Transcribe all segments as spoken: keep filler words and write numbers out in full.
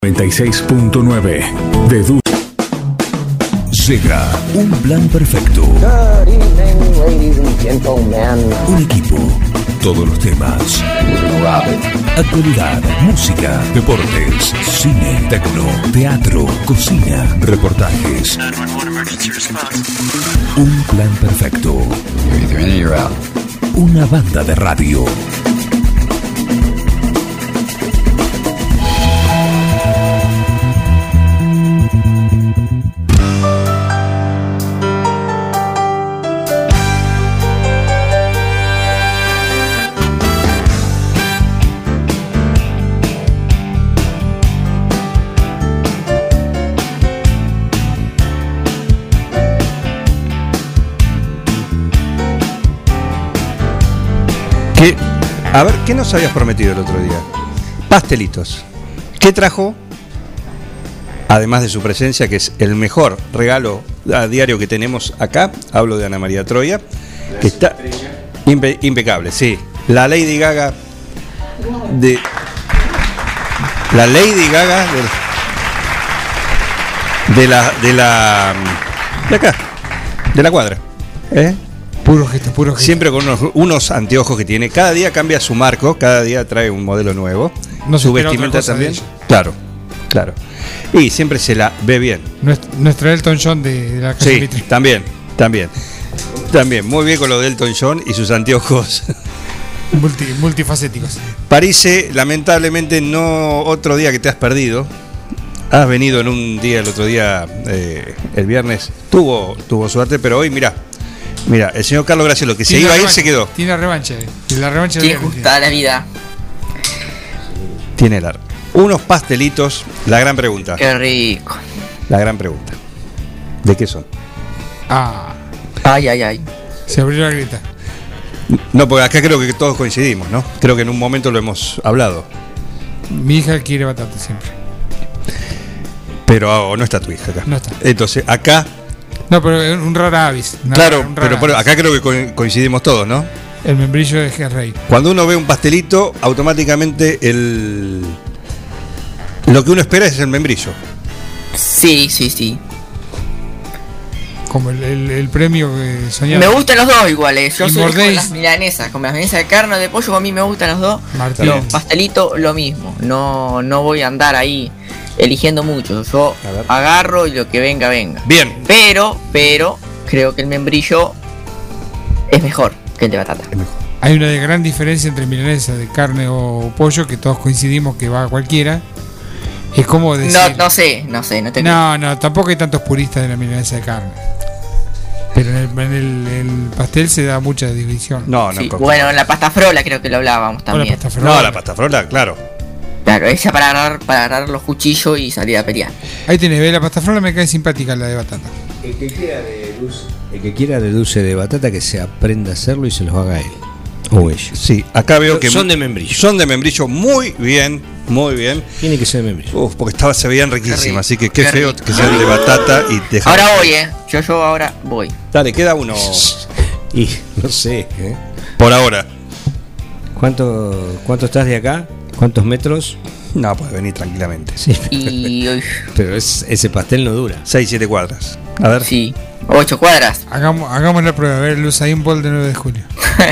noventa y seis punto nueve de Du. Llega un plan perfecto. Good evening, ladies and gentlemen. Un equipo, todos los temas. Actualidad, música, deportes, cine, tecno, teatro, cocina, reportajes. Un plan perfecto. Una banda de radio. ¿Qué? A ver, ¿qué nos habías prometido el otro día? Pastelitos. ¿Qué trajo? Además de su presencia, que es el mejor regalo a diario que tenemos acá, hablo de Ana María Troya, que está impe- impecable, sí. La Lady Gaga de... La Lady Gaga de, de la... de la... de acá, de la cuadra. ¿Eh? Puro gesto, puro gesto. Siempre con unos, unos anteojos que tiene. Cada día cambia su marco, cada día trae un modelo nuevo. No se su espera vestimenta otra cosa también. de ella. Claro, claro. Y siempre se la ve bien. Nuestra, nuestra Elton John de, de la casa Sí, Mitre. también, también. También, muy bien con lo de Elton John y sus anteojos. Multi, multifacéticos. Parece, lamentablemente, no otro día que te has perdido. Has venido en un día, el otro día, eh, el viernes, tuvo, tuvo suerte, pero hoy, mira. Mira, el señor Carlos Graciolo, que se Tiene iba a ir, revancha, se quedó. Tiene la revancha. eh. Y la revancha Qué de justa la vida. Tiene la, unos pastelitos. La gran pregunta. Qué rico. La gran pregunta. ¿De qué son? Ah, Ay, ay, ay. se abrió la grieta. No, porque acá creo que todos coincidimos, ¿no? Creo que en un momento lo hemos hablado. Mi hija quiere batata siempre. Pero oh, no está tu hija acá. No está. Entonces, acá, No, pero es un rara avis. una- claro, un rara pero, pero avis. acá creo que co- coincidimos todos, ¿no? El membrillo de G. Rey. Cuando uno ve un pastelito, automáticamente el lo que uno espera es el membrillo. Sí, sí, sí. Como el, el, el premio que soñaba. Me gustan los dos iguales. Yo Y soy con mordéis. las milanesas. Con las milanesas de carne o de pollo, a mí me gustan los dos. Martín. Los pastelitos, lo mismo. No, no voy a andar ahí eligiendo mucho. Yo A ver. agarro y lo que venga, venga. Bien. Pero, pero, creo que el membrillo es mejor que el de batata. Hay una gran diferencia entre milanesa de carne o pollo, que todos coincidimos que va a cualquiera. Es como decir. No, no sé, no sé, no te No, no, tampoco hay tantos puristas de la milanesa de carne. Pero en el, en el, el pastel se da mucha división. No, no. Sí, co- bueno, en la pasta frola creo que lo hablábamos O la también. pasta frola. no, la pasta frola, claro. Claro, esa para agarrar, para agarrar los cuchillos y salir a pelear. Ahí tenés, ve, la pasta frola me cae simpática, la de batata. El que quiera de dulce, el que quiera de dulce de batata, que se aprenda a hacerlo y se los haga él o ella. Sí, acá veo que Son de membrillo. Son de membrillo, muy bien, muy bien. Tiene que ser de membrillo. Uf, porque estaba, se veían Qué rico, riquísimas, así que qué, qué feo rico. que sean de batata y dejar. Ahora voy, eh. Yo, yo ahora voy. Dale, queda uno Y no sé, ¿eh? por ahora. ¿Cuánto, ¿Cuánto estás de acá? ¿Cuántos metros? No, puedes venir tranquilamente. Sí, Y. uy, pero es, ese pastel no dura. seis, siete cuadras. A ver. sí. Ocho cuadras. Hagamos, hagamos la prueba, a ver, Luz Ahí un Ball de nueve de julio.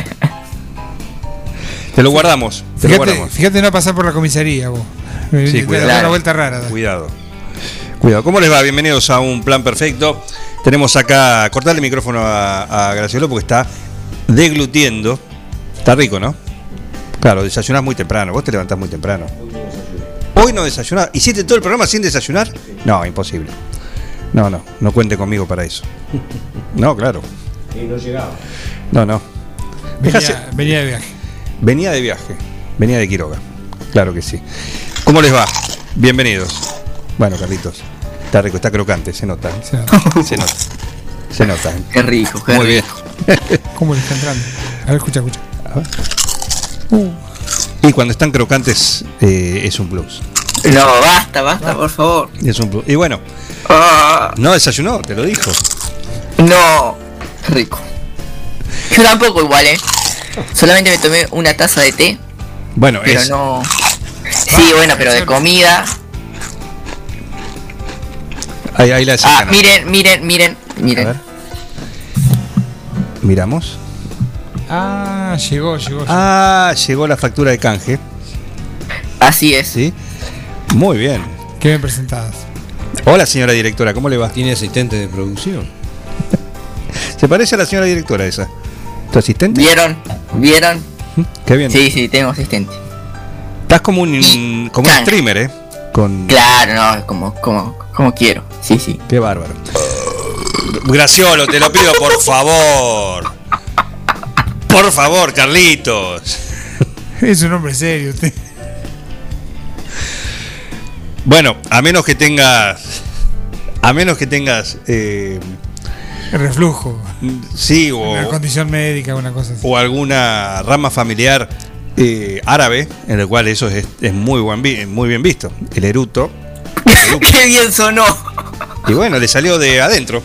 Te lo guardamos. Te lo Fíjate, guardamos. fíjate no pasar por la comisaría, vos. Sí, Te cuidado. da una vuelta rara. da. Cuidado. Cuidado. ¿Cómo les va? Bienvenidos a Un Plan Perfecto. Tenemos acá, cortarle el micrófono a, a Graciolo porque está deglutiendo. Está rico, ¿no? Claro, desayunás muy temprano. Vos te levantás muy temprano. Hoy no desayunás. ¿Hiciste todo el programa sin desayunar? No, imposible. No, no, no cuente conmigo para eso. No, claro. Y no llegaba. No, no. Dejase- Venía, venía de viaje. Venía de viaje, venía de Quiroga, claro que sí. ¿Cómo les va? Bienvenidos. Bueno, Carlitos, está rico, está crocante, se nota, O sea, se nota, se nota. Qué rico, qué Muy bien. rico. ¿Cómo le está entrando? A ver, escucha, escucha. Y cuando están crocantes eh, es un plus, No, basta, basta, por favor. es un plus. Y bueno, Ah, no desayunó, te lo dijo. no, qué rico. Yo tampoco igual, eh. Solamente me tomé una taza de té, Bueno, pero es, no. Sí, bueno, pero de comida. Ahí, ahí la Ah, desencanan. miren, miren, miren, A miren. ver. Miramos. Ah, llegó, llegó. Ah, llegó la factura de canje. Así es. ¿Sí? Muy bien. Qué bien presentadas. Hola, señora directora, ¿cómo le va? ¿Tiene asistente de producción? ¿Se parece a la señora directora esa? ¿Tu asistente? ¿Vieron? ¿Vieron? ¿Mm? Qué bien. Sí, sí, tengo asistente. Estás como un, Y como un canje. streamer, ¿eh? Con... Claro, no, como, como, como quiero. Sí, sí. Qué bárbaro. Graciolo, te lo pido, por favor. Por favor, Carlitos. Es un hombre serio usted. Bueno, a menos que tengas... A menos que tengas... Eh, Reflujo. sí, o, Una condición médica, una cosa así. o alguna rama familiar eh, árabe, en el cual eso es, es muy, buen vi- muy bien visto. El eruto. Qué bien sonó. Y bueno, le salió de adentro.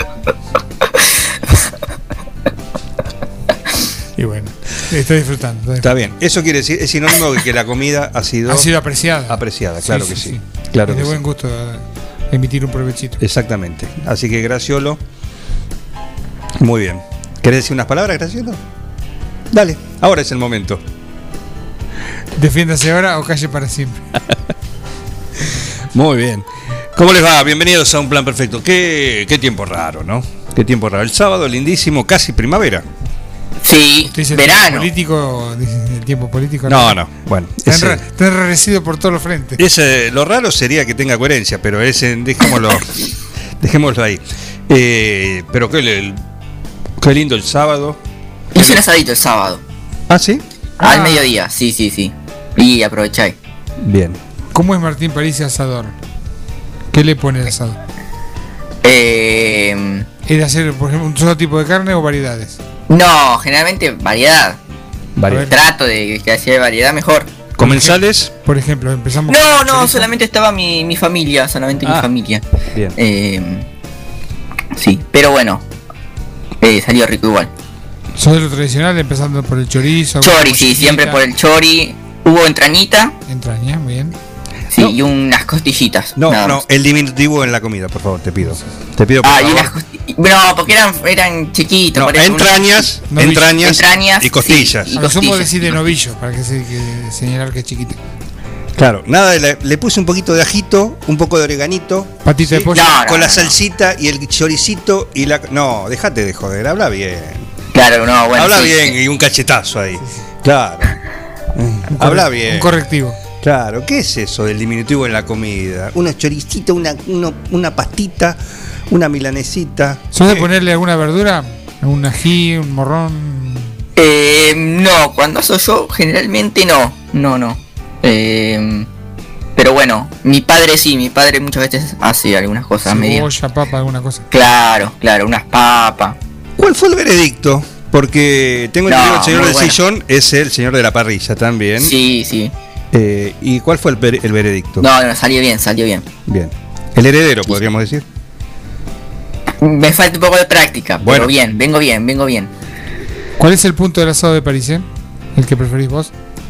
Y bueno, estoy disfrutando. Está bien. Eso quiere decir, es sinónimo de que la comida ha sido, Ha sido apreciada. apreciada, claro que sí. Es Claro de que buen sí. gusto eh, emitir un provechito. Exactamente. Así que Graciolo. Muy bien. ¿Querés decir unas palabras, Graciolo? Dale, ahora es el momento. Defiéndase ahora o calle para siempre. Muy bien. ¿Cómo les va? Bienvenidos a Un Plan Perfecto. Qué, qué tiempo raro, ¿no? Qué tiempo raro. El sábado, lindísimo, casi primavera. Sí, Usted dice el tiempo verano. político, dice, el tiempo político. No, no. Bueno, Está ese, enra- está enrarecido por todos los frentes. ese- lo raro sería que tenga coherencia, pero ese, dejémoslo, dejémoslo ahí. Eh, pero qué, el- qué lindo el sábado. Hice un asadito el sábado. Ah, ¿sí? Al Ah. mediodía, sí, sí, sí. Y aprovecháis. Bien. ¿Cómo es Martín París asador? ¿Qué le pone al asado? Eh, ¿Es de hacer, por ejemplo, un solo tipo de carne o variedades? no, generalmente variedad. Vale. A ver. Trato de que haya variedad mejor. Comensales. Por ejemplo, empezamos No, con no, chorizo. solamente estaba mi, mi familia, solamente Ah. mi familia. Bien. Eh, sí, pero bueno, eh, salió rico igual. ¿Sos de lo tradicional, empezando por el chorizo? Chori, sí, siempre por el chori. Hubo entrañita, Entraña, muy bien. sí, No. y unas costillitas. No, nada no, más. el diminutivo en la comida, por favor, te pido. Te pido por Ah, y favor. unas costillas. No, porque eran, eran chiquitos. No, por eso entrañas, No, entrañas, entrañas, y costillas. sí, y A lo sumo costillas. decir de novillo, para que se que señalar que es chiquito. Claro, nada, de la- le puse un poquito de ajito, un poco de oreganito. Patita de ¿sí? pollo. No, no, con la no. salsita y el choricito y la... No, déjate de joder, habla bien. Claro, no, bueno. habla sí, bien sí. y un cachetazo ahí. Claro. Un Habla corre- bien. Un correctivo. Claro, ¿qué es eso del diminutivo en la comida? Una choricita, una, uno- una pastita, una milanesita. ¿Sos de ¿Qué? ponerle alguna verdura? ¿Un ají, un morrón? Eh, no, cuando soy yo, generalmente no. No, no. Eh, pero bueno, mi padre sí, mi padre muchas veces hace algunas cosas medio. Cebolla, papa, alguna cosa. Claro, claro, unas papas. ¿Cuál fue el veredicto? Porque tengo No, entendido que el señor muy del bueno. sillón es el señor de la parrilla también. Sí, sí. Eh, ¿Y cuál fue el, ver- el veredicto? No, no, salió bien, salió bien. Bien. El heredero, podríamos decir. Me falta un poco de práctica, Bueno. pero bien, vengo bien, vengo bien. ¿Cuál es el punto del asado de París, eh? ¿El que preferís vos?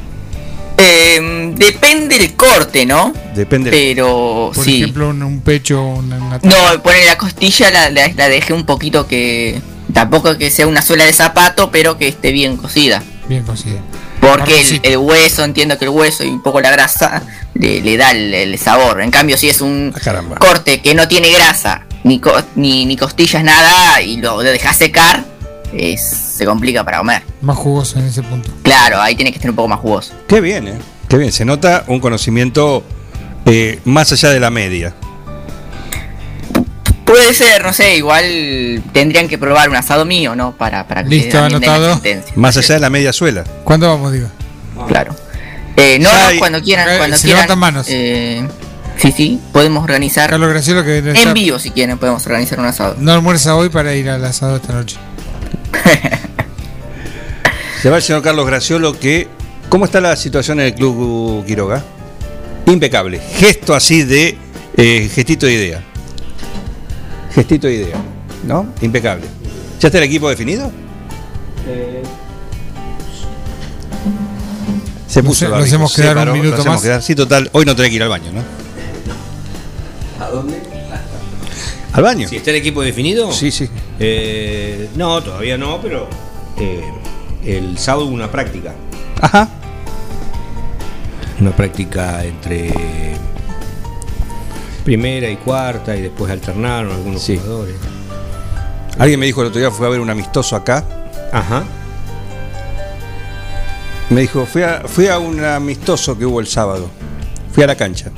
Eh, depende del corte, ¿no? Depende. Pero Por sí. ejemplo, un, un pecho, una, una No, poner la costilla la, la, la dejé un poquito que... Tampoco que sea una suela de zapato, pero que esté bien cocida. bien cocida. Porque el, Marroncito. el hueso, entiendo que el hueso y un poco la grasa le, le da el, el sabor. En cambio, si es un Ah, caramba. corte que no tiene grasa, ni, co- ni, ni costillas, nada, y lo, lo dejas secar, es- se complica para comer. Más jugoso en ese punto. Claro, ahí tiene que estar un poco más jugoso. Qué bien, ¿eh? Qué bien. Se nota un conocimiento eh, más allá de la media. Puede ser, no sé, igual tendrían que probar un asado mío, ¿no? Para, para que Listo, también den la anotado. sentencia. Más allá de la media suela. ¿Cuándo vamos, digo? Claro. Eh, no, Ya no, hay- cuando quieran, Eh, cuando se quieran. levantan manos. eh, sí, sí, podemos organizar. Carlos Graciolo, que debe En estar- vivo, si quieren, podemos organizar un asado. no almuerza hoy para ir al asado esta noche. Se va el señor Carlos Graciolo que... ¿Cómo está la situación en el Club Quiroga? Impecable. Gesto así de... eh, gestito de idea. Gestito de idea. ¿No? Impecable. ¿Ya está el equipo definido? Se Nos- puso el nos barbijo, hacemos se quedar un paró, minuto nos hacemos más. quedar. Sí, total. Hoy no tenés que ir al baño, ¿no? ¿A dónde? ¿Al baño? Si está el equipo definido. Sí, sí. Eh, no, todavía no, pero eh, el sábado una práctica. Ajá. Una práctica entre primera y cuarta y después alternaron algunos Sí. jugadores. Alguien me dijo el otro día, fue a ver un amistoso acá. Ajá. Me dijo, fui a, fui a un amistoso que hubo el sábado. Fui a la cancha.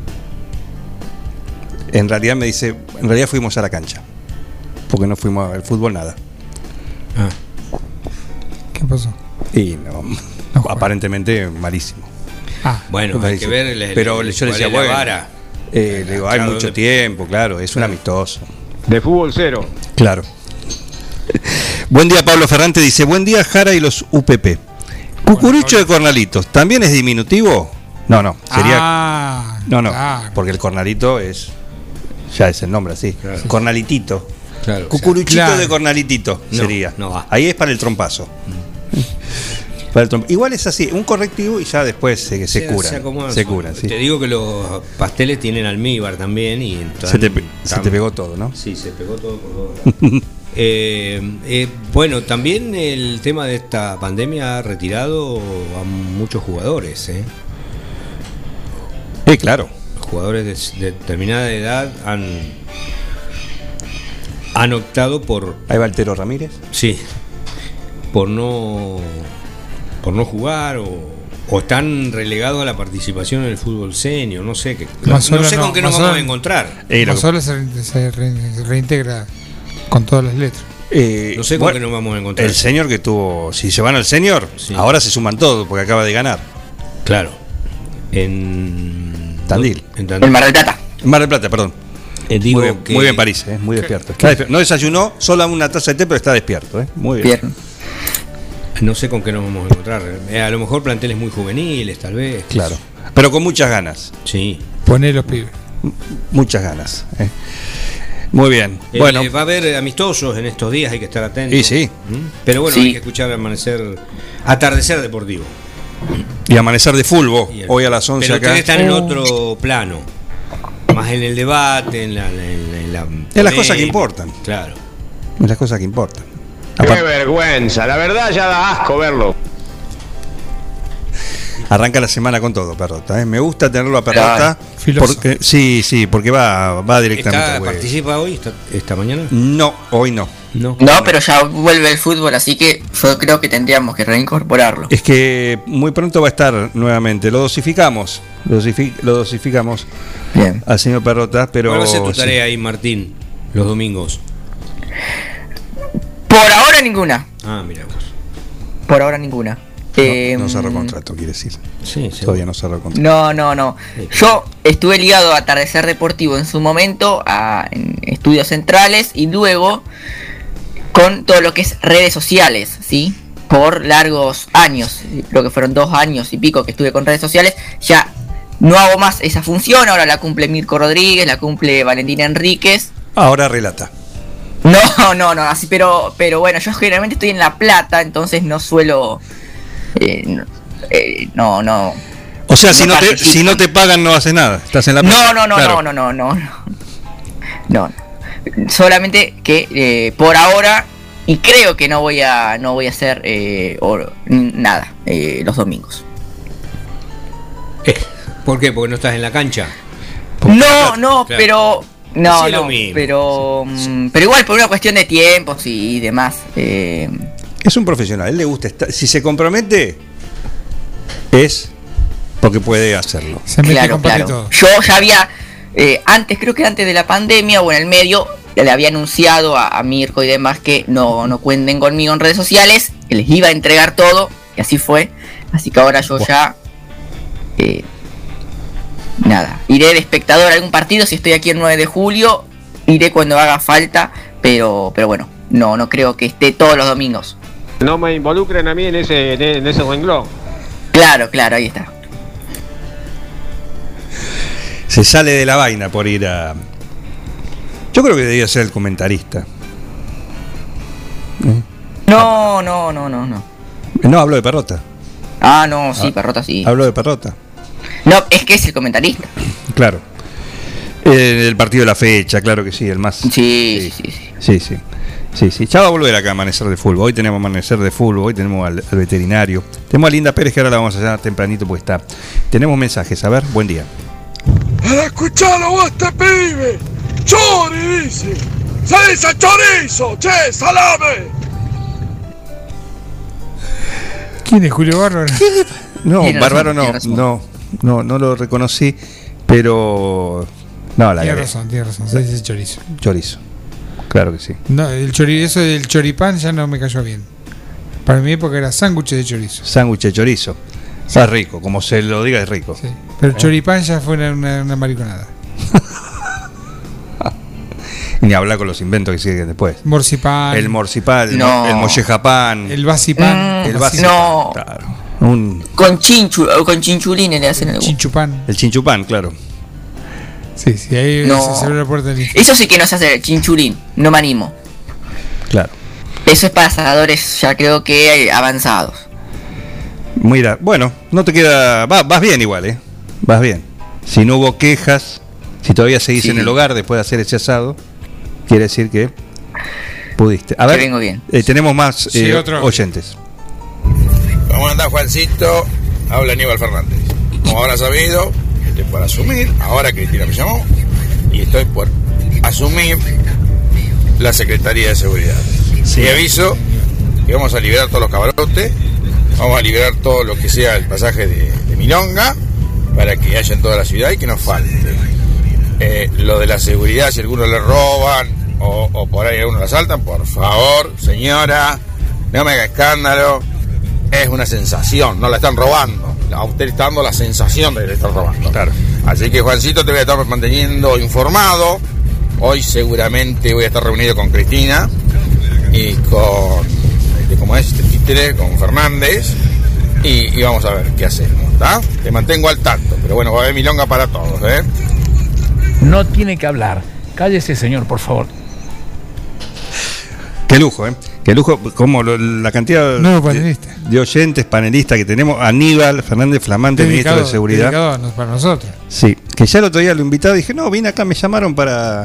En realidad me dice, en realidad fuimos a la cancha. Porque no fuimos al fútbol nada. Ah. ¿Qué pasó? Y no, No juega. aparentemente malísimo. Ah, Bueno, hay que ver. el- Pero el- yo le cuál decía, es la bueno, vara. eh, le digo, hay Claro, mucho ¿dónde- tiempo, claro, es un amistoso. De fútbol cero. Claro. Buen día, Pablo Ferrante dice, buen día, Jara y los U P P. Cucurucho de Cornalitos, ¿también es diminutivo? No, no, sería... Ah, no, no, claro. porque el cornalito es... Ya es el nombre así. Claro. Cornalitito. Claro. Cucuruchito Claro. de cornalitito No, sería. no va. Ahí es para el trompazo. Para el tromp- Igual es así, un correctivo y ya después se, se, curan. acomodan Se solo. curan, sí. Te digo que los pasteles tienen almíbar también y Se te, pe- están- se te pegó todo, ¿no? Sí, se pegó todo por todos lados. Eh, eh, bueno, también el tema de esta pandemia ha retirado a muchos jugadores, ¿eh? Sí, claro. Jugadores de, de determinada edad han han optado por Ahí va Altero Ramírez. sí por no por no jugar o, o están relegados a la participación en el fútbol senior, no sé qué, no, Mazola sé no, con qué nos Mazola- vamos a encontrar. Eh, lo- Mazola se, re- se re- se reintegra con todas las letras. eh, No sé con bueno, qué nos vamos a encontrar. el señor que tuvo, si se van al señor, Sí. ahora se suman todos porque acaba de ganar. Claro. En Tandil. En El Tandil. Mar del Plata. Mar del Plata, perdón. Eh, digo Muy bien, que- muy bien París, eh, muy despierto. Está despierto. No desayunó, solo una taza de té, pero está despierto. Eh. Muy bien. Bien. No sé con qué nos vamos a encontrar. Eh, a lo mejor planteles muy juveniles, tal vez. Claro. Pero con muchas ganas. Sí. Poné los pibes. Muchas ganas. eh. Muy bien. Eh, Bueno, va a haber amistosos en estos días, hay que estar atentos. Y sí. ¿Mm? Pero bueno, Sí. hay que escuchar amanecer, atardecer deportivo. y amanecer de fulbo. Y el- Hoy a las once Pero acá. ustedes están en otro plano. Más en el debate, en la. En, en la En las cosas que importan. Claro. Es las cosas que importan. Qué Aparte, vergüenza, la verdad ya da asco verlo. arranca la semana con todo, Perrota. ¿eh? Me gusta tenerlo a Perrota. Filoso. Porque, sí, sí, porque va, va directamente Está, al huevo. ¿Participa hoy, esta, esta mañana? No, hoy no. No. No, pero ya vuelve el fútbol, así que yo creo que tendríamos que reincorporarlo. Es que muy pronto va a estar nuevamente. Lo dosificamos. Lo, dosifi- lo dosificamos Bien. al señor Perrota, pero. ¿Cuál va a ser tu sí. tarea ahí, Martín? Los domingos. Por ahora ninguna. Ah, mira vos. Por ahora ninguna. No, Eh, no cerró contrato, quiere decir. Sí, sí. Todavía no cerró contrato. No, no, no. Yo estuve ligado a Atardecer Deportivo en su momento, a, en estudios centrales y luego con todo lo que es redes sociales, ¿sí? Por largos años, creo que fueron dos años y pico que estuve con redes sociales, ya no hago más esa función, ahora la cumple Mirko Rodríguez, la cumple Valentina Enríquez. Ahora relata. No, no, no, así, pero, pero bueno, yo generalmente estoy en La Plata, entonces no suelo... eh, no, eh, no, no. O sea, si No no, te, participa. si no te pagan, no haces nada. Estás en la No, no, no, Claro. no, no, no, no, no. No. Solamente que eh, por ahora, y creo que no voy a no voy a hacer eh, or- nada eh, los domingos. Eh, ¿Por qué? Porque no estás en la cancha. No, no, Claro. pero no, Sí, es lo no, mismo. pero mm, pero igual por una cuestión de tiempos y, y demás. eh, Es un profesional, a él le gusta estar. Si se compromete, es porque puede hacerlo. Se mete claro, con pata y claro. todo. Yo ya había eh, antes, creo que antes de la pandemia o en el medio, le había anunciado a, a Mirko y demás que no, no cuenten conmigo en redes sociales, que les iba a entregar todo, y así fue. Así que ahora yo ya eh, nada, iré de espectador a algún partido si estoy aquí el nueve de julio, iré cuando haga falta, pero pero bueno, no no creo que esté todos los domingos. No me involucren a mí en ese, en ese renglón. Claro, claro, ahí está. Se sale de la vaina por ir a. Yo creo que debería ser el comentarista. No, no, no, no, no. No, hablo de Perrota. Ah, no, sí, Ah, Perrota sí. Hablo de Perrota. No, es que es el comentarista. Claro. Eh, el partido de la fecha, claro que sí, el más. Sí, sí, sí. sí. Sí, sí. Sí, sí. Ya va a volver acá a Amanecer de Fútbol. Hoy tenemos Amanecer de Fútbol, hoy tenemos al, al veterinario. Tenemos a Linda Pérez, que ahora la vamos a llamar tempranito porque está. Tenemos mensajes, a ver, buen día. ¡Para escucharlo vos, este pibe! ¡Chori, dice! ¡Se dice chorizo! ¡Che, salame! ¿Quién es Julio Bárbaro? No, Tiene Bárbaro razón, no, tiene razón. no, no, no lo reconocí, pero. No, la Tiene agregué. razón, tiene razón. Se dice chorizo. Chorizo. Claro que sí. No, el chori, eso del choripán ya no me cayó bien. Para mi época era sándwich de chorizo. Sándwich de chorizo. Está rico, como se lo diga, es rico. Sí. Pero el choripán ya fue una, una, una mariconada. Ni hablar con los inventos que siguen después. Morcipán. El morcipán, el, No. mo- el mollejapán, El vasipán. el Mm, vasipán, no. claro. Un, Con chinchu, o con chinchulines le hacen el Chinchupán. el chinchupán, claro. Sí, sí, ahí No. se abrió la puerta del infierno. Eso sí que no se hace el chinchulín, no me animo. Claro. Eso es para asadores ya creo que eh, avanzados. Mira, bueno, no te queda. Va, vas bien igual, ¿eh? Vas bien. Si no hubo quejas, si todavía seguís Sí. en el hogar después de hacer ese asado, quiere decir que pudiste. A ver, Que vengo bien. eh, tenemos más Sí, eh, otro. oyentes. ¿Cómo anda, Juancito? Habla Aníbal Fernández. Como habrá sabido, estoy por asumir, ahora Cristina me llamó, y estoy por asumir la Secretaría de Seguridad. Sí. Y aviso que vamos a liberar todos los camarotes, vamos a liberar todo lo que sea el pasaje de, de Milonga, para que haya en toda la ciudad y que nos falte. Eh, lo de la seguridad, si alguno le roban o, o por ahí alguno lo asaltan, por favor, señora, no me haga escándalo. Es una sensación, no la están robando. A usted le está dando la sensación de que le están robando. Claro. Así que, Juancito, te voy a estar manteniendo informado. Hoy seguramente voy a estar reunido con Cristina y con, este, ¿cómo es? Este títere, con Fernández. Y, y vamos a ver qué hacemos, ¿está? Te mantengo al tanto, pero bueno, va a haber milonga para todos, ¿eh? No tiene que hablar. Cállese, señor, por favor. Qué lujo, ¿eh? Qué lujo, como lo- la cantidad Nuevo de, panelista. de oyentes, panelistas que tenemos. Aníbal Fernández, flamante ministro de Seguridad. dedicado a nos- para nosotros. Sí, que ya el otro día lo invitaba y dije, no, vine acá, me llamaron para.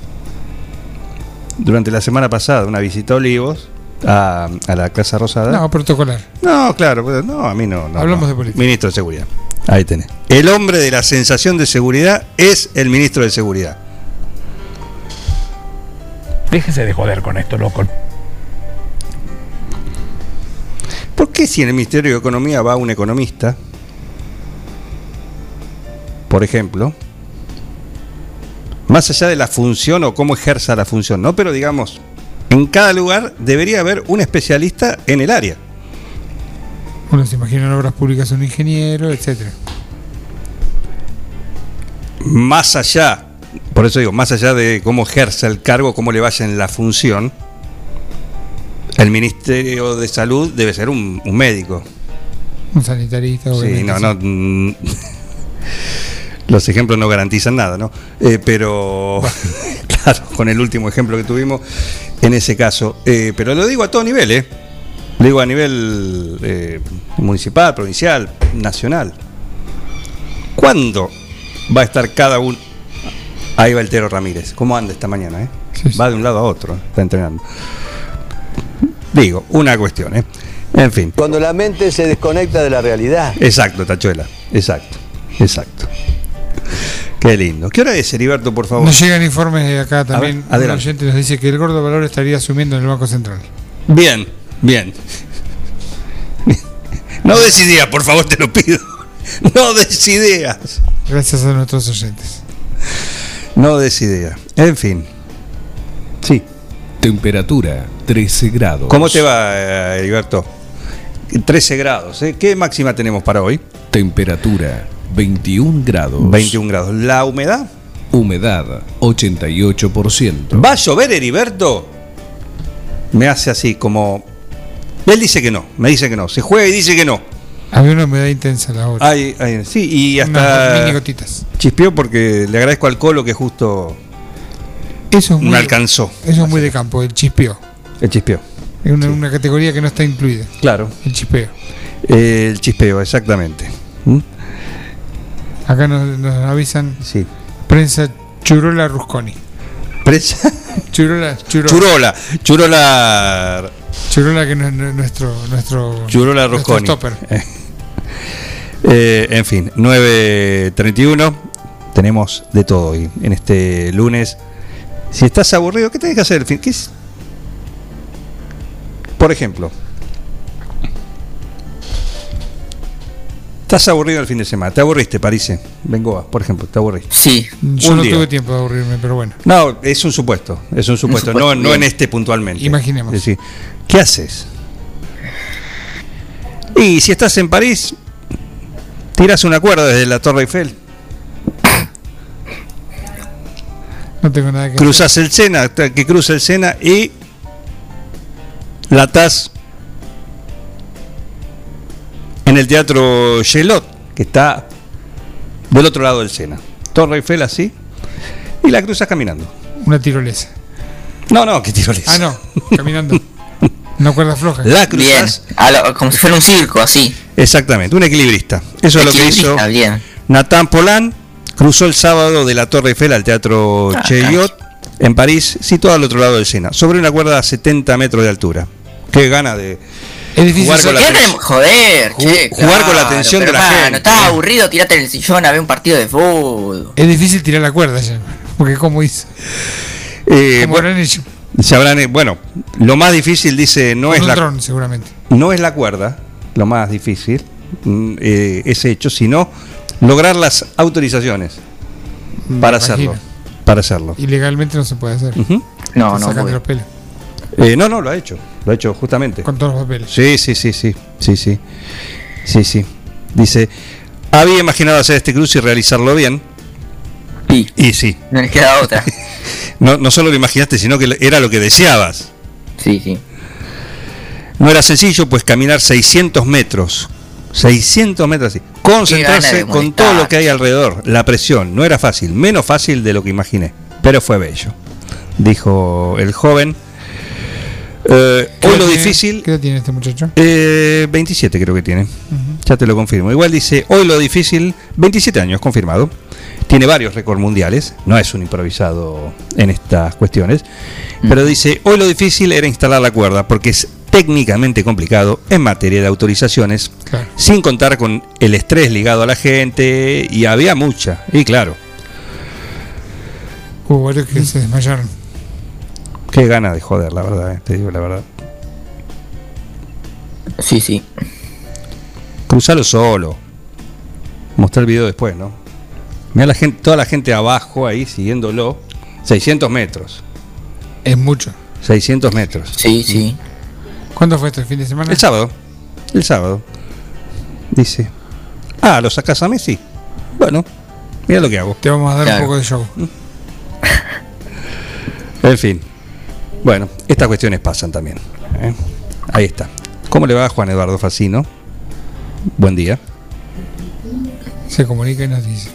Durante la semana pasada, una visita a Olivos, a, a la Casa Rosada. No, protocolar. No, claro, pues, no, a mí no. no Hablamos no. de política. Ministro de Seguridad. Ahí tenés. El hombre de la sensación de seguridad es el ministro de Seguridad. Déjese de joder con esto, loco. ¿Por qué si en el Ministerio de Economía va un economista, por ejemplo, más allá de la función o cómo ejerza la función, no, pero digamos, en cada lugar debería haber un especialista en el área? Uno se imagina en obras públicas un ingeniero, etcétera. Más allá, por eso digo, más allá de cómo ejerza el cargo, cómo le vaya en la función, el Ministerio de Salud debe ser un, un médico. Un sanitarista, Sí, obviamente. no, sí. no. mm, Los ejemplos no garantizan nada, ¿no? Eh, pero, claro, con el último ejemplo que tuvimos, en ese caso. Eh, pero lo digo a todo nivel, ¿eh? Lo digo a nivel eh, municipal, provincial, nacional. ¿Cuándo va a estar cada uno? Ahí va el Tero Ramírez. ¿Cómo anda esta mañana, eh? Sí, sí. Va de un lado a otro, está entrenando. Digo, una cuestión, ¿eh? En fin. Cuando la mente se desconecta de la realidad. Exacto, Tachuela. Exacto, exacto. Qué lindo. ¿Qué hora es, Heriberto, por favor? Nos llegan informes de acá también. ver, adelante. Un oyente nos dice que el gordo valor estaría asumiendo en el Banco Central. Bien, bien. No des ideas, por favor, te lo pido. No des ideas. Gracias a nuestros oyentes. No des ideas. En fin. Sí. Temperatura trece grados. ¿Cómo te va, eh, Heriberto? trece grados, ¿eh? ¿Qué máxima tenemos para hoy? Temperatura veintiún grados. veintiún grados. ¿La humedad? Humedad ochenta y ocho por ciento. ¿Va a llover, Heriberto? Me hace así como... Él dice que no, me dice que no. Se juega y dice que no. Había una humedad intensa a la hora. Ay, ay, sí, y Unas hasta mini gotitas. chispeó porque le agradezco al Colo que justo Eso es muy, me alcanzó. Eso es muy de campo, el chispeo. El chispeo. Es una, una categoría que no está incluida. Claro. El chispeo. Eh, el chispeo, exactamente. ¿Mm? Acá nos, nos avisan, Sí. prensa Churola Rusconi. Presa. Churola, churola. Churola. Churola. Churola que no es nuestro, nuestro. Churola nuestro Rusconi. stopper. Eh, en fin, nueve treinta y uno. Tenemos de todo hoy, en este lunes. Si estás aburrido, ¿qué tenés que hacer el fin? ¿Qué es? Por ejemplo, estás aburrido el fin de semana. ¿Te aburriste, Parise? Bengoa, por ejemplo, ¿te aburriste? Sí. Yo Un no día. tuve tiempo de aburrirme, pero bueno. No, es un supuesto. Es un supuesto, Un supuesto, no, no bien. en este puntualmente. Imaginemos. Es decir, ¿qué haces? Y si estás en París, tiras una cuerda desde la Torre Eiffel. No tengo nada que Cruzas el Sena, que cruza el Sena y la atás en el Teatro Gelot, que está del otro lado del Sena. Torre Eiffel así, y la cruzas caminando. hacer. Una tirolesa. No, no, ¿qué tirolesa? Ah, no, caminando. Una cuerda floja. La Bien. cruzas. A lo- como si fuera un circo, así. Exactamente, un equilibrista. Eso es lo que hizo Equilibrista, bien. Nathan Polan. Cruzó el sábado de la Torre Eiffel al Teatro Ah, Cheyot en París, situado al otro lado del Sena, sobre una cuerda a setenta metros de altura. Qué gana de Es difícil jugar con ser- la ¿Qué tensión. tenemos? Joder, che, jugar con la claro, tensión pero de la hermano, gente. Estás aburrido, tirate en el sillón a ver un partido de fútbol. Es difícil tirar la cuerda ya. Porque como hizo. Eh, Como bueno, habrán hecho. se habrán- bueno, lo más difícil dice no Con es un la dron, seguramente. no es la cuerda, lo más difícil mm, eh, ese hecho, sino lograr las autorizaciones para Me hacerlo, imagino. para hacerlo. Ilegalmente no se puede hacer. Ujú. No, Te no, sacan de muy- los pelos. Eh, no, no, lo ha hecho, lo ha hecho justamente. Con todos los papeles. Sí, sí, sí, sí, sí, sí, sí, sí. Dice, había imaginado hacer este cruce y realizarlo bien. Sí, Y sí, no les queda otra. no, no solo lo imaginaste, sino que era lo que deseabas. Sí, sí. No era sencillo, pues caminar seiscientos metros, seiscientos metros así, Qué gana concentrarse de con molestar. todo lo que hay alrededor, la presión, no era fácil, menos fácil de lo que imaginé, pero fue bello, dijo el joven. Eh, ¿Qué hoy edad lo tiene- difícil, ¿Qué edad tiene este muchacho? eh, veintisiete creo que tiene, ya te lo confirmo. Igual dice, hoy lo difícil, veintisiete años, confirmado. Tiene varios récords mundiales, no es un improvisado en estas cuestiones, pero dice, hoy lo difícil era instalar la cuerda, porque es técnicamente complicado en materia de autorizaciones, Claro. sin contar con el estrés ligado a la gente, y había mucha, y claro, Hubo varios que se desmayaron. qué gana de joder, la verdad, eh, te digo la verdad. Sí, sí. Cruzalo solo, mostrar el video después, ¿no? Mira la gente, toda la gente abajo ahí siguiéndolo, seiscientos metros, Es mucho. seiscientos metros. Sí, sí. ¿Cuándo fue esto? ¿El fin de semana? El sábado, el sábado. Dice, ah, ¿lo sacás a Messi? Bueno, mira lo que hago. Te vamos a dar Claro. un poco de show. En fin, bueno, estas cuestiones pasan también, ¿eh? Ahí está. ¿Cómo le va a Juan Eduardo Facino? Buen día. Se comunica y nos dice.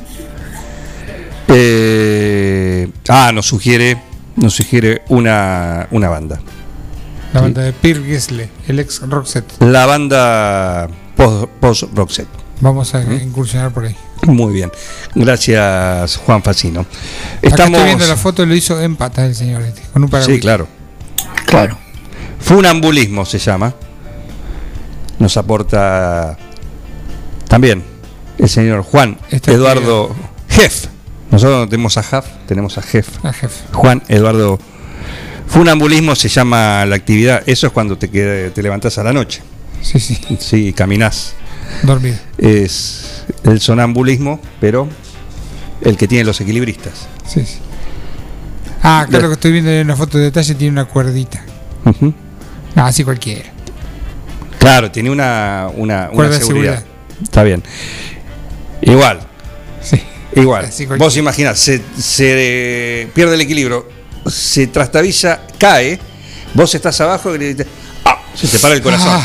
Eh, ah, nos sugiere, nos sugiere una, una banda. La Sí. banda de Pierre Gessle, el ex Roxette. La banda post, post Roxette. Vamos a incursionar por ahí. Muy bien. Gracias, Juan Facino. Acá Estamos. estoy viendo la foto, lo hizo en pata el señor este, con un paraguas. Sí, claro. Claro. Funambulismo se llama. Nos aporta también el señor Juan Esta Eduardo Jeff. Nosotros no tenemos a Jaf, tenemos a Jeff. Ah, jefe. Juan Eduardo. Funambulismo se llama la actividad. Eso es cuando te, qued- te levantás a la noche. Sí, sí. Sí, caminás. Dormido. Es el sonambulismo, pero el que tienen los equilibristas. Sí, sí. Ah, claro que estoy viendo en una foto de detalle, tiene una cuerdita. Ujú. No, así cualquiera. Claro, tiene una, una, una Cuerda de seguridad. seguridad. Está bien. Igual, Sí. igual. Así cualquiera. Vos imaginás, se, se eh, pierde el equilibrio, se trastabilla, cae, vos estás abajo y le dices, ¡ah! Se te para el corazón.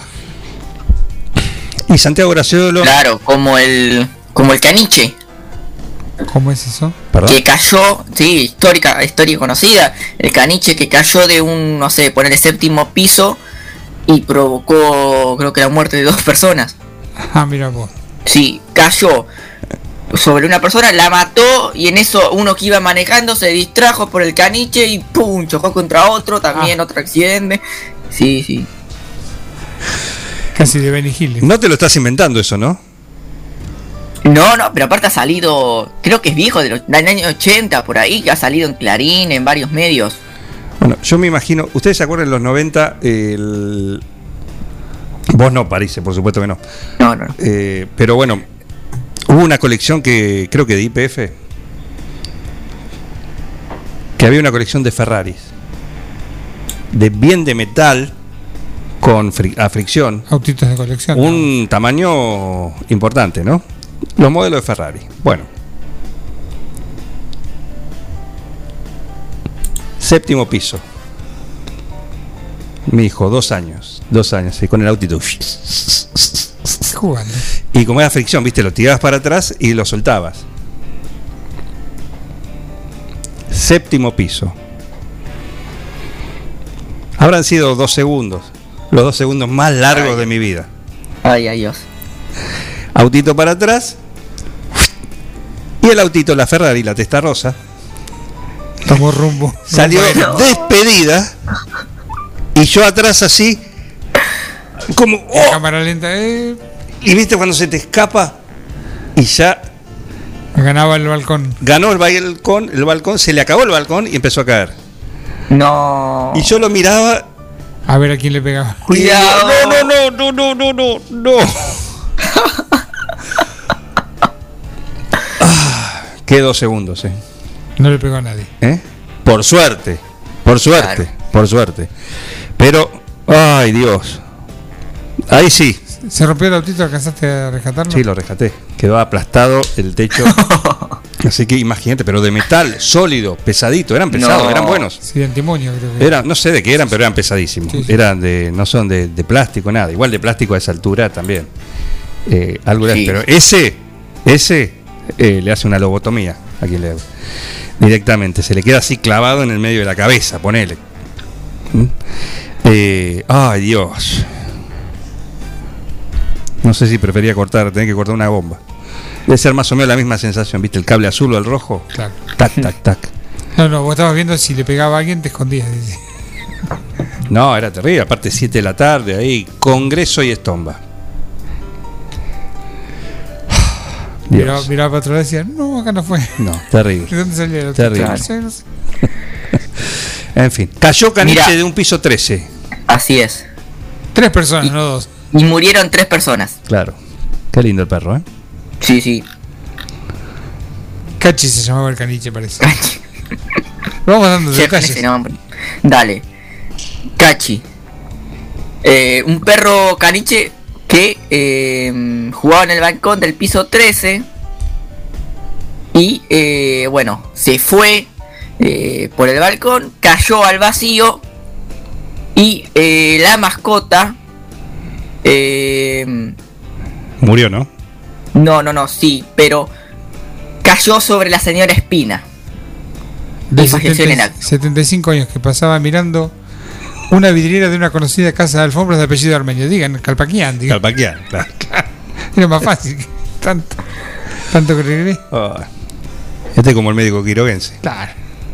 Y Santiago Graciolo, Claro, como el como el caniche ¿Cómo es eso? ¿perdón? que cayó, sí, histórica, historia conocida, el caniche que cayó de un, no sé, poner el séptimo piso y provocó, creo que la muerte de dos personas. Ah, mira vos. Sí, cayó sobre una persona, la mató y en eso uno que iba manejando se distrajo por el caniche y pum, chocó contra otro, también ah. otro accidente. Sí, sí. Casi de Benny Hill. No te lo estás inventando eso, ¿no? No, no, pero aparte ha salido, creo que es viejo, de los, del año ochenta, por ahí, que ha salido en Clarín, en varios medios. Bueno, yo me imagino, ¿ustedes se acuerdan en los noventa? El... Vos no, París, por supuesto que no. No, no. Eh, pero bueno, hubo una colección que, creo que de I P F, que había una colección de Ferraris, de bien de metal, con fri- a fricción. Autitos de colección. Un ¿no? tamaño importante, ¿no? Los modelos de Ferrari. Bueno. Séptimo piso. Mi hijo, dos años. Dos años, y con el autito. Jugando. Y como era fricción, viste, lo tirabas para atrás y lo soltabas. Séptimo piso. Habrán sido dos segundos. Los dos segundos más largos ay. de mi vida. Ay, ay, Dios. Autito para atrás. Y el autito, la Ferrari, la testa rosa. Tomó rumbo. Salió no. despedida. Y yo atrás así. Como. ¡Oh! Cámara lenta. Eh. Y viste cuando se te escapa. Y ya. Ganaba el balcón. Ganó el balcón. El balcón. Se le acabó el balcón y empezó a caer. No. Y yo lo miraba. A ver a quién le pegaba. Cuidado. No, no, no, no, no, no, no. ah, qué dos segundos, eh. No le pegó a nadie. ¿Eh? Por suerte. Por suerte. Claro. Por suerte. Pero, ay Dios. Ahí sí. ¿Se rompió el autito? ¿Alcanzaste a rescatarlo? Sí, lo rescaté. Quedó aplastado el techo. Así que imagínate, pero de metal, sólido, pesadito. Eran pesados, no. eran buenos. Sí, de antimonio creo que. Era, no sé de qué eran, pero eran pesadísimos. Sí, sí. Eran de, no son de, de plástico, nada. Igual de plástico a esa altura también. Eh, algo sí. Pero ese, ese eh, le hace una lobotomía a quien le haga. Directamente, se le queda así clavado en el medio de la cabeza, ponele. ¿Mm? Eh, ay Dios. No sé si prefería cortar, tener que cortar una bomba. Debe ser más o menos la misma sensación, ¿viste? El cable azul o el rojo. Claro. Tac, tac, tac. No, no, vos estabas viendo si le pegaba a alguien, te escondías. No, era terrible. Aparte, siete de la tarde, ahí, Congreso y Estomba. Miraba, miraba para atrás y decía, no, acá no fue. No, terrible. ¿De dónde salió el otro? Terrible. No sé, no sé. En fin, cayó caniche Mirá. de un piso trece. Así es. Tres personas, y, no dos. Y murieron tres personas. Claro. Qué lindo el perro, ¿eh? Sí, sí. Cachi se llamaba el caniche, parece. Cachi. Vamos dando detalles. Dale. Cachi. Eh, un perro caniche que eh, jugaba en el balcón del piso trece. Y eh, bueno, se fue eh, por el balcón, cayó al vacío. Y eh, la mascota eh, murió, ¿no? No, no, no, sí, pero cayó sobre la señora Espina. De setenta y cinco años que pasaba mirando una vidriera de una conocida casa de alfombras de apellido armenio. Digan, Calpaquián, digan. Calpaquián, claro. Era más fácil. Tanto, tanto que regresé. Oh. Este es como el médico quiroguense. Claro.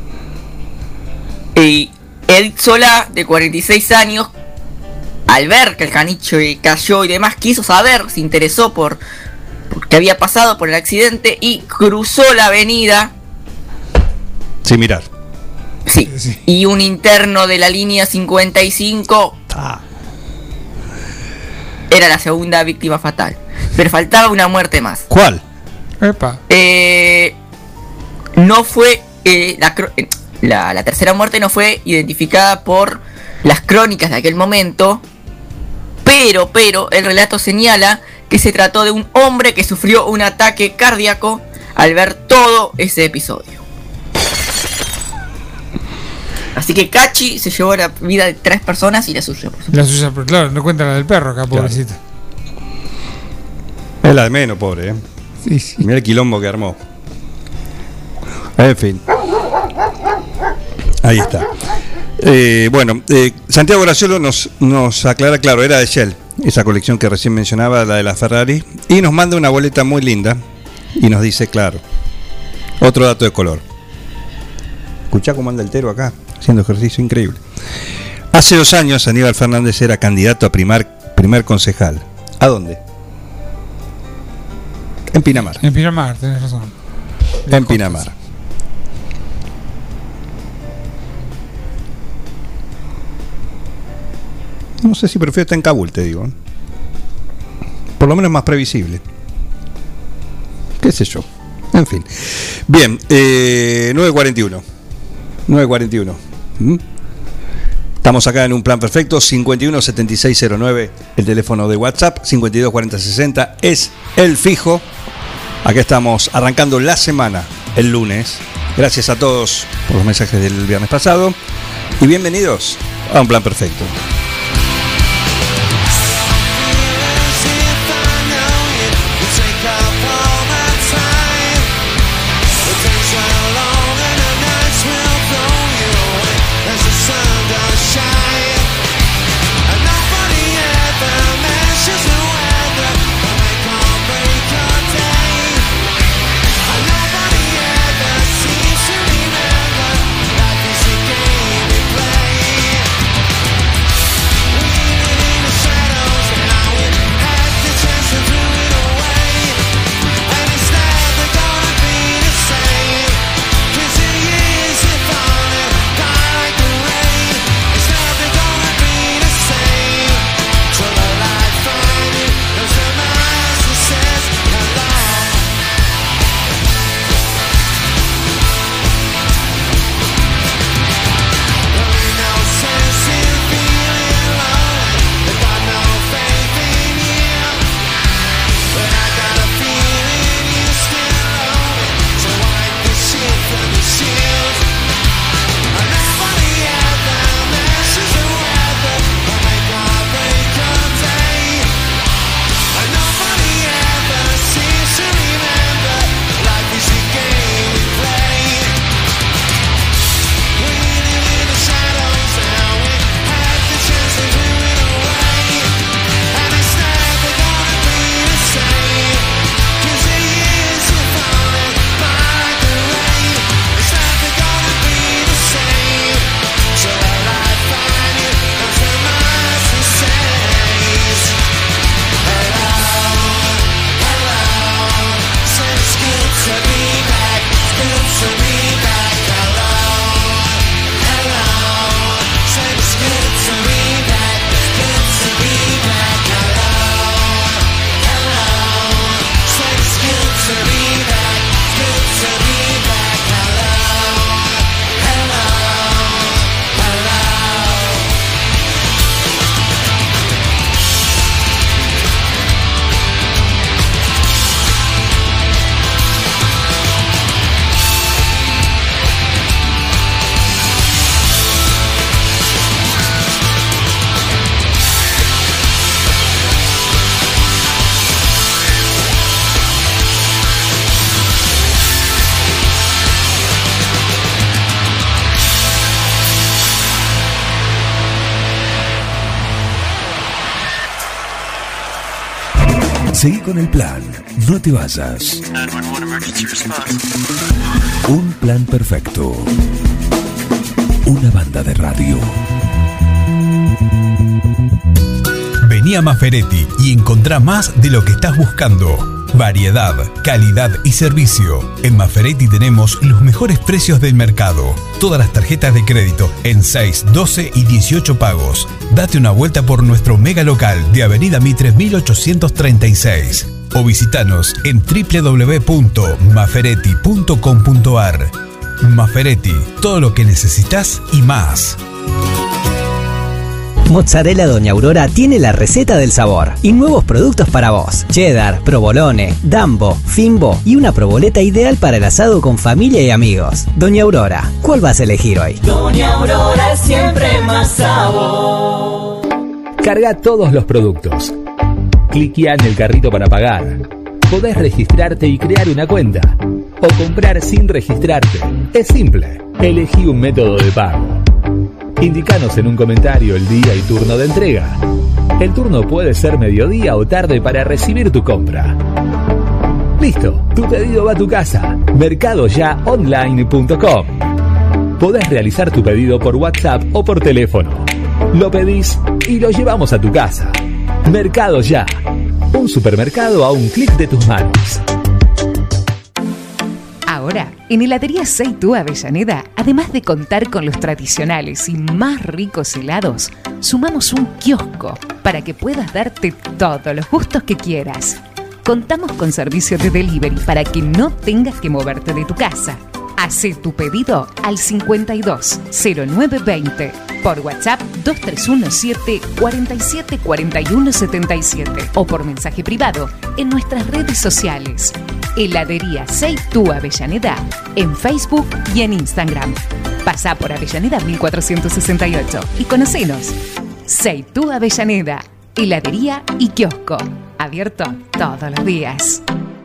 Y Edith Solá, de cuarenta y seis años, al ver que el caniche cayó y demás, quiso saber, se interesó por, por qué había pasado por el accidente y cruzó la avenida. Sin mirar. Sí. sí. Y un interno de la línea cincuenta y cinco ah. era la segunda víctima fatal. Pero faltaba una muerte más. ¿Cuál? Epa. Eh, no fue eh, la, la, la tercera muerte no fue identificada por las crónicas de aquel momento, pero, pero el relato señala que se trató de un hombre que sufrió un ataque cardíaco al ver todo ese episodio. Así que Cachi se llevó la vida de tres personas y la suya, por supuesto. La suya, pero claro, no cuenta la del perro acá, pobrecita. Claro. Es la de menos, pobre, ¿eh? Sí, sí. Mira el quilombo que armó. En fin. Ahí está. Eh, bueno, eh, Santiago Graciolo nos, nos aclara, claro, era de Shell, esa colección que recién mencionaba, la de la Ferrari, y nos manda una boleta muy linda, Y nos dice, claro, otro dato de color. Escuchá cómo anda el Tero acá, haciendo ejercicio increíble. Hace dos años Aníbal Fernández era candidato a primar, primer concejal. ¿A dónde? En Pinamar. En Pinamar, tenés razón. En en Pinamar. No sé si prefiero estar en Kabul, te digo. Por lo menos más previsible. ¿Qué sé yo? En fin. Bien, eh, nueve cuarenta y uno. nueve cuarenta y uno. ¿Mm? Estamos acá en un plan perfecto. cincuenta y uno setenta y seis cero nueve, el teléfono de WhatsApp. cincuenta y dos cuarenta sesenta es el fijo. Acá estamos arrancando la semana el lunes. Gracias a todos por los mensajes del viernes pasado. Y bienvenidos a un plan perfecto. Seguí con el plan, no te vayas. Un plan perfecto. Una banda de radio. Vení a Maferetti y encontrá más de lo que estás buscando. Variedad, calidad y servicio. En Maferetti tenemos los mejores precios del mercado. Todas las tarjetas de crédito en seis, doce y dieciocho pagos. Date una vuelta por nuestro mega local de Avenida Mitre mil ochocientos treinta y seis o visitanos en doble u doble u doble u punto maferetti punto com punto a r. Maferetti, todo lo que necesitas y más. Mozzarella Doña Aurora tiene la receta del sabor y nuevos productos para vos. Cheddar, provolone, dambo, fimbo y una proboleta ideal para el asado con familia y amigos. Doña Aurora, ¿cuál vas a elegir hoy? Doña Aurora, siempre más sabor. Carga todos los productos. Cliquea en el carrito para pagar. Podés registrarte y crear una cuenta. O comprar sin registrarte. Es simple. Elegí un método de pago. Indicanos en un comentario el día y turno de entrega. El turno puede ser mediodía o tarde para recibir tu compra. Listo, tu pedido va a tu casa. mercado ya online punto com. Podés realizar tu pedido por WhatsApp o por teléfono. Lo pedís y lo llevamos a tu casa. Mercado Ya. Un supermercado a un clic de tus manos. Ahora, en Heladería Seitu Avellaneda, además de contar con los tradicionales y más ricos helados, sumamos un kiosco para que puedas darte todos los gustos que quieras. Contamos con servicio de delivery para que no tengas que moverte de tu casa. Hacé tu pedido al cincuenta y dos cero nueve veinte, por WhatsApp dos tres uno siete, cuatro siete cuatro uno siete siete o por mensaje privado en nuestras redes sociales. Heladería Seitu Avellaneda en Facebook y en Instagram. Pasá por Avellaneda mil cuatrocientos sesenta y ocho y conocenos. Seitu Avellaneda, heladería y kiosco. Abierto todos los días.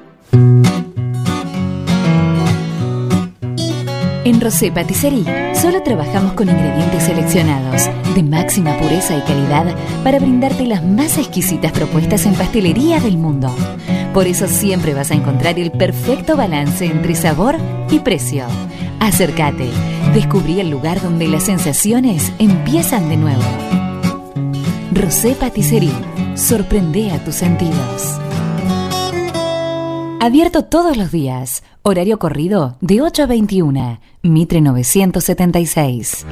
En Rosé Patisserie solo trabajamos con ingredientes seleccionados de máxima pureza y calidad para brindarte las más exquisitas propuestas en pastelería del mundo. Por eso siempre vas a encontrar el perfecto balance entre sabor y precio. Acércate, descubrí el lugar donde las sensaciones empiezan de nuevo. Rosé Patisserie, sorprende a tus sentidos. Abierto todos los días. Horario corrido de ocho a veintiuna. Mitre novecientos setenta y seis.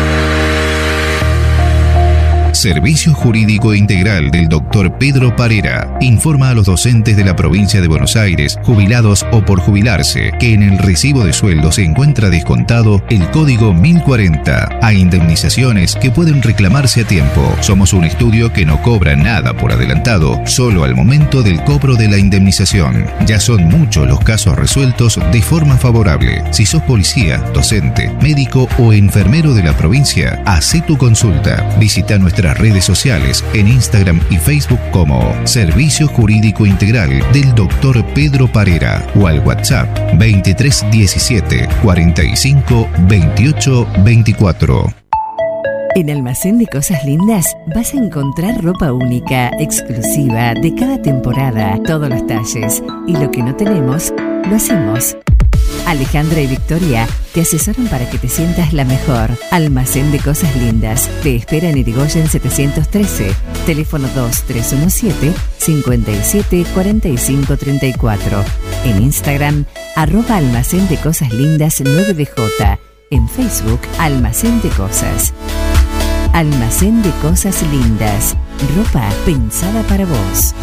Servicio Jurídico Integral del doctor Pedro Parera informa a los docentes de la provincia de Buenos Aires, jubilados o por jubilarse, que en el recibo de sueldo se encuentra descontado el código mil cuarenta a indemnizaciones que pueden reclamarse a tiempo. Somos un estudio que no cobra nada por adelantado, solo al momento del cobro de la indemnización. Ya son muchos los casos resueltos de forma favorable. Si sos policía, docente, médico o enfermero de la provincia, hacé tu consulta. Visita nuestra redes sociales en Instagram y Facebook como Servicio Jurídico Integral del doctor Pedro Parera o al WhatsApp veintitrés diecisiete cuarenta y cinco veintiocho veinticuatro. En Almacén de Cosas Lindas vas a encontrar ropa única, exclusiva, de cada temporada, todos los talles. Y lo que no tenemos, lo hacemos. Alejandra y Victoria te asesoran para que te sientas la mejor. Almacén de Cosas Lindas te espera en Irigoyen setecientos trece. Teléfono dos tres uno siete, cinco siete cuatro cinco tres cuatro. En Instagram, arroba Almacén de Cosas Lindas nueve D J. En Facebook, Almacén de Cosas. Almacén de Cosas Lindas. Ropa pensada para vos.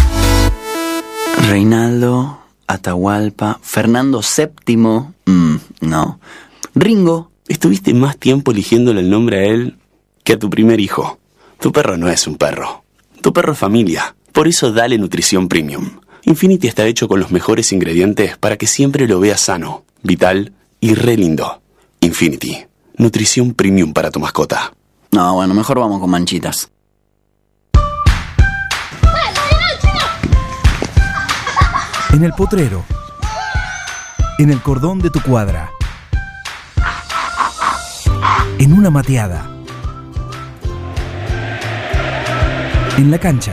Reinaldo, Atahualpa, Fernando séptimo, mm, no. Ringo, estuviste más tiempo eligiéndole el nombre a él que a tu primer hijo. Tu perro no es un perro. Tu perro es familia. Por eso dale nutrición premium. Infinity está hecho con los mejores ingredientes para que siempre lo veas sano, vital y re lindo. Infinity, nutrición premium para tu mascota. No, bueno, mejor vamos con manchitas. En el potrero, en el cordón de tu cuadra, en una mateada, en la cancha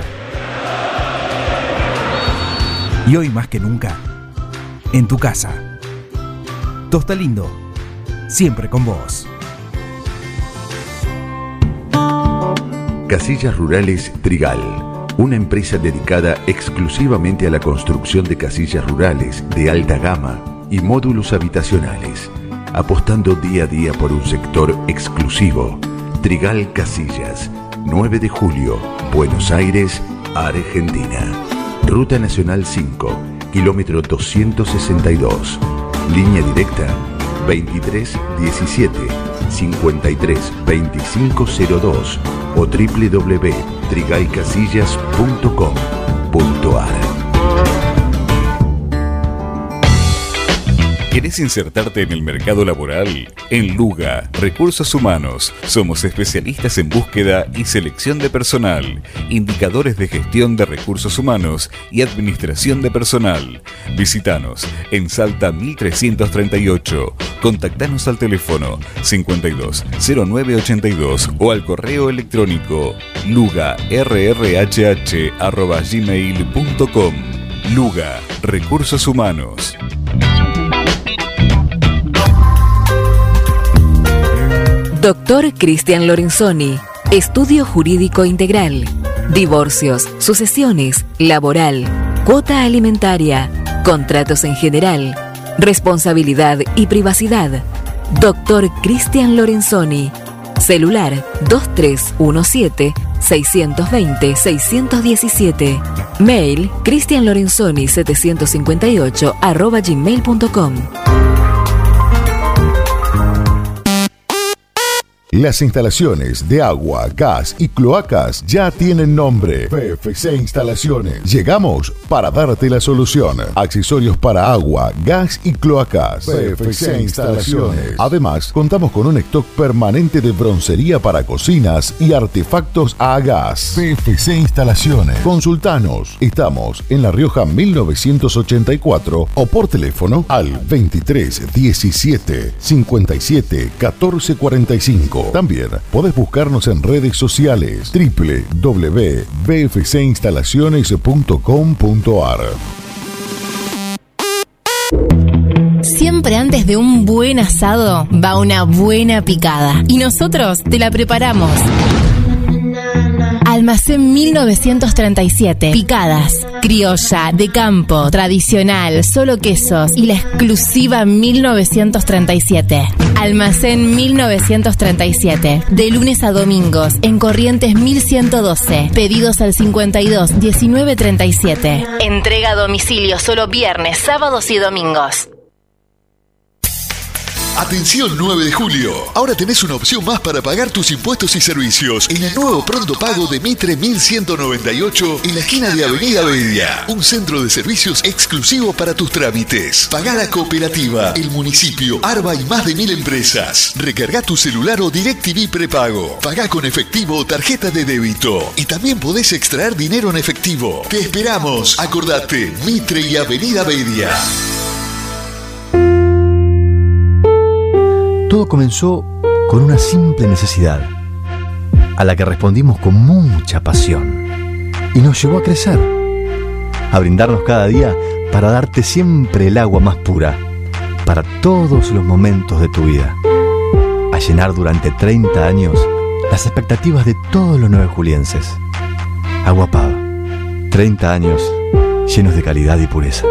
y hoy más que nunca, en tu casa. Tosta Lindo, siempre con vos. Casillas Rurales Trigal, una empresa dedicada exclusivamente a la construcción de casillas rurales de alta gama y módulos habitacionales, apostando día a día por un sector exclusivo. Trigal Casillas, nueve de julio, Buenos Aires, Argentina. Ruta Nacional cinco, kilómetro doscientos sesenta y dos. Línea directa veintitrés diecisiete, cincuenta y tres veinticinco cero dos o doble u doble u doble u punto trigal casillas punto com punto a r. ¿Querés insertarte en el mercado laboral? En Luga, Recursos Humanos, somos especialistas en búsqueda y selección de personal, indicadores de gestión de recursos humanos y administración de personal. Visítanos en Salta mil trescientos treinta y ocho. Contactanos al teléfono cincuenta y dos cero nueve ochenta y dos o al correo electrónico luga r r h h arroba gmail punto com. Luga, Recursos Humanos. Doctor Cristian Lorenzoni, Estudio Jurídico Integral, Divorcios, Sucesiones, Laboral, Cuota Alimentaria, Contratos en General, Responsabilidad y Privacidad. Doctor Cristian Lorenzoni. Celular dos tres uno siete, seis dos cero, seis uno siete. Mail cristianlorenzoni setecientos cincuenta y ocho arroba gmail punto com. Las instalaciones de agua, gas y cloacas ya tienen nombre. P F C Instalaciones. Llegamos para darte la solución. Accesorios para agua, gas y cloacas. P F C Instalaciones. Además, contamos con un stock permanente de broncería para cocinas y artefactos a gas. P F C Instalaciones. Consultanos. Estamos en La Rioja mil novecientos ochenta y cuatro o por teléfono al veintitrés diecisiete cincuenta y siete catorce cuarenta y cinco. También podés buscarnos en redes sociales doble u doble u doble u punto b f c instalaciones punto com punto a r. Siempre antes de un buen asado va una buena picada y nosotros te la preparamos. Almacén mil novecientos treinta y siete. Picadas, criolla, de campo, tradicional, solo quesos y la exclusiva mil novecientos treinta y siete. Almacén mil novecientos treinta y siete. De lunes a domingos en Corrientes mil ciento doce. Pedidos al cincuenta y dos diecinueve treinta y siete. Entrega a domicilio solo viernes, sábados y domingos. Atención nueve de julio. Ahora tenés una opción más para pagar tus impuestos y servicios en el nuevo pronto pago de Mitre mil ciento noventa y ocho en la esquina de Avenida Bedia. Un centro de servicios exclusivo para tus trámites. Pagá la cooperativa, el municipio, Arba y más de mil empresas. Recargá tu celular o DirecTV prepago. Pagá con efectivo o tarjeta de débito. Y también podés extraer dinero en efectivo. Te esperamos. Acordate, Mitre y Avenida Bedia. Todo comenzó con una simple necesidad, a la que respondimos con mucha pasión, y nos llevó a crecer, a brindarnos cada día para darte siempre el agua más pura, para todos los momentos de tu vida, a llenar durante treinta años las expectativas de todos los nueve julienses. Agua Pava, treinta años llenos de calidad y pureza.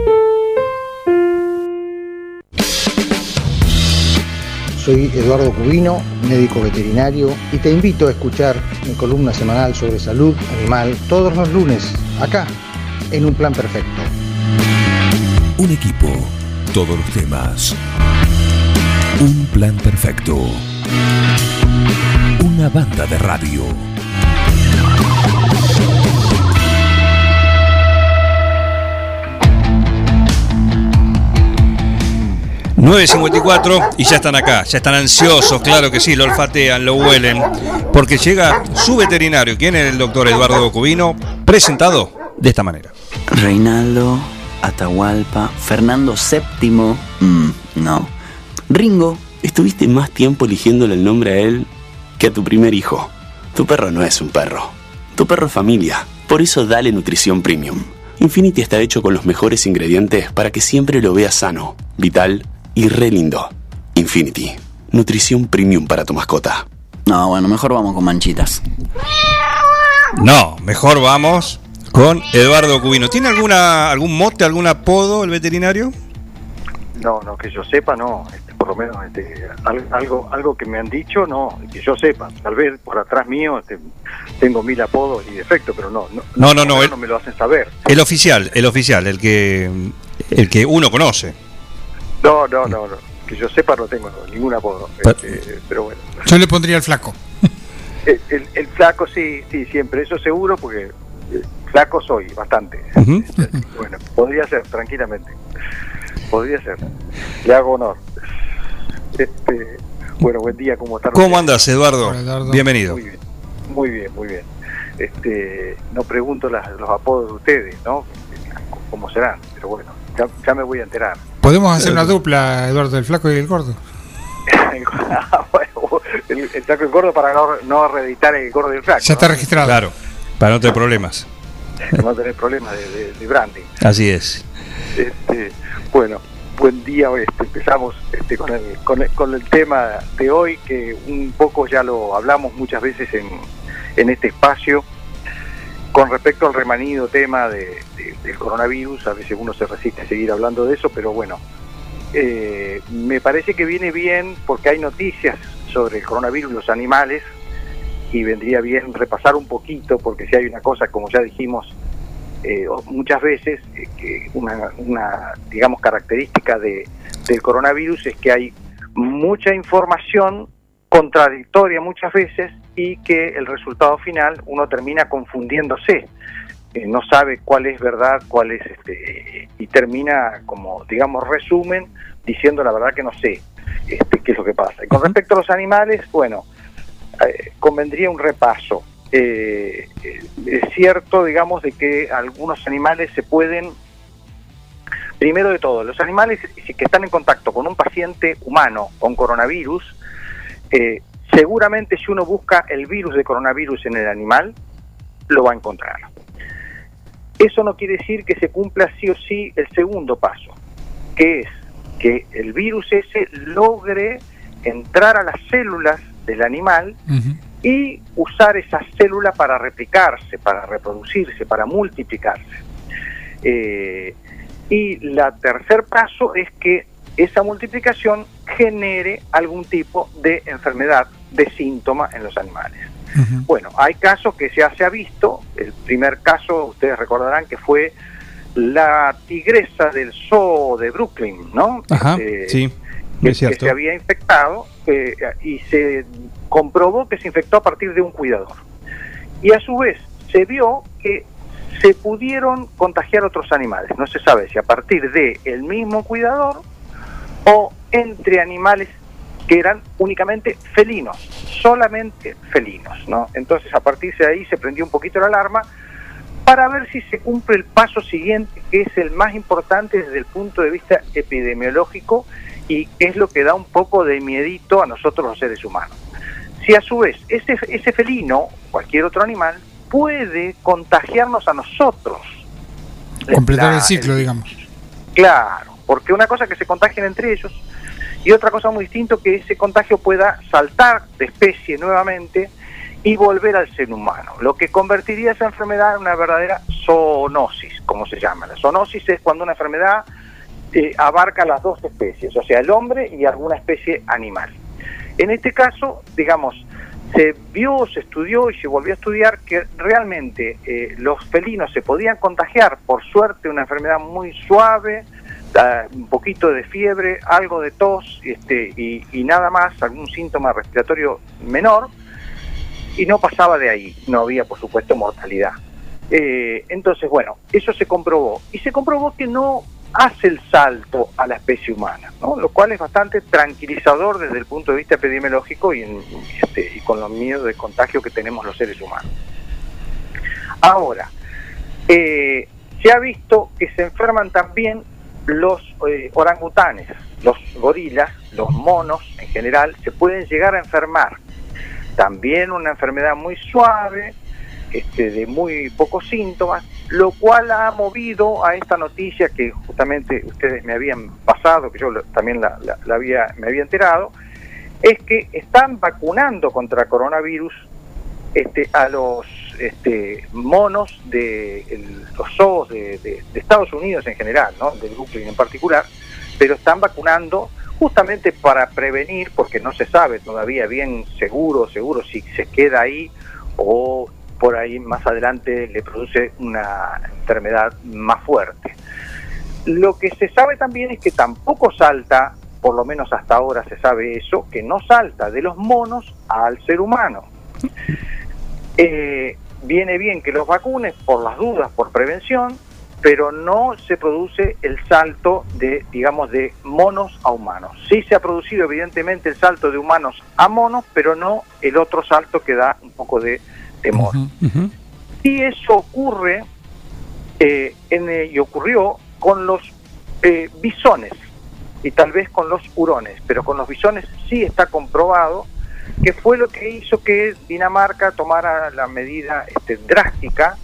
Soy Eduardo Cubino, médico veterinario, y te invito a escuchar mi columna semanal sobre salud animal todos los lunes, acá, en Un Plan Perfecto. Un equipo, todos los temas. Un plan perfecto. Una banda de radio. nueve cincuenta y cuatro y ya están acá, ya están ansiosos, claro que sí, lo olfatean, lo huelen, porque llega su veterinario, quien es el doctor Eduardo Cubino, presentado de esta manera. Reinaldo, Atahualpa, Fernando séptimo, mm, no. Ringo, estuviste más tiempo eligiéndole el nombre a él que a tu primer hijo. Tu perro no es un perro, tu perro es familia, por eso dale nutrición premium. Infinity está hecho con los mejores ingredientes para que siempre lo veas sano, vital y re lindo. Infinity, nutrición premium para tu mascota. No, bueno, mejor vamos con Manchitas. No, mejor vamos con Eduardo Cubino. ¿Tiene alguna algún mote, algún apodo el veterinario? No, no, que yo sepa, no. Este, por lo menos este, algo algo que me han dicho, no, que yo sepa. Tal vez por atrás mío este, tengo mil apodos y defectos, pero no. No, no, no, no, no, el, no me lo hacen saber. El oficial, el oficial, el que el que uno conoce. No, no, no, no. Que yo sepa no tengo ningún apodo. Este, pero bueno. Yo le pondría el flaco. El, el, el flaco sí, sí, siempre, eso seguro, porque eh, flaco soy bastante. Uh-huh. Bueno, podría ser, tranquilamente. Podría ser. Le hago honor. Este, bueno, buen día, ¿cómo están? ¿Cómo andas, Eduardo? Hola, Eduardo. Bienvenido. Muy bien, muy bien, muy bien. Este, no pregunto las, los apodos de ustedes, ¿no? ¿Cómo serán? Pero bueno, ya, ya me voy a enterar. ¿Podemos hacer una dupla, Eduardo, el flaco y el gordo? Bueno, el, el flaco y el gordo para no, no reeditar el gordo y el flaco. Ya está ¿no? registrado. Claro, para no tener problemas. no tener problemas de, de, de branding. Así es. Este, bueno, buen día. Este, empezamos este, con, el, con, el, con el tema de hoy, que un poco ya lo hablamos muchas veces en, en este espacio, con respecto al remanido tema de, de, del coronavirus. A veces uno se resiste a seguir hablando de eso, pero bueno, eh, me parece que viene bien porque hay noticias sobre el coronavirus y los animales, y vendría bien repasar un poquito, porque si hay una cosa, como ya dijimos eh, muchas veces, eh, que una, una, digamos, característica de, del coronavirus es que hay mucha información contradictoria muchas veces, y que el resultado final uno termina confundiéndose, eh, no sabe cuál es verdad, cuál es, este, y termina, como digamos, resumen, diciendo la verdad que no sé este, qué es lo que pasa. Y con respecto a los animales, bueno, eh, convendría un repaso. Eh, eh, es cierto, digamos, de que algunos animales se pueden, primero de todo, los animales que están en contacto con un paciente humano con coronavirus, eh, seguramente si uno busca el virus de coronavirus en el animal, lo va a encontrar. Eso no quiere decir que se cumpla sí o sí el segundo paso, que es que el virus ese logre entrar a las células del animal uh-huh. y usar esas células para replicarse, para reproducirse, para multiplicarse. Eh, y la tercer paso es que esa multiplicación genere algún tipo de enfermedad, de síntoma en los animales. Uh-huh. Bueno, hay casos que ya se ha visto. El primer caso, ustedes recordarán que fue la tigresa del zoo de Brooklyn, ¿no? Ajá, eh, sí, que, es cierto. que se había infectado eh, y se comprobó que se infectó a partir de un cuidador. Y a su vez se vio que se pudieron contagiar otros animales. No se sabe si a partir de el mismo cuidador o entre animales que eran únicamente felinos, solamente felinos, ¿no? Entonces, a partir de ahí se prendió un poquito la alarma para ver si se cumple el paso siguiente, que es el más importante desde el punto de vista epidemiológico, y es lo que da un poco de miedito a nosotros los seres humanos. Si a su vez ese, ese felino, cualquier otro animal, puede contagiarnos a nosotros. Completar la, el ciclo, el, digamos. Claro, porque una cosa es que se contagien entre ellos, y otra cosa muy distinta, que ese contagio pueda saltar de especie nuevamente y volver al ser humano, lo que convertiría esa enfermedad en una verdadera zoonosis, como se llama. La zoonosis es cuando una enfermedad eh, abarca las dos especies, o sea, el hombre y alguna especie animal. En este caso, digamos, se vio, se estudió y se volvió a estudiar que realmente eh, los felinos se podían contagiar, por suerte, una enfermedad muy suave, un poquito de fiebre, algo de tos, este, y, y nada más, algún síntoma respiratorio menor, y no pasaba de ahí, no había por supuesto mortalidad. Eh, entonces, bueno, eso se comprobó, y se comprobó que no hace el salto a la especie humana, ¿no? Lo cual es bastante tranquilizador desde el punto de vista epidemiológico y, en, este, y con los miedos de contagio que tenemos los seres humanos. Ahora, eh, se ha visto que se enferman también los eh, orangutanes, los gorilas, los monos en general, se pueden llegar a enfermar. También una enfermedad muy suave, este, de muy pocos síntomas, lo cual ha movido a esta noticia que justamente ustedes me habían pasado, que yo lo, también la, la, la había, me había enterado, es que están vacunando contra coronavirus este, a los este, monos de el, los zoos de, de, de Estados Unidos en general, ¿no? De Brooklyn en particular, pero están vacunando justamente para prevenir, porque no se sabe todavía bien seguro, seguro si se queda ahí o por ahí más adelante le produce una enfermedad más fuerte. Lo que se sabe también es que tampoco salta, por lo menos hasta ahora se sabe eso, que no salta de los monos al ser humano. Eh, viene bien que los vacunes por las dudas, por prevención, pero no se produce el salto de, digamos, de monos a humanos. Sí se ha producido evidentemente el salto de humanos a monos, pero no el otro salto que da un poco de temor. Uh-huh, uh-huh. Y eso ocurre eh, en, eh, y ocurrió con los eh, bisones y tal vez con los hurones, pero con los bisones sí está comprobado que fue lo que hizo que Dinamarca tomara la medida este, drástica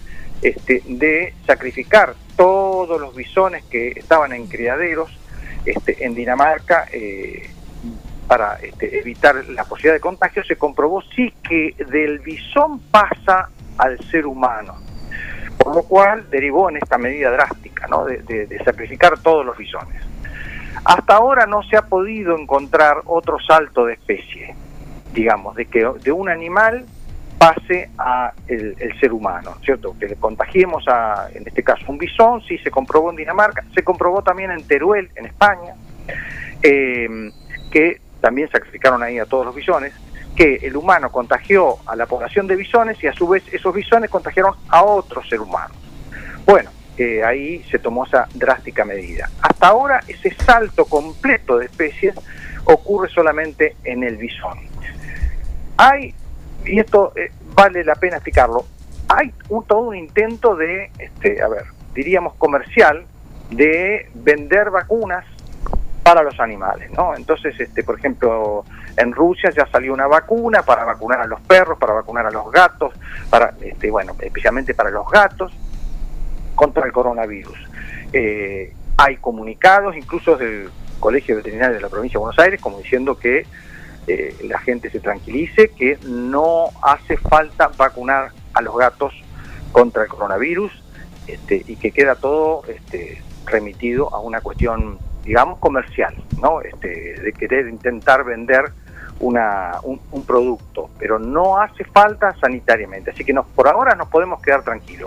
este, de sacrificar todos los bisones que estaban en criaderos este, en Dinamarca eh, para este, evitar la posibilidad de contagio. Se comprobó sí que del bisón pasa al ser humano, por lo cual derivó en esta medida drástica, ¿no? de, de, de sacrificar todos los bisones. Hasta ahora no se ha podido encontrar otro salto de especie, digamos, de que de un animal pase a el, el ser humano, ¿cierto? Que le contagiemos a, en este caso, un bisón. Sí se comprobó en Dinamarca, se comprobó también en Teruel, en España, eh, que también sacrificaron ahí a todos los bisones, que el humano contagió a la población de bisones y a su vez esos bisones contagiaron a otros seres humanos. Bueno, eh, ahí se tomó esa drástica medida. Hasta ahora ese salto completo de especies ocurre solamente en el bisón. Hay, y esto eh, vale la pena explicarlo, hay un, todo un intento de, este, a ver, diríamos comercial, de vender vacunas para los animales, ¿no? Entonces, este, por ejemplo, en Rusia ya salió una vacuna para vacunar a los perros, para vacunar a los gatos, para, este, bueno, especialmente para los gatos, contra el coronavirus. Eh, hay comunicados, incluso del Colegio Veterinario de la Provincia de Buenos Aires, como diciendo que eh, la gente se tranquilice, que no hace falta vacunar a los gatos contra el coronavirus, este, y que queda todo este, remitido a una cuestión, digamos, comercial, ¿no? Este, de querer intentar vender una, un, un producto, pero no hace falta sanitariamente, así que nos, por ahora nos podemos quedar tranquilos.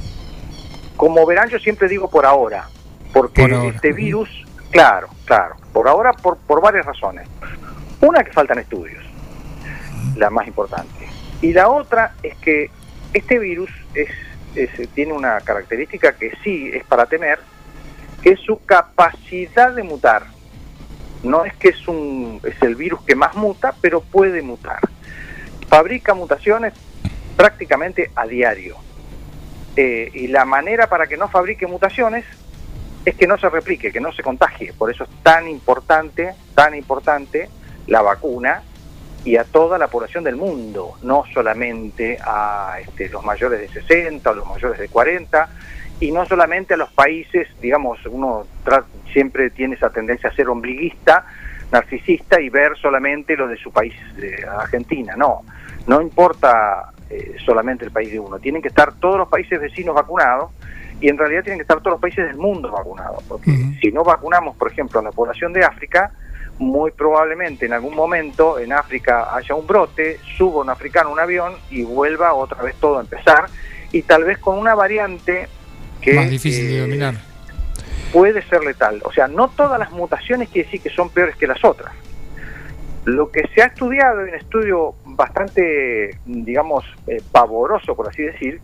Como verán, yo siempre digo por ahora, porque por ahora. Este virus, claro, claro, por ahora por, por varias razones. Una, que faltan estudios, la más importante, y la otra es que este virus es, es, tiene una característica que sí es para temer, que es su capacidad de mutar. No es que es un es el virus que más muta, pero puede mutar. Fabrica mutaciones prácticamente a diario. Eh, y la manera para que no fabrique mutaciones es que no se replique, que no se contagie. Por eso es tan importante, tan importante la vacuna, y a toda la población del mundo, no solamente a este, los mayores de sesenta o los mayores de cuarenta, y no solamente a los países, digamos, uno siempre tiene esa tendencia a ser ombliguista, narcisista, y ver solamente lo de su país, de Argentina. No, no importa eh, solamente el país de uno, tienen que estar todos los países vecinos vacunados, y en realidad tienen que estar todos los países del mundo vacunados, porque uh-huh. si no vacunamos, por ejemplo, a la población de África, muy probablemente en algún momento en África haya un brote, suba un africano a un avión y vuelva otra vez todo a empezar, y tal vez con una variante que más difícil eh, de dominar. Puede ser letal. O sea, no todas las mutaciones quiere decir que son peores que las otras. Lo que se ha estudiado, en un estudio bastante, digamos, eh, pavoroso, por así decir,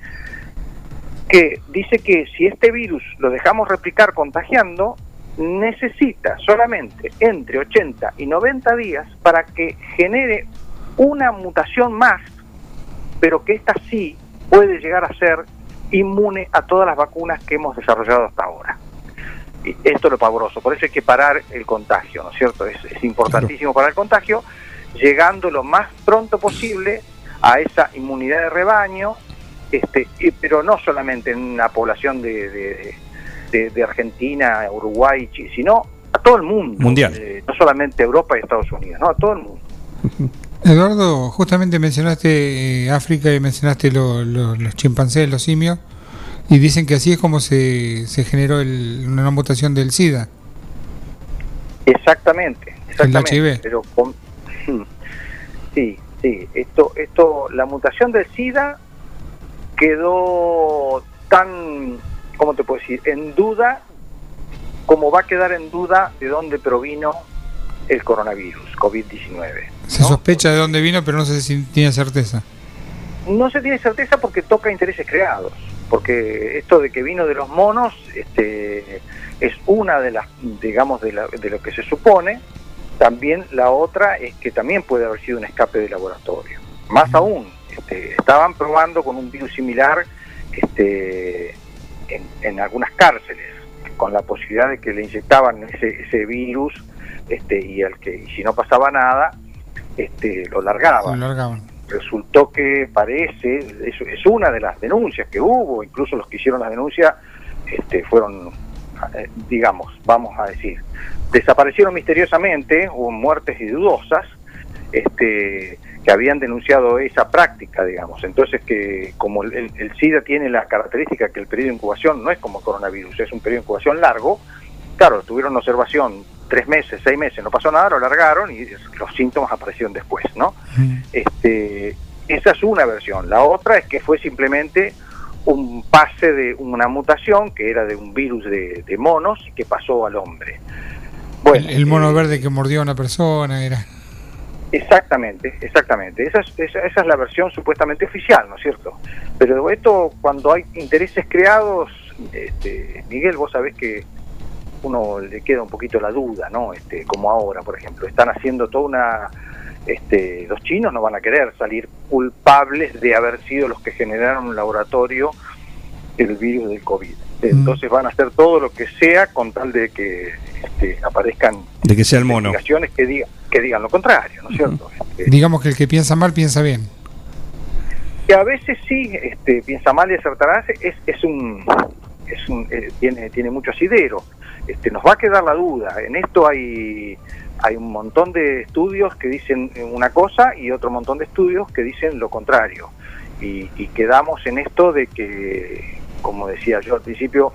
que dice que si este virus lo dejamos replicar contagiando, necesita solamente entre ochenta y noventa días para que genere una mutación más, pero que esta sí puede llegar a ser inmune a todas las vacunas que hemos desarrollado hasta ahora. Y esto es lo pavoroso, por eso hay que parar el contagio, ¿no es cierto? Es, es importantísimo parar el contagio, llegando lo más pronto posible a esa inmunidad de rebaño, este, y, pero no solamente en la población de, de, de, de Argentina, Uruguay, Chile, sino a todo el mundo. Mundial. Eh, no solamente Europa y Estados Unidos, no, a todo el mundo. Eduardo, justamente mencionaste eh, África y mencionaste lo, lo, los chimpancés, los simios, y dicen que así es como se, se generó el, una mutación del SIDA. Exactamente, exactamente. El H I V. Pero con, sí, sí, esto, esto, la mutación del SIDA quedó tan, ¿cómo te puedo decir?, en duda, como va a quedar en duda de dónde provino el coronavirus, COVID diecinueve. Se ¿no? sospecha de dónde vino, pero no se tiene certeza. No se tiene certeza porque toca intereses creados, porque esto de que vino de los monos este, es una de las, digamos, de, la, de lo que se supone. También la otra es que también puede haber sido un escape de laboratorio. Más mm. aún, este, estaban probando con un virus similar este, en, en algunas cárceles, con la posibilidad de que le inyectaban ese, ese virus, este, y al que y si no pasaba nada, este, lo largaban. Lo largaban. resultó que parece, es, es una de las denuncias que hubo, incluso los que hicieron la denuncia este, fueron, eh, digamos, vamos a decir, desaparecieron misteriosamente, hubo muertes y dudosas, este, que habían denunciado esa práctica, digamos. Entonces, que como el, el, el SIDA tiene la característica que el periodo de incubación no es como el coronavirus, es un periodo de incubación largo, claro, tuvieron observación tres meses, seis meses, no pasó nada, lo largaron y los síntomas aparecieron después, ¿no? Mm. Este, esa es una versión. La otra es que fue simplemente un pase de una mutación que era de un virus de, de monos y que pasó al hombre. Bueno, el, el mono eh, verde que mordió a una persona era... Exactamente, exactamente. Esa es, esa, esa es la versión supuestamente oficial, ¿no es cierto? Pero esto, cuando hay intereses creados, este, Miguel, vos sabés que uno le queda un poquito la duda, ¿no? Este, como ahora, por ejemplo, están haciendo toda una... Este, los chinos no van a querer salir culpables de haber sido los que generaron un laboratorio el virus del COVID. Entonces van a hacer todo lo que sea con tal de que este, aparezcan de que sea el mono. Investigaciones que digan que digan lo contrario, ¿no es cierto? Uh-huh. Este, Digamos que el que piensa mal piensa bien. Que a veces sí, este, piensa mal y acertará, es es un es un eh, tiene tiene mucho asidero. Este, nos va a quedar la duda. En esto hay hay un montón de estudios que dicen una cosa y otro montón de estudios que dicen lo contrario. Y, y quedamos en esto de que, como decía yo al principio,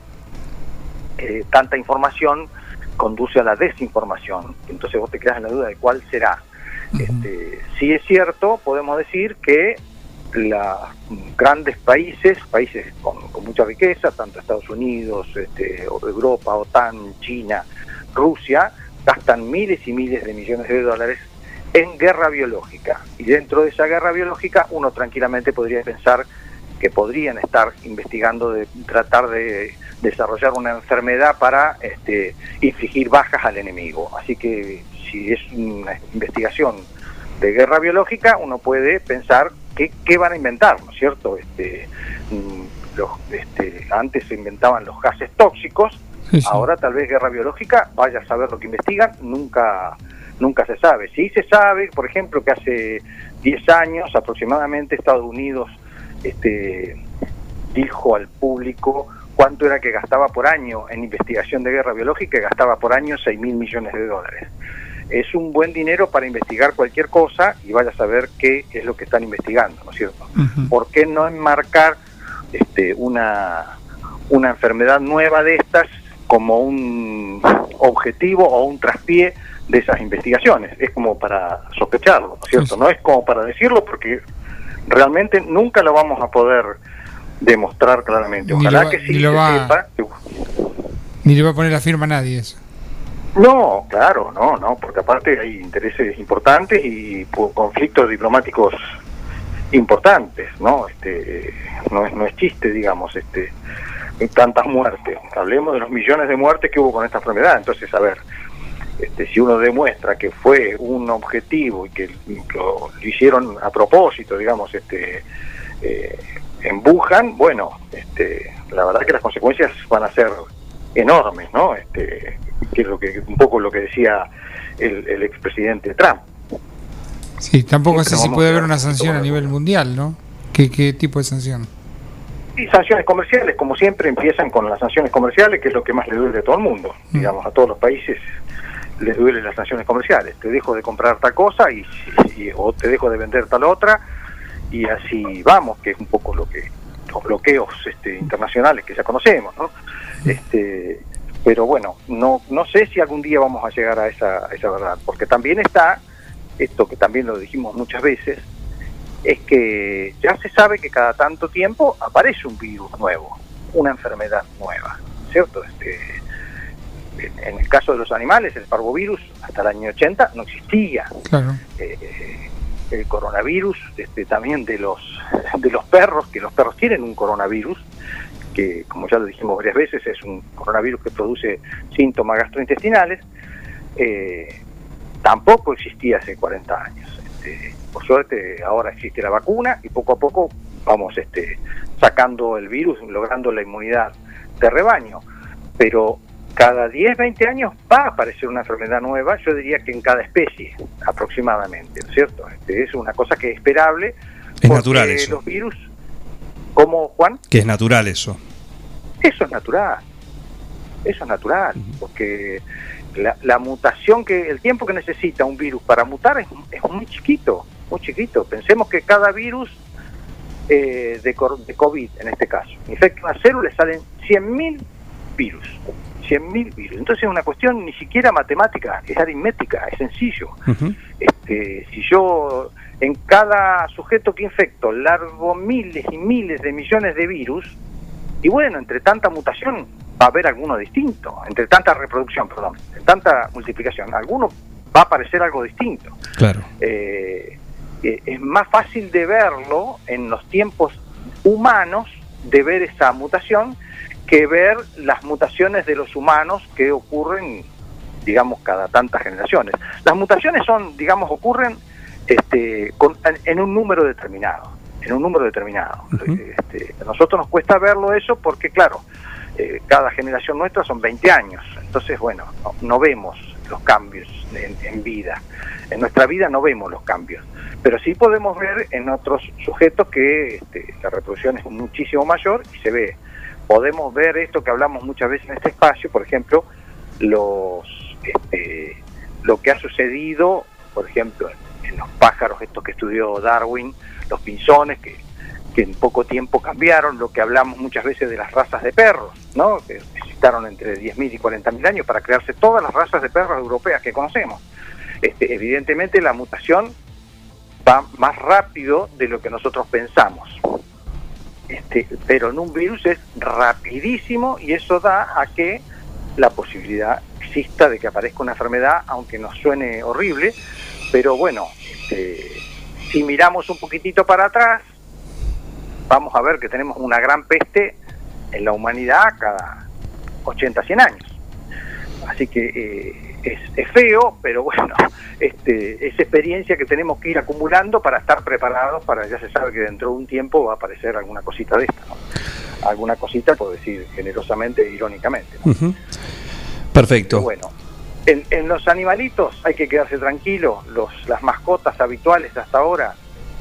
eh, tanta información conduce a la desinformación. Entonces vos te quedas en la duda de cuál será. Uh-huh. Este, sí es cierto, podemos decir que los grandes países, países con, con mucha riqueza, tanto Estados Unidos, este, Europa, OTAN, China, Rusia, gastan miles y miles de millones de dólares en guerra biológica. Y dentro de esa guerra biológica uno tranquilamente podría pensar que podrían estar investigando de tratar de desarrollar una enfermedad para este, infligir bajas al enemigo. Así que si es una investigación de guerra biológica, uno puede pensar que, qué van a inventar, ¿no es cierto? Este, los, este, antes se inventaban los gases tóxicos, sí, sí. Ahora tal vez guerra biológica, vaya a saber lo que investigan, nunca... Nunca se sabe. Sí se sabe, por ejemplo, que hace diez años aproximadamente Estados Unidos este, dijo al público cuánto era que gastaba por año en investigación de guerra biológica, y gastaba por año seis mil millones de dólares. Es un buen dinero para investigar cualquier cosa y vaya a saber qué es lo que están investigando, ¿no es cierto? Uh-huh. ¿Por qué no enmarcar este, una, una enfermedad nueva de estas como un objetivo o un traspié de esas investigaciones? Es como para sospecharlo, ¿no es cierto? No es como para decirlo, porque realmente nunca lo vamos a poder demostrar claramente. Ojalá va, que sí ni se lo va, sepa. Ni le va a poner la firma a nadie eso. No, claro, no, no, porque aparte hay intereses importantes y conflictos diplomáticos importantes, ¿no? Este, no es no es chiste, digamos, este, tantas muertes. Hablemos de los millones de muertes que hubo con esta enfermedad. Entonces, a ver, Este, si uno demuestra que fue un objetivo y que lo, lo hicieron a propósito, digamos, este, eh, en Wuhan, bueno, este, la verdad que las consecuencias van a ser enormes, ¿no? Este, que es lo que un poco lo que decía el, el expresidente Trump. Sí, tampoco sí, sé si puede haber una sanción a nivel mundial, ¿no? ¿Qué, qué tipo de sanción? Y sanciones comerciales, como siempre, empiezan con las sanciones comerciales, que es lo que más le duele a todo el mundo, mm. digamos, a todos los países les duelen las sanciones comerciales. Te dejo de comprar tal cosa y, y o te dejo de vender tal otra, y así vamos, que es un poco lo que los bloqueos este, internacionales que ya conocemos, ¿no? Este, pero bueno, no no sé si algún día vamos a llegar a esa, a esa verdad, porque también está esto que también lo dijimos muchas veces, es que ya se sabe que cada tanto tiempo aparece un virus nuevo, una enfermedad nueva, ¿cierto? Este, en el caso de los animales, el parvovirus hasta el año ochenta no existía. Claro. Eh, el coronavirus este, también de los de los perros, que los perros tienen un coronavirus, que como ya lo dijimos varias veces, es un coronavirus que produce síntomas gastrointestinales, eh, tampoco existía hace cuarenta años. Este, por suerte ahora existe la vacuna y poco a poco vamos este, sacando el virus, logrando la inmunidad de rebaño, pero cada diez, veinte años va a aparecer una enfermedad nueva, yo diría que en cada especie aproximadamente, ¿no es cierto? Este, es una cosa que es esperable. Es natural eso. Los virus, ¿cómo, Juan? Que es natural eso. Eso es natural, eso es natural, porque la, la mutación, que el tiempo que necesita un virus para mutar es, es muy chiquito, muy chiquito. Pensemos que cada virus eh, de, de COVID, en este caso, infecta una célula y salen cien mil virus. cien mil virus. Entonces es una cuestión ni siquiera matemática, es aritmética, es sencillo. Uh-huh. Este, si yo en cada sujeto que infecto largo miles y miles de millones de virus, y bueno, entre tanta mutación va a haber alguno distinto, entre tanta reproducción, perdón, entre tanta multiplicación, alguno va a aparecer algo distinto. Claro. Eh, eh, es más fácil de verlo en los tiempos humanos, de ver esa mutación, que ver las mutaciones de los humanos que ocurren, digamos, cada tantas generaciones. Las mutaciones son, digamos, ocurren este, con, en un número determinado, en un número determinado. Uh-huh. Este, a nosotros nos cuesta verlo eso porque, claro, eh, cada generación nuestra son veinte años, entonces, bueno, no, no vemos los cambios en, en vida. En nuestra vida no vemos los cambios, pero sí podemos ver en otros sujetos que este, la reproducción es muchísimo mayor y se ve. Podemos ver esto que hablamos muchas veces en este espacio, por ejemplo, los este, lo que ha sucedido, por ejemplo, en, en los pájaros, estos que estudió Darwin, los pinzones, que, que en poco tiempo cambiaron, lo que hablamos muchas veces de las razas de perros, ¿no? Que necesitaron entre diez mil y cuarenta mil años para crearse todas las razas de perros europeas que conocemos. Este, evidentemente la mutación va más rápido de lo que nosotros pensamos. Este, pero en un virus es rapidísimo y eso da a que la posibilidad exista de que aparezca una enfermedad, aunque nos suene horrible, pero bueno, este, si miramos un poquitito para atrás, vamos a ver que tenemos una gran peste en la humanidad cada ochenta, cien años. Así que eh, es, es feo, pero bueno, este, es experiencia que tenemos que ir acumulando para estar preparados para, ya se sabe que dentro de un tiempo va a aparecer alguna cosita de esta, ¿no? Alguna cosita, por decir generosamente e irónicamente, ¿no? Uh-huh. Perfecto. Pero bueno, en, en los animalitos hay que quedarse tranquilo, los, las mascotas habituales hasta ahora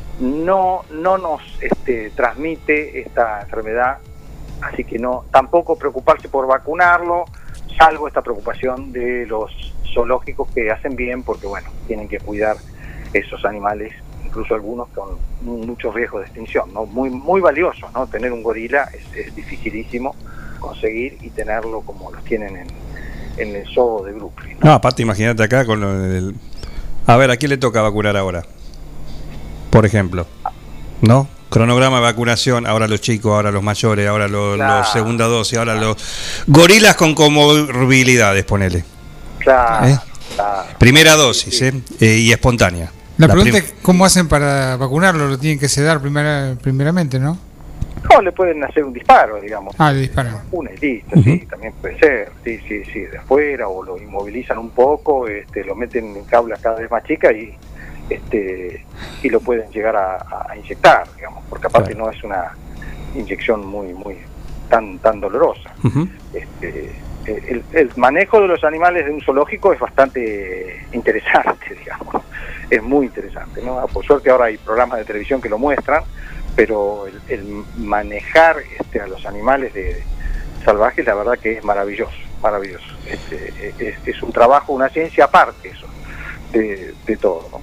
no, no nos este, transmite esta enfermedad, así que no, tampoco preocuparse por vacunarlo, salvo esta preocupación de los zoológicos que hacen bien porque, bueno, tienen que cuidar esos animales, incluso algunos con mucho riesgo de extinción, ¿no? Muy muy valiosos, ¿no? Tener un gorila es, es dificilísimo conseguir y tenerlo como los tienen en, en el zoo de Brooklyn, ¿no? No, aparte, imagínate acá con lo del... A ver, ¿a quién le toca vacunar ahora? Por ejemplo, ¿no? Cronograma de vacunación, ahora los chicos, ahora los mayores, ahora los, Claro. los segunda dosis, ahora los gorilas con comorbilidades, ponele. Claro, ¿Eh? claro. Primera dosis, ¿eh? Eh, y espontánea. La, La pregunta prim- es cómo hacen para vacunarlo, lo tienen que sedar primera, primeramente, ¿no? No, le pueden hacer un disparo, digamos. Ah, le disparan. Una y listo, sí, también puede ser, sí, sí, sí, de afuera, o lo inmovilizan un poco, este, lo meten en jaulas cada vez más chicas y este y lo pueden llegar a, a inyectar, digamos, porque aparte Claro. no es una inyección muy, muy tan tan dolorosa. Uh-huh. Este, el, el manejo de los animales de un zoológico es bastante interesante, digamos, es muy interesante, ¿no? Por suerte ahora hay programas de televisión que lo muestran, pero el, el manejar este, a los animales de salvajes, la verdad que es maravilloso, maravilloso. Este, es, es un trabajo, una ciencia aparte eso, de, de todo, ¿no?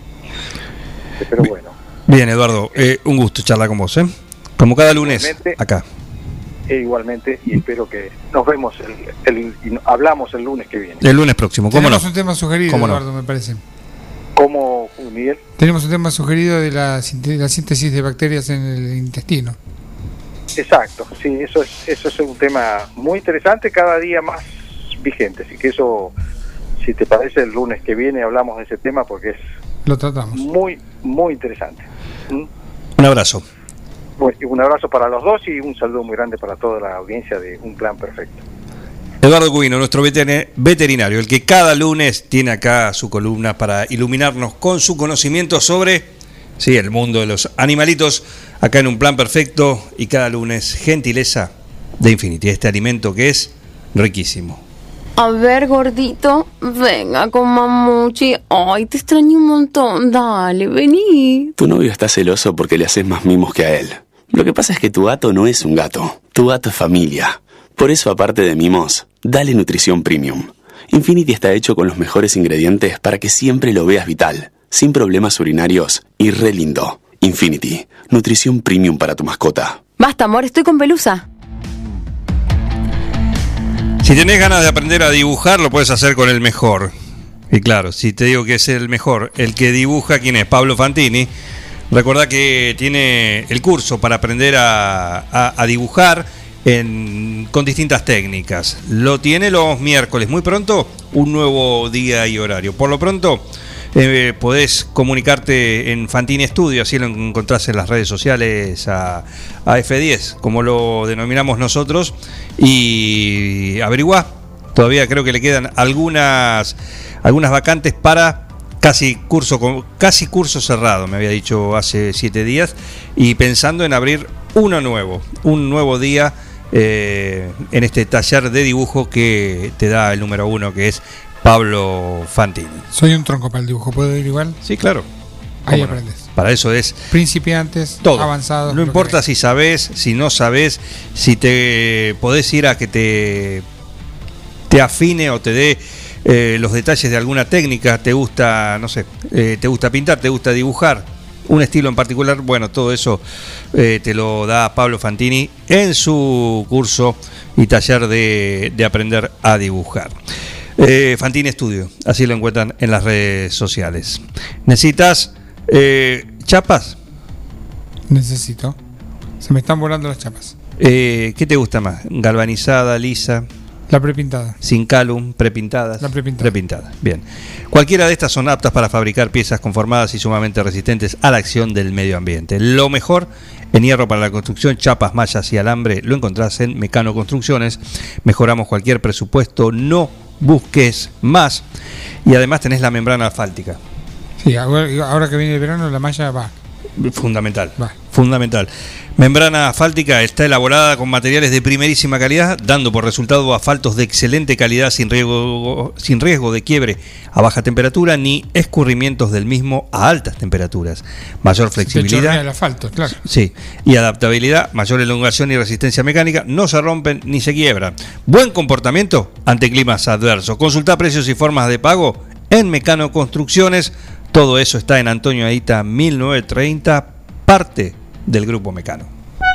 Pero bueno. Bien, Eduardo, eh, un gusto charlar con vos, ¿eh? Como cada lunes, Igualmente. acá. E igualmente, y espero que nos vemos, el, el, y hablamos el lunes que viene. El lunes próximo, ¿cómo Tenemos no? un tema sugerido, ¿Cómo no? Eduardo, me parece. ¿Cómo, Miguel? Tenemos un tema sugerido de la, sinte- la síntesis de bacterias en el intestino. Exacto, sí, eso es, eso es un tema muy interesante, cada día más vigente, así que eso, si te parece, el lunes que viene hablamos de ese tema porque es Lo tratamos. muy, muy interesante. ¿Mm? Un abrazo. Bueno, y un abrazo para los dos y un saludo muy grande para toda la audiencia de Un Plan Perfecto. Eduardo Cubino, nuestro veteri- veterinario, el que cada lunes tiene acá su columna para iluminarnos con su conocimiento sobre, sí, el mundo de los animalitos, acá en Un Plan Perfecto, y cada lunes, gentileza de Infinity, este alimento que es riquísimo. A ver, gordito, venga con mamuchi. Ay, te extraño un montón. Dale, vení. Tu novio está celoso porque le haces más mimos que a él. Lo que pasa es que tu gato no es un gato. Tu gato es familia. Por eso, aparte de mimos, dale nutrición premium. Infinity está hecho con los mejores ingredientes para que siempre lo veas vital, sin problemas urinarios y re lindo. Infinity, nutrición premium para tu mascota. Basta, amor, estoy con Pelusa. Si tenés ganas de aprender a dibujar, lo puedes hacer con el mejor. Y claro, si te digo que es el mejor, el que dibuja, ¿quién es? Pablo Fantini. Recordá que tiene el curso para aprender a, a, a dibujar en, con distintas técnicas. Lo tiene los miércoles. Muy pronto, un nuevo día y horario. Por lo pronto, eh, podés comunicarte en Fantini Studio, así lo encontrás en las redes sociales a, a F diez, como lo denominamos nosotros, y averiguá. Todavía creo que le quedan algunas, algunas vacantes para casi curso, casi curso cerrado, me había dicho hace siete días, y pensando en abrir uno nuevo, un nuevo día eh, en este taller de dibujo que te da el número uno, que es Pablo Fantini. Soy un tronco para el dibujo, ¿puedo ir igual? Sí, claro. Ahí no? aprendes. Para eso es principiantes, todo. Avanzados. No importa si sabés, si no sabés, si te podés ir a que te, te afine o te dé eh, los detalles de alguna técnica. Te gusta, no sé, eh, te gusta pintar, te gusta dibujar, un estilo en particular. Bueno, todo eso eh, te lo da Pablo Fantini en su curso y taller de, de aprender a dibujar. Eh, Fantini Studio, así lo encuentran en las redes sociales. ¿Necesitas eh, chapas? Necesito. Se me están volando las chapas. Eh, ¿Qué te gusta más? ¿Galvanizada, lisa? La prepintada. Sin calum, prepintadas. La prepintada. Prepintada, bien. Cualquiera de estas son aptas para fabricar piezas conformadas y sumamente resistentes a la acción del medio ambiente. Lo mejor en hierro para la construcción, chapas, mallas y alambre lo encontrás en Mecano Construcciones. Mejoramos cualquier presupuesto, no busques más. Y además tenés la membrana asfáltica. Sí, ahora, ahora que viene el verano la malla va. Fundamental, va. fundamental. Membrana asfáltica está elaborada con materiales de primerísima calidad, dando por resultado asfaltos de excelente calidad sin riesgo, sin riesgo de quiebre a baja temperatura ni escurrimientos del mismo a altas temperaturas. Mayor flexibilidad. El asfalto, claro. Sí, y adaptabilidad, mayor elongación y resistencia mecánica, no se rompen ni se quiebran. Buen comportamiento ante climas adversos. Consulta precios y formas de pago en Mecano Construcciones. Todo eso está en Antonio Aita mil novecientos treinta, parte del Grupo Mecano.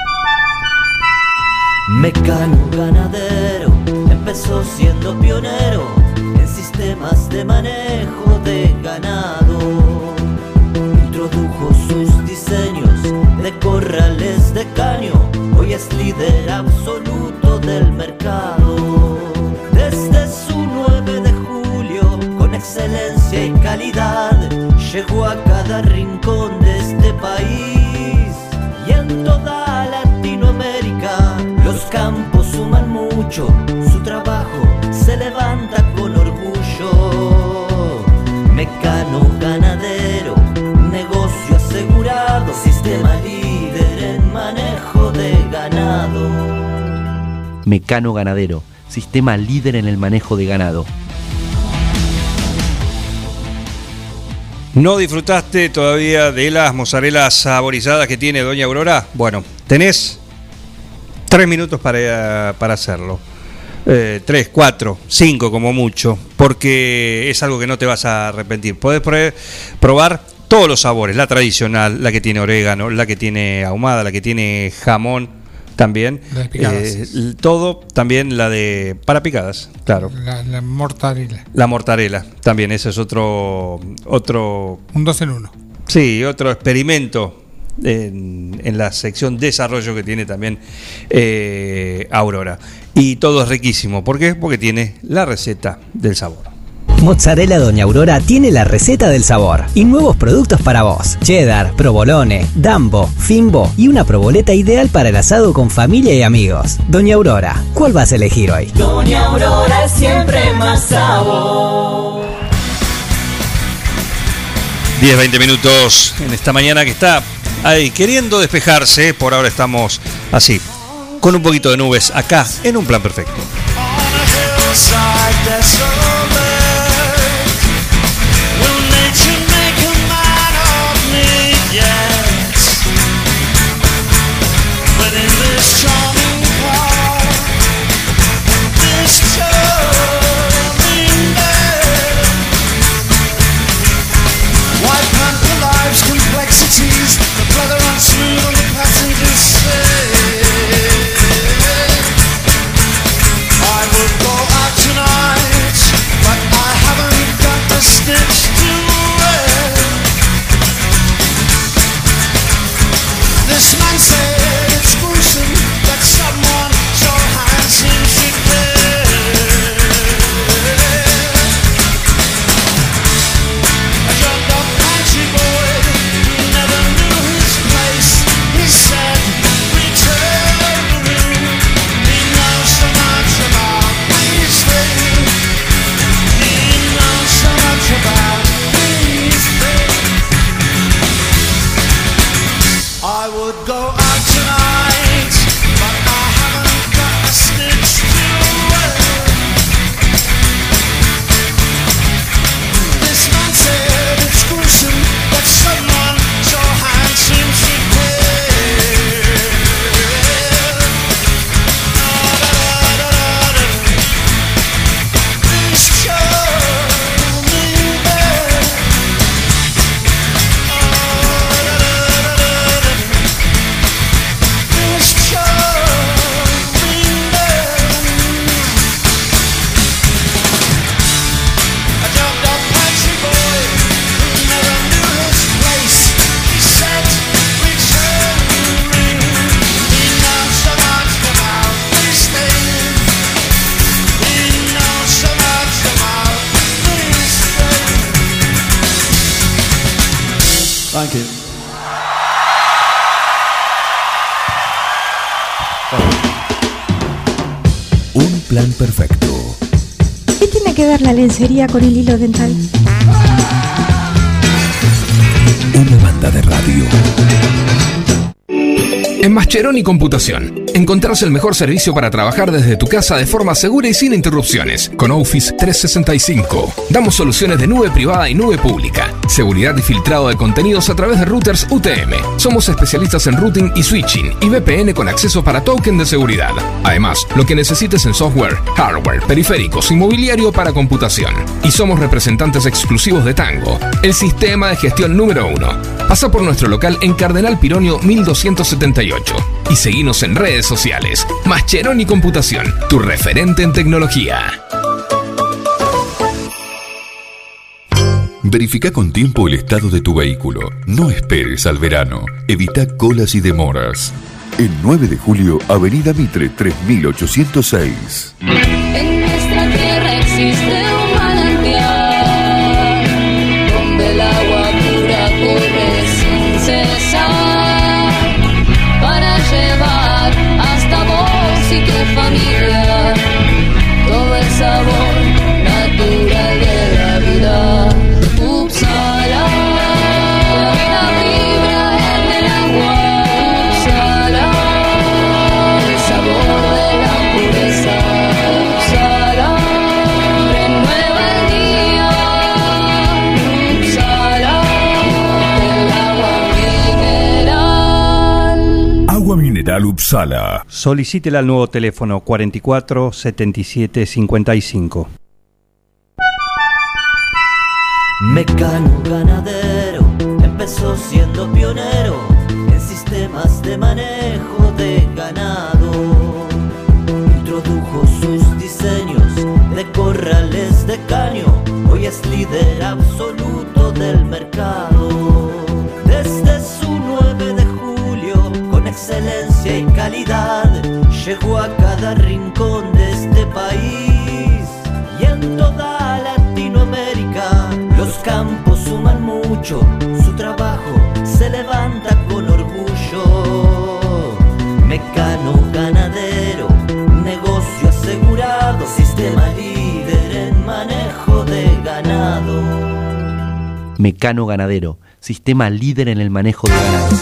Mecano ganadero empezó siendo pionero en sistemas de manejo de ganado. Introdujo sus diseños de corrales de caño, hoy es líder absoluto del mercado. Desde su nueve de julio, con excelencia y calidad, llegó a cada rincón de este país y en toda Latinoamérica. Los campos suman mucho, su trabajo se levanta con orgullo. Mecano ganadero, negocio asegurado, sistema líder en manejo de ganado. Mecano ganadero, sistema líder en el manejo de ganado. ¿No disfrutaste todavía de las mozarelas saborizadas que tiene Doña Aurora? Bueno, tenés tres minutos para, para hacerlo. Eh, tres, cuatro, cinco como mucho, porque es algo que no te vas a arrepentir. Podés probar todos los sabores, la tradicional, la que tiene orégano, la que tiene ahumada, la que tiene jamón también. La de picadas. Eh, todo, también la de para picadas, claro. La, la mortadela. La mortadela, también, ese es otro, otro... Un dos en uno. Sí, otro experimento en, en la sección desarrollo que tiene también eh, Aurora. Y todo es riquísimo. ¿Por qué? Porque tiene la receta del sabor. Mozzarella Doña Aurora tiene la receta del sabor y nuevos productos para vos. Cheddar, provolone, dambo, fimbo y una proboleta ideal para el asado con familia y amigos. Doña Aurora, ¿cuál vas a elegir hoy? Doña Aurora es siempre más sabor. diez, veinte minutos en esta mañana que está ahí queriendo despejarse. Por ahora estamos así, con un poquito de nubes acá en un plan perfecto. hillside desolate. Will nature make a man of me yet? Within this charming park, this charming bed. White panther lives, complexities, the brother unsmooth on the passenger's seat. I would go out tonight, but I haven't got the stitch to wear. This man said it's gruesome that someone so handsome should care. A jumped up country boy who never knew his place. He said, return to room. He knows so much about these things. He knows so much about these things. I would go out tonight, but I haven't got a stitch to wear. This man said it's gruesome that someone so handsome should care. This charming bed. This charming bed. A jumped up country boy who never knew his place. He said, return to ring. He knows so much about these things. He knows so much about these things. Thank you. Un plan perfecto. ¿Qué tiene que ver la lencería con el hilo dental? Una banda de radio. En Mascheroni Computación, encontrás el mejor servicio para trabajar desde tu casa de forma segura y sin interrupciones. Con Office trescientos sesenta y cinco, damos soluciones de nube privada y nube pública, seguridad y filtrado de contenidos a través de routers U T M. Somos especialistas en routing y switching y V P N con acceso para token de seguridad. Además, lo que necesites en software, hardware, periféricos y mobiliario para computación. Y somos representantes exclusivos de Tango, el sistema de gestión número uno. Pasa por nuestro local en Cardenal Pironio mil doscientos setenta y ocho y seguinos en redes sociales. Mascheroni Computación, tu referente en tecnología. Verifica con tiempo el estado de tu vehículo. No esperes al verano. Evita colas y demoras. En nueve de julio, Avenida Mitre tres mil ochocientos seis. En nuestra tierra existe un manantial donde el agua pura corre sin cesar para llevar hasta vos y tu familia todo el sabor natural de la vida. Upsala, la vibra en el agua. Upsala, el sabor de la pureza. Upsala, renueva el día. Upsala, el agua mineral. Agua mineral Upsala. Solicítela al nuevo teléfono cuarenta y cuatro setenta y siete cincuenta y cinco. Mecano ganadero empezó siendo pionero en sistemas de manejo de ganado. Introdujo sus diseños de corrales de caño, hoy es líder absoluto del mercado. Desde su nueve de julio, con excelencia y calidad, llegó a cada rincón de este país y en toda Latinoamérica. Los campos suman mucho, su trabajo se levanta con orgullo. Mecano ganadero, negocio asegurado, sistema líder en manejo de ganado. Mecano ganadero, sistema líder en el manejo de ganado.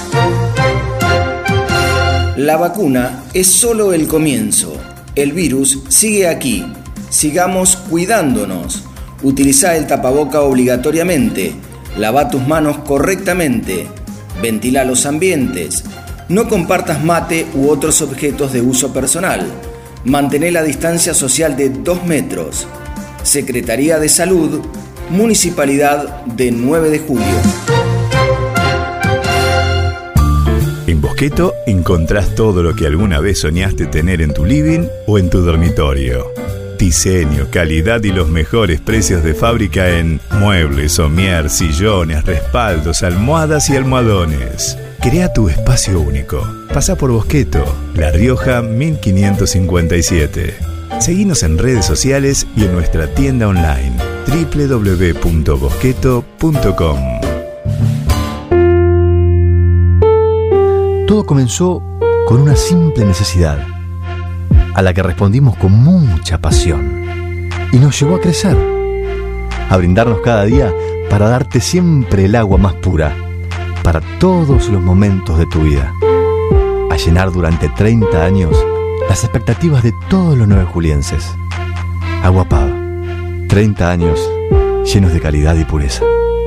La vacuna es solo el comienzo. El virus sigue aquí. sigamos cuidándonos. Utiliza el tapaboca obligatoriamente. Lava tus manos correctamente. Ventila los ambientes. No compartas mate u otros objetos de uso personal. Mantén la distancia social de dos metros. Secretaría de Salud, Municipalidad de nueve de julio. En Bosqueto encontrás todo lo que alguna vez soñaste tener en tu living o en tu dormitorio. Diseño, calidad y los mejores precios de fábrica en muebles, somier, sillones, respaldos, almohadas y almohadones. Crea tu espacio único. Pasa por Bosqueto, La Rioja mil quinientos cincuenta y siete. Seguinos en redes sociales y en nuestra tienda online doble u doble u doble u punto bosqueto punto com. Todo comenzó con una simple necesidad, a la que respondimos con mucha pasión, y nos llevó a crecer, a brindarnos cada día para darte siempre el agua más pura, para todos los momentos de tu vida, a llenar durante treinta años las expectativas de todos los nuevejulienses. Agua Pava, treinta años llenos de calidad y pureza.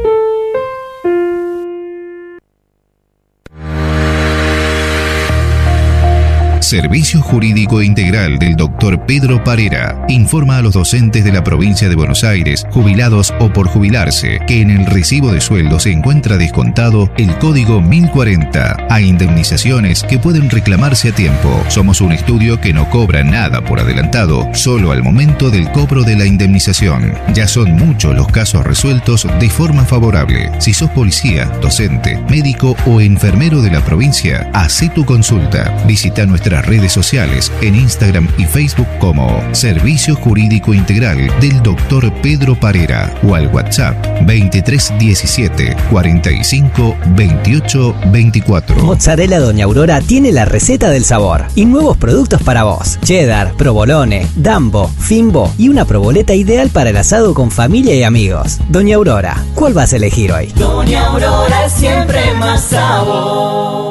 Servicio Jurídico Integral del doctor Pedro Parera informa a los docentes de la provincia de Buenos Aires, jubilados o por jubilarse, que en el recibo de sueldo se encuentra descontado el código mil cuarenta a indemnizaciones que pueden reclamarse a tiempo. Somos un estudio que no cobra nada por adelantado, solo al momento del cobro de la indemnización. Ya son muchos los casos resueltos de forma favorable. Si sos policía, docente, médico o enfermero de la provincia, hacé tu consulta. Visita nuestra redes sociales en Instagram y Facebook como Servicio Jurídico Integral del doctor Pedro Parera o al WhatsApp veintitrés diecisiete cuarenta y cinco veintiocho veinticuatro. Mozzarella Doña Aurora tiene la receta del sabor y nuevos productos para vos. Cheddar, provolone, dambo, fimbo y una proboleta ideal para el asado con familia y amigos. Doña Aurora, ¿cuál vas a elegir hoy? Doña Aurora es siempre más sabor.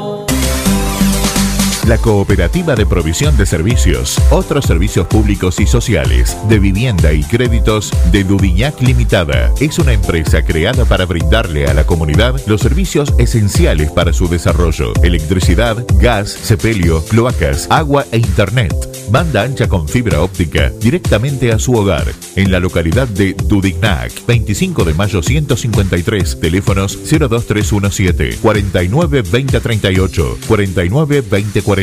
La Cooperativa de Provisión de Servicios, otros servicios públicos y sociales, de vivienda y créditos de Dudignac Limitada. Es una empresa creada para brindarle a la comunidad los servicios esenciales para su desarrollo: electricidad, gas, sepelio, cloacas, agua e internet. Banda ancha con fibra óptica directamente a su hogar. En la localidad de Dudignac, veinticinco de mayo ciento cincuenta y tres, teléfonos cero dos tres uno siete, cuarenta y nueve veinte treinta y ocho, cuarenta y nueve veinte cuarenta.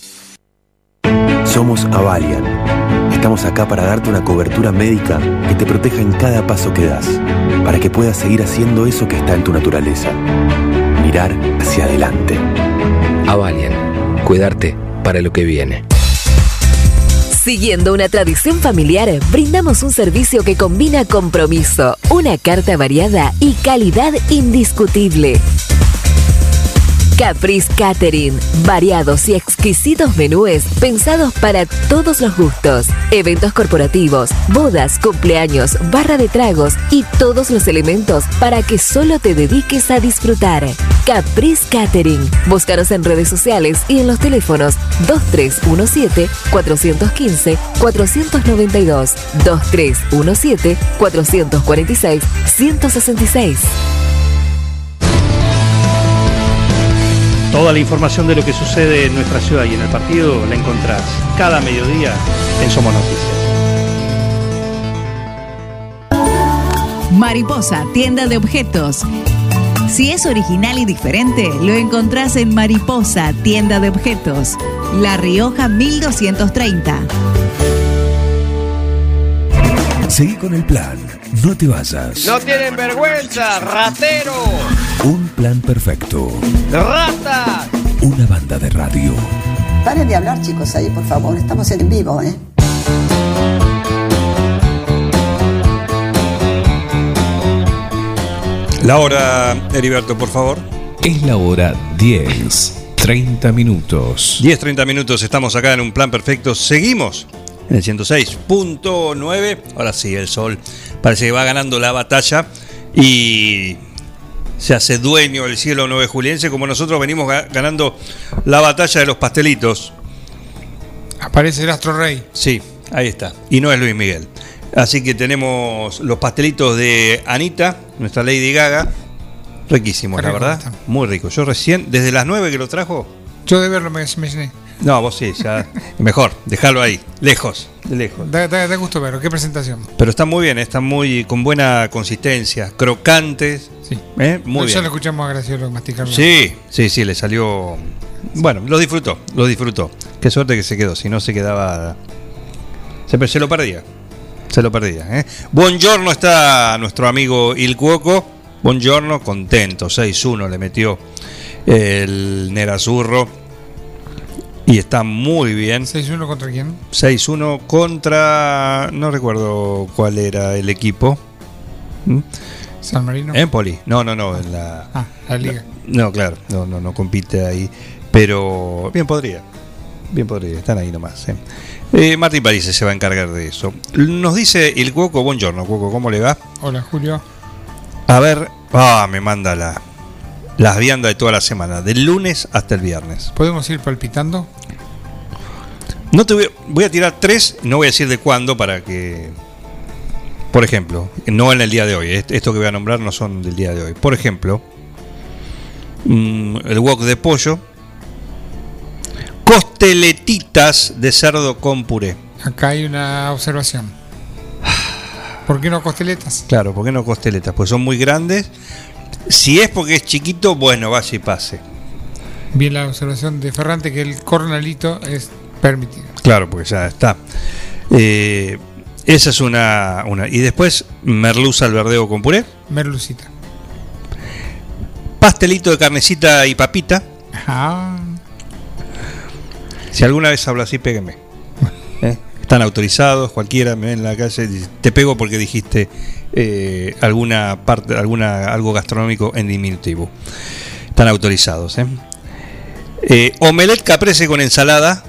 Somos Avalian. Estamos acá para darte una cobertura médica que te proteja en cada paso que das, para que puedas seguir haciendo eso que está en tu naturaleza: mirar hacia adelante. Avalian. Cuidarte para lo que viene. Siguiendo una tradición familiar, brindamos un servicio que combina compromiso, una carta variada y calidad indiscutible. Caprice Catering, variados y exquisitos menúes pensados para todos los gustos. Eventos corporativos, bodas, cumpleaños, barra de tragos y todos los elementos para que solo te dediques a disfrutar. Caprice Catering. Búscanos en redes sociales y en los teléfonos dos tres uno siete, cuatro uno cinco, cuatro nueve dos, dos tres uno siete, cuatro cuatro seis, uno seis seis. Toda la información de lo que sucede en nuestra ciudad y en el partido la encontrás cada mediodía en Somos Noticias. Mariposa, tienda de objetos. Si es original y diferente, lo encontrás en Mariposa, tienda de objetos. La Rioja mil doscientos treinta. Seguí con el plan. No te vayas. ¡No tienen vergüenza, ratero! Un plan perfecto. ¡Rata! Una banda de radio. Paren de hablar, chicos, ahí, por favor. Estamos en vivo, ¿eh? La hora, Heriberto, por favor. Es la hora diez, treinta minutos. diez, treinta minutos, estamos acá en Un Plan Perfecto. Seguimos en el ciento seis punto nueve. Ahora sí, el sol parece que va ganando la batalla y se hace dueño del cielo nuevejuliense, como nosotros venimos ganando la batalla de los pastelitos. Aparece el Astro Rey. Sí, Ahí está. Y no es Luis Miguel. Así que tenemos los pastelitos de Anita, nuestra Lady Gaga. Riquísimos, la verdad. Está. Muy rico. Yo recién, desde las nueve que lo trajo. Yo de verlo me, me llené. No, vos sí, ya. Mejor, dejarlo ahí, lejos, de lejos. Da, da, da gusto verlo, qué presentación. Pero están muy bien, están muy con buena consistencia, crocantes. Sí. ¿Eh? Muy no, bien. Ya lo escuchamos a Graciolo masticarlo. Sí, sí, sí, le salió. Bueno, lo disfrutó, lo disfrutó. Qué suerte que se quedó, si no se quedaba. Se, se lo perdía. Se lo perdía. ¿eh? Buongiorno está nuestro amigo Il Cuoco. Buongiorno, contento. seis uno le metió el Nerazzurro. Y está muy bien. ¿seis uno contra quién? seis uno contra. No recuerdo cuál era el equipo. ¿Mm? San Marino. Empoli. No, no, no. En la, ah, la liga. No, no, claro. No, no, no compite ahí. Pero bien podría. Bien podría. Están ahí nomás. ¿eh? Eh, Martín París se va a encargar de eso. Nos dice el Cuoco. Buongiorno, Cuoco. ¿Cómo le va? Hola, Julio. A ver. Ah, me manda la. Las viandas de toda la semana, del lunes hasta el viernes. ¿Podemos ir palpitando? No te voy, a, voy a tirar tres, no voy a decir de cuándo para que... Por ejemplo, no en el día de hoy, esto que voy a nombrar no son del día de hoy. Por ejemplo, mmm, el wok de pollo, costeletitas de cerdo con puré. Acá hay una observación. ¿Por qué no costeletas? Claro, ¿por qué no costeletas? Pues son muy grandes. Si es porque es chiquito, bueno, vaya y pase. Bien la observación de Ferrante que el cornalito es permitido. Claro, porque ya está. Eh, esa es una, una. Y después, merluza al verdeo con puré. Merlucita. Pastelito de carnecita y papita. Ajá. Si alguna vez hablo así, pégueme. ¿Eh? Están autorizados, cualquiera me ve en la calle, te pego porque dijiste eh, alguna parte, alguna algo gastronómico en diminutivo. Están autorizados. ¿eh? Eh, omelette caprese con ensalada.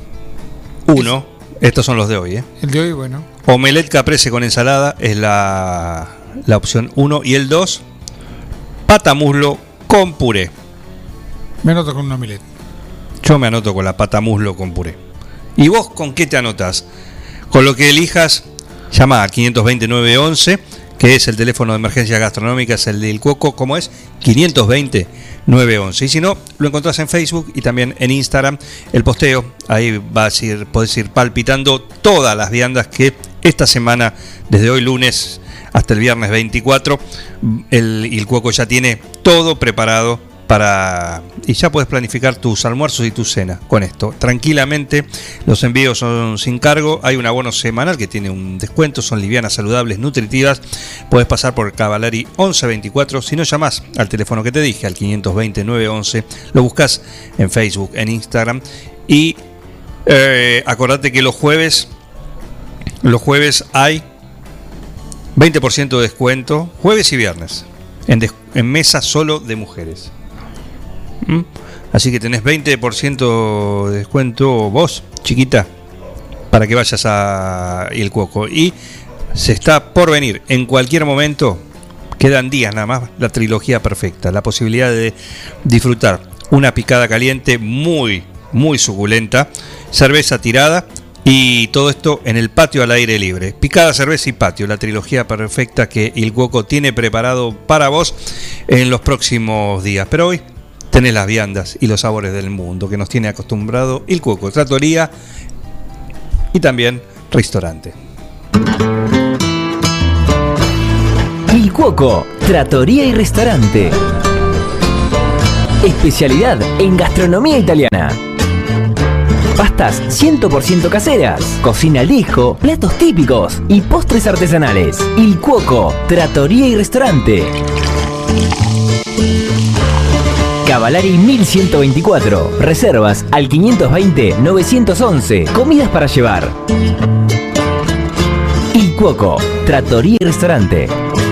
Uno. Estos son los de hoy. ¿eh? El de hoy, bueno. Omelette caprese con ensalada es la, la opción uno. Y el dos, pata muslo con puré. Me anoto con un omelette. Yo me anoto con la pata muslo con puré. ¿Y vos con qué te anotás? Con lo que elijas, llama a quinientos veinte, nueve once, que es el teléfono de emergencias gastronómicas, el del Cuoco, ¿cómo es? quinientos veinte, nueve once. Y si no, lo encontrás en Facebook y también en Instagram, el posteo. Ahí vas a ir, podés ir palpitando todas las viandas que esta semana, desde hoy lunes hasta el viernes veinticuatro, el, el Cuoco ya tiene todo preparado para y ya puedes planificar tus almuerzos y tu cena con esto tranquilamente. Los envíos son sin cargo, hay un abono semanal que tiene un descuento, son livianas, saludables, nutritivas. Puedes pasar por Cavallari once veinticuatro, si no llamás al teléfono que te dije, al quinientos veinte, nueve once, lo buscas en Facebook, en Instagram. Y eh, acordate que los jueves los jueves hay veinte por ciento de descuento, jueves y viernes, en, des- en mesa solo de mujeres. ¿Mm? Así que tenés veinte por ciento de descuento vos, chiquita, para que vayas a El Cuoco. Y se está por venir en cualquier momento, quedan días nada más, la trilogía perfecta, la posibilidad de disfrutar una picada caliente muy, muy suculenta, cerveza tirada y todo esto en el patio al aire libre. Picada, cerveza y patio, la trilogía perfecta que El Cuoco tiene preparado para vos en los próximos días. Pero hoy tenés las viandas y los sabores del mundo que nos tiene acostumbrado El Cuoco, tratoría y también restaurante. El Cuoco, tratoría y restaurante. Especialidad en gastronomía italiana. Pastas cien por ciento caseras, cocina al disco, platos típicos y postres artesanales. El Cuoco, tratoría y restaurante. Cavallari mil ciento veinticuatro. Reservas al quinientos veinte, novecientos once. Comidas para llevar. El Cuoco, tratoría y restaurante.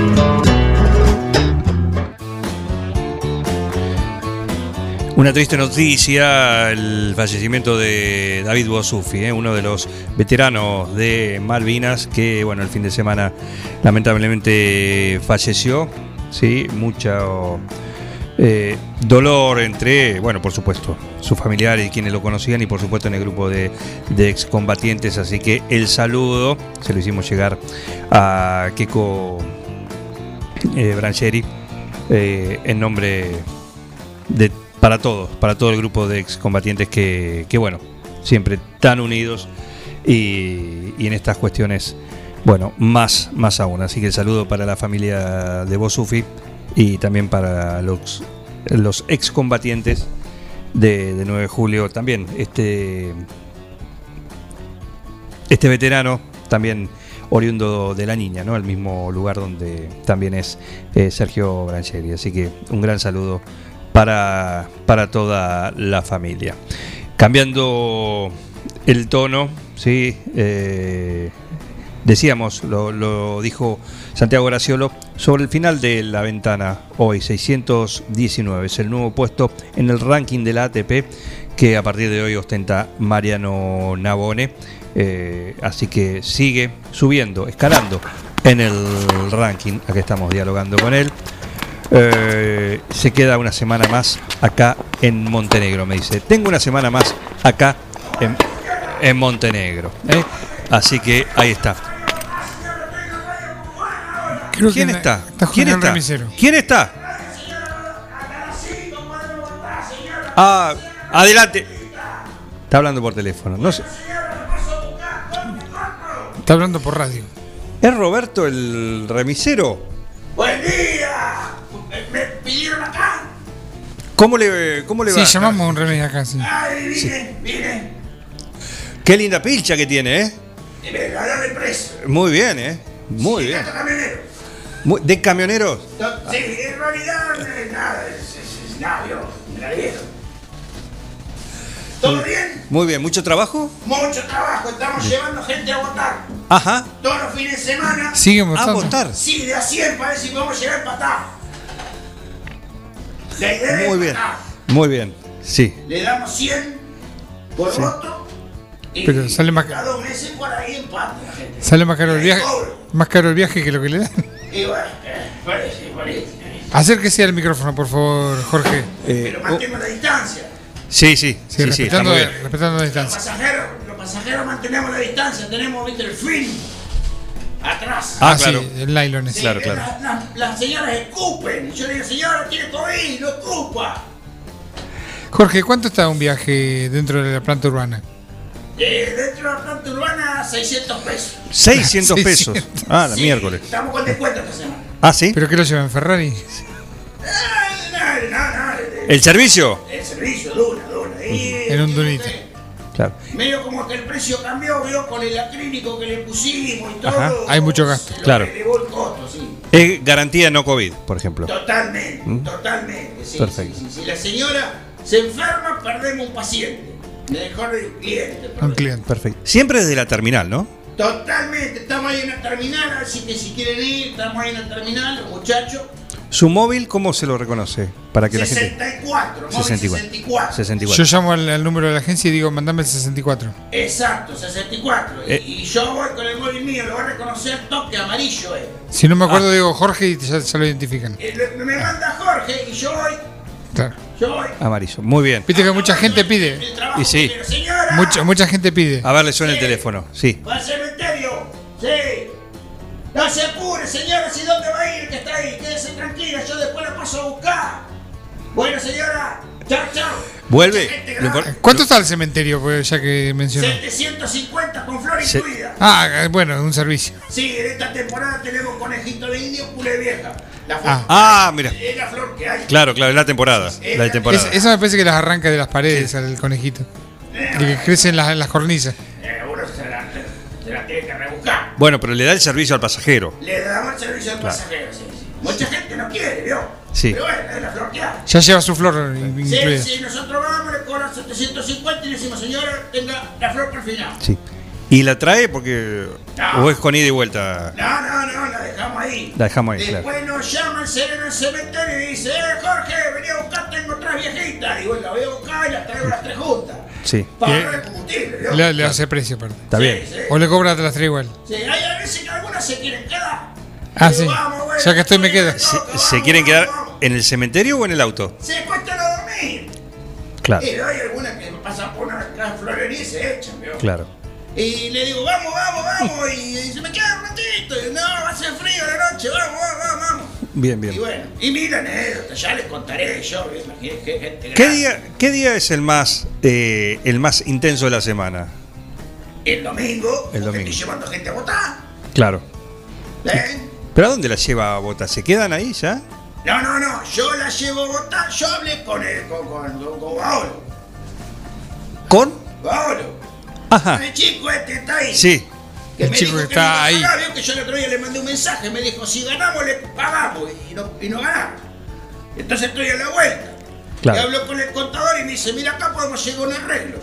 Una triste noticia, el fallecimiento de David Bosuffi, ¿eh? uno de los veteranos de Malvinas que, bueno, el fin de semana lamentablemente falleció. Sí, mucho, eh, dolor entre, bueno, por supuesto, sus familiares y quienes lo conocían, y por supuesto en el grupo de, de excombatientes. Así que el saludo se lo hicimos llegar a Keko eh, Brancheri eh, en nombre de para todos, para todo el grupo de excombatientes que, que bueno, siempre tan unidos y, y en estas cuestiones, bueno, más, más aún. Así que el saludo para la familia de Bosufi y también para los, los excombatientes de, de nueve de julio. También este, este veterano, también oriundo de La Niña, ¿no? El mismo lugar donde también es eh, Sergio Brancheri. Así que un gran saludo para, para toda la familia. Cambiando el tono, ¿sí? Eh, decíamos, lo, lo dijo Santiago Graciolo, sobre el final de la ventana hoy, seiscientos diecinueve, es el nuevo puesto en el ranking de la A T P que a partir de hoy ostenta Mariano Navone. Eh, así que sigue subiendo, escalando en el ranking. Aquí estamos dialogando con él. Eh, se queda una semana más acá en Montenegro, me dice. Tengo una semana más acá en, en Montenegro. ¿eh? Así que ahí está. Creo ¿Quién que está? está ¿Quién está? Remisero. ¿Quién está? Ah, adelante. Está hablando por teléfono. No sé. Está hablando por radio. ¿Es Roberto el remisero? ¡Buen día! ¿Me, me pidieron acá? ¿Cómo le, cómo le Sí, va? llamamos a un remis acá, sí. Ay, vine, Sí. vine. Qué linda pilcha que tiene, ¿eh? Y me regaló el precio. Muy bien, ¿eh? Muy Sí, bien. gato camionero. Muy- ¿De camioneros? No, sí, en realidad no es nada, es, es, es nada, yo, me la dieron. ¿Todo bien? Muy bien. ¿Mucho trabajo? Mucho trabajo, estamos llevando gente a votar. Ajá. Todos los fines de semana. ¿Siguen A votando? votar. Sí, de a cien para ver si podemos llegar a empatar. La idea es Muy bien. empatar. Muy bien. Sí. Le damos cien por Sí. voto. Y Pero sale más, cada dos meses por ahí empata la gente. sale más caro el viaje, Cobro. más caro el viaje que lo que le dan. Y bueno, eh, parece, parece. Acérquese al micrófono, por favor, Jorge. Eh, Pero oh, mantengo la distancia. sí, sí. Sí, Sí, sí, está respetando, muy bien. respetando la Los distancia. pasajeros, los pasajeros mantenemos la distancia. Tenemos, viste, el film atrás. Ah, sí, claro. el nylon Sí, ese. claro, que claro. la- la- las señoras escupen. Yo le digo, señora, tiene COVID, no escupa. Jorge, ¿cuánto está un viaje dentro de la planta urbana? Eh, dentro de la planta urbana, seiscientos pesos. seiscientos pesos. seiscientos. Ah, la Sí, miércoles. Estamos con descuento esta semana. Ah, sí. ¿Pero qué lo llevan, Ferrari? Ah, no, no, no. ¿El servicio? El servicio, dura, dura. Y, En un dunito. Claro. medio como que el precio cambió, vio, con el acrílico que le pusimos y todo. Ajá, hay mucho gasto. Se lo Claro. elevó el costo, sí. Es garantía no COVID, por ejemplo. Totalmente, ¿Mm? totalmente. Sí, Perfecto. sí, sí. Si la señora se enferma, perdemos un paciente. Mejor de un cliente. Un perdemos. cliente. Perfecto. Siempre desde la terminal, ¿no? Totalmente, estamos ahí en la terminal, así que si quieren ir, estamos ahí en la terminal, los muchachos. ¿Su móvil cómo se lo reconoce? Para que la gente. sesenta y cuatro, móvil sesenta y cuatro. sesenta y cuatro. sesenta y Yo cuatro. llamo al, al número de la agencia y digo, mandame el sesenta y cuatro. Exacto, sesenta y cuatro. Y- Eh. Y, yo voy con el móvil mío, lo va a reconocer toque amarillo. Eh. Si no me acuerdo, Ah. digo Jorge y ya, ya lo identifican. Eh, le- me manda Jorge y yo voy, Claro. yo voy. Amarillo. Muy bien. Viste que mucha gente pide. El trabajo Y sí. primero. Señora, Mucha, mucha gente pide. A ver, le suena el teléfono. Sí. ¿va al cementerio? Sí. No se apure, señora, si dónde va a ir el que está ahí. Quédese tranquila, yo después la paso a buscar. Bueno, señora, chao, chao. Vuelve. Mucha gente Lo grande. impor- ¿Cuánto está el cementerio, pues, ya que mencionó? setecientos cincuenta con flor Se- incluida. Ah, eh, bueno, un servicio. Sí, en esta temporada tenemos conejito de indio, pule vieja. La flor, Ah. Ah, mira. es la flor que hay. Claro, claro, es la temporada. La de temporada. Es- esa me parece que las arranca de las paredes al conejito. Y que crecen en las, en las cornisas. Eh, uno se la, se la tiene que rebuscar. Bueno, pero le da el servicio al pasajero. Le damos el servicio al Claro. pasajero, sí, sí. Mucha gente no quiere, ¿vio? Sí. Pero bueno, es la flor que hay. Ya lleva su flor Sí, incluida. sí, nosotros vamos, le cobran setecientos cincuenta y le decimos, señora, tenga la flor por final. Sí. ¿Y la trae porque. No. o es con ida y vuelta? No, no, no, la dejamos ahí. La dejamos ahí, Después claro. nos llama el sereno del cementerio y dice, eh, Jorge, vení a buscar, tengo tres viejitas. Y bueno, la voy a buscar y las traigo las tres juntas. Sí. Para Y- ahorrar el combustible, ¿vio? Le, le hace precio, perdón. Está bien. Sí. O le cobra las tres igual. Sí, hay a veces que algunas se quieren quedar. Ah, Digo, sí. vamos, bueno, Ya que estoy, me quedo. toca, Se, vamos, se quieren quedar vamos. ¿En el cementerio o en el auto? Se acuestan a dormir. Claro. Y hay algunas que pasan por una florería y se echan, ¿vio? Claro. Y le digo, vamos, vamos, vamos. Y, y se me queda un ratito. Y, no, va a ser frío la noche, vamos, vamos, vamos. Bien, bien. Y bueno, y mil anécdotas, ya les contaré yo, imagínate que gente ¿Qué grande. día, ¿Qué día es el más eh, el más intenso de la semana? El domingo, El porque domingo. estoy llevando gente a votar. Claro. ¿Eh? ¿Pero a dónde la lleva a Bota? ¿Se quedan ahí ya? No, no, no, yo la llevo a votar, yo hablé con el, con, con, con, con Paolo. ¿Con? Paolo. Ajá. El chico este está ahí. Sí. Que El me chico dijo que que está no ahí. pagaba, vio que yo el otro día le mandé un mensaje, me dijo, si ganamos le pagamos, y no, y no ganamos. Entonces estoy a la vuelta. Claro. Y hablo con el contador y me dice, mira, acá podemos llegar a un arreglo.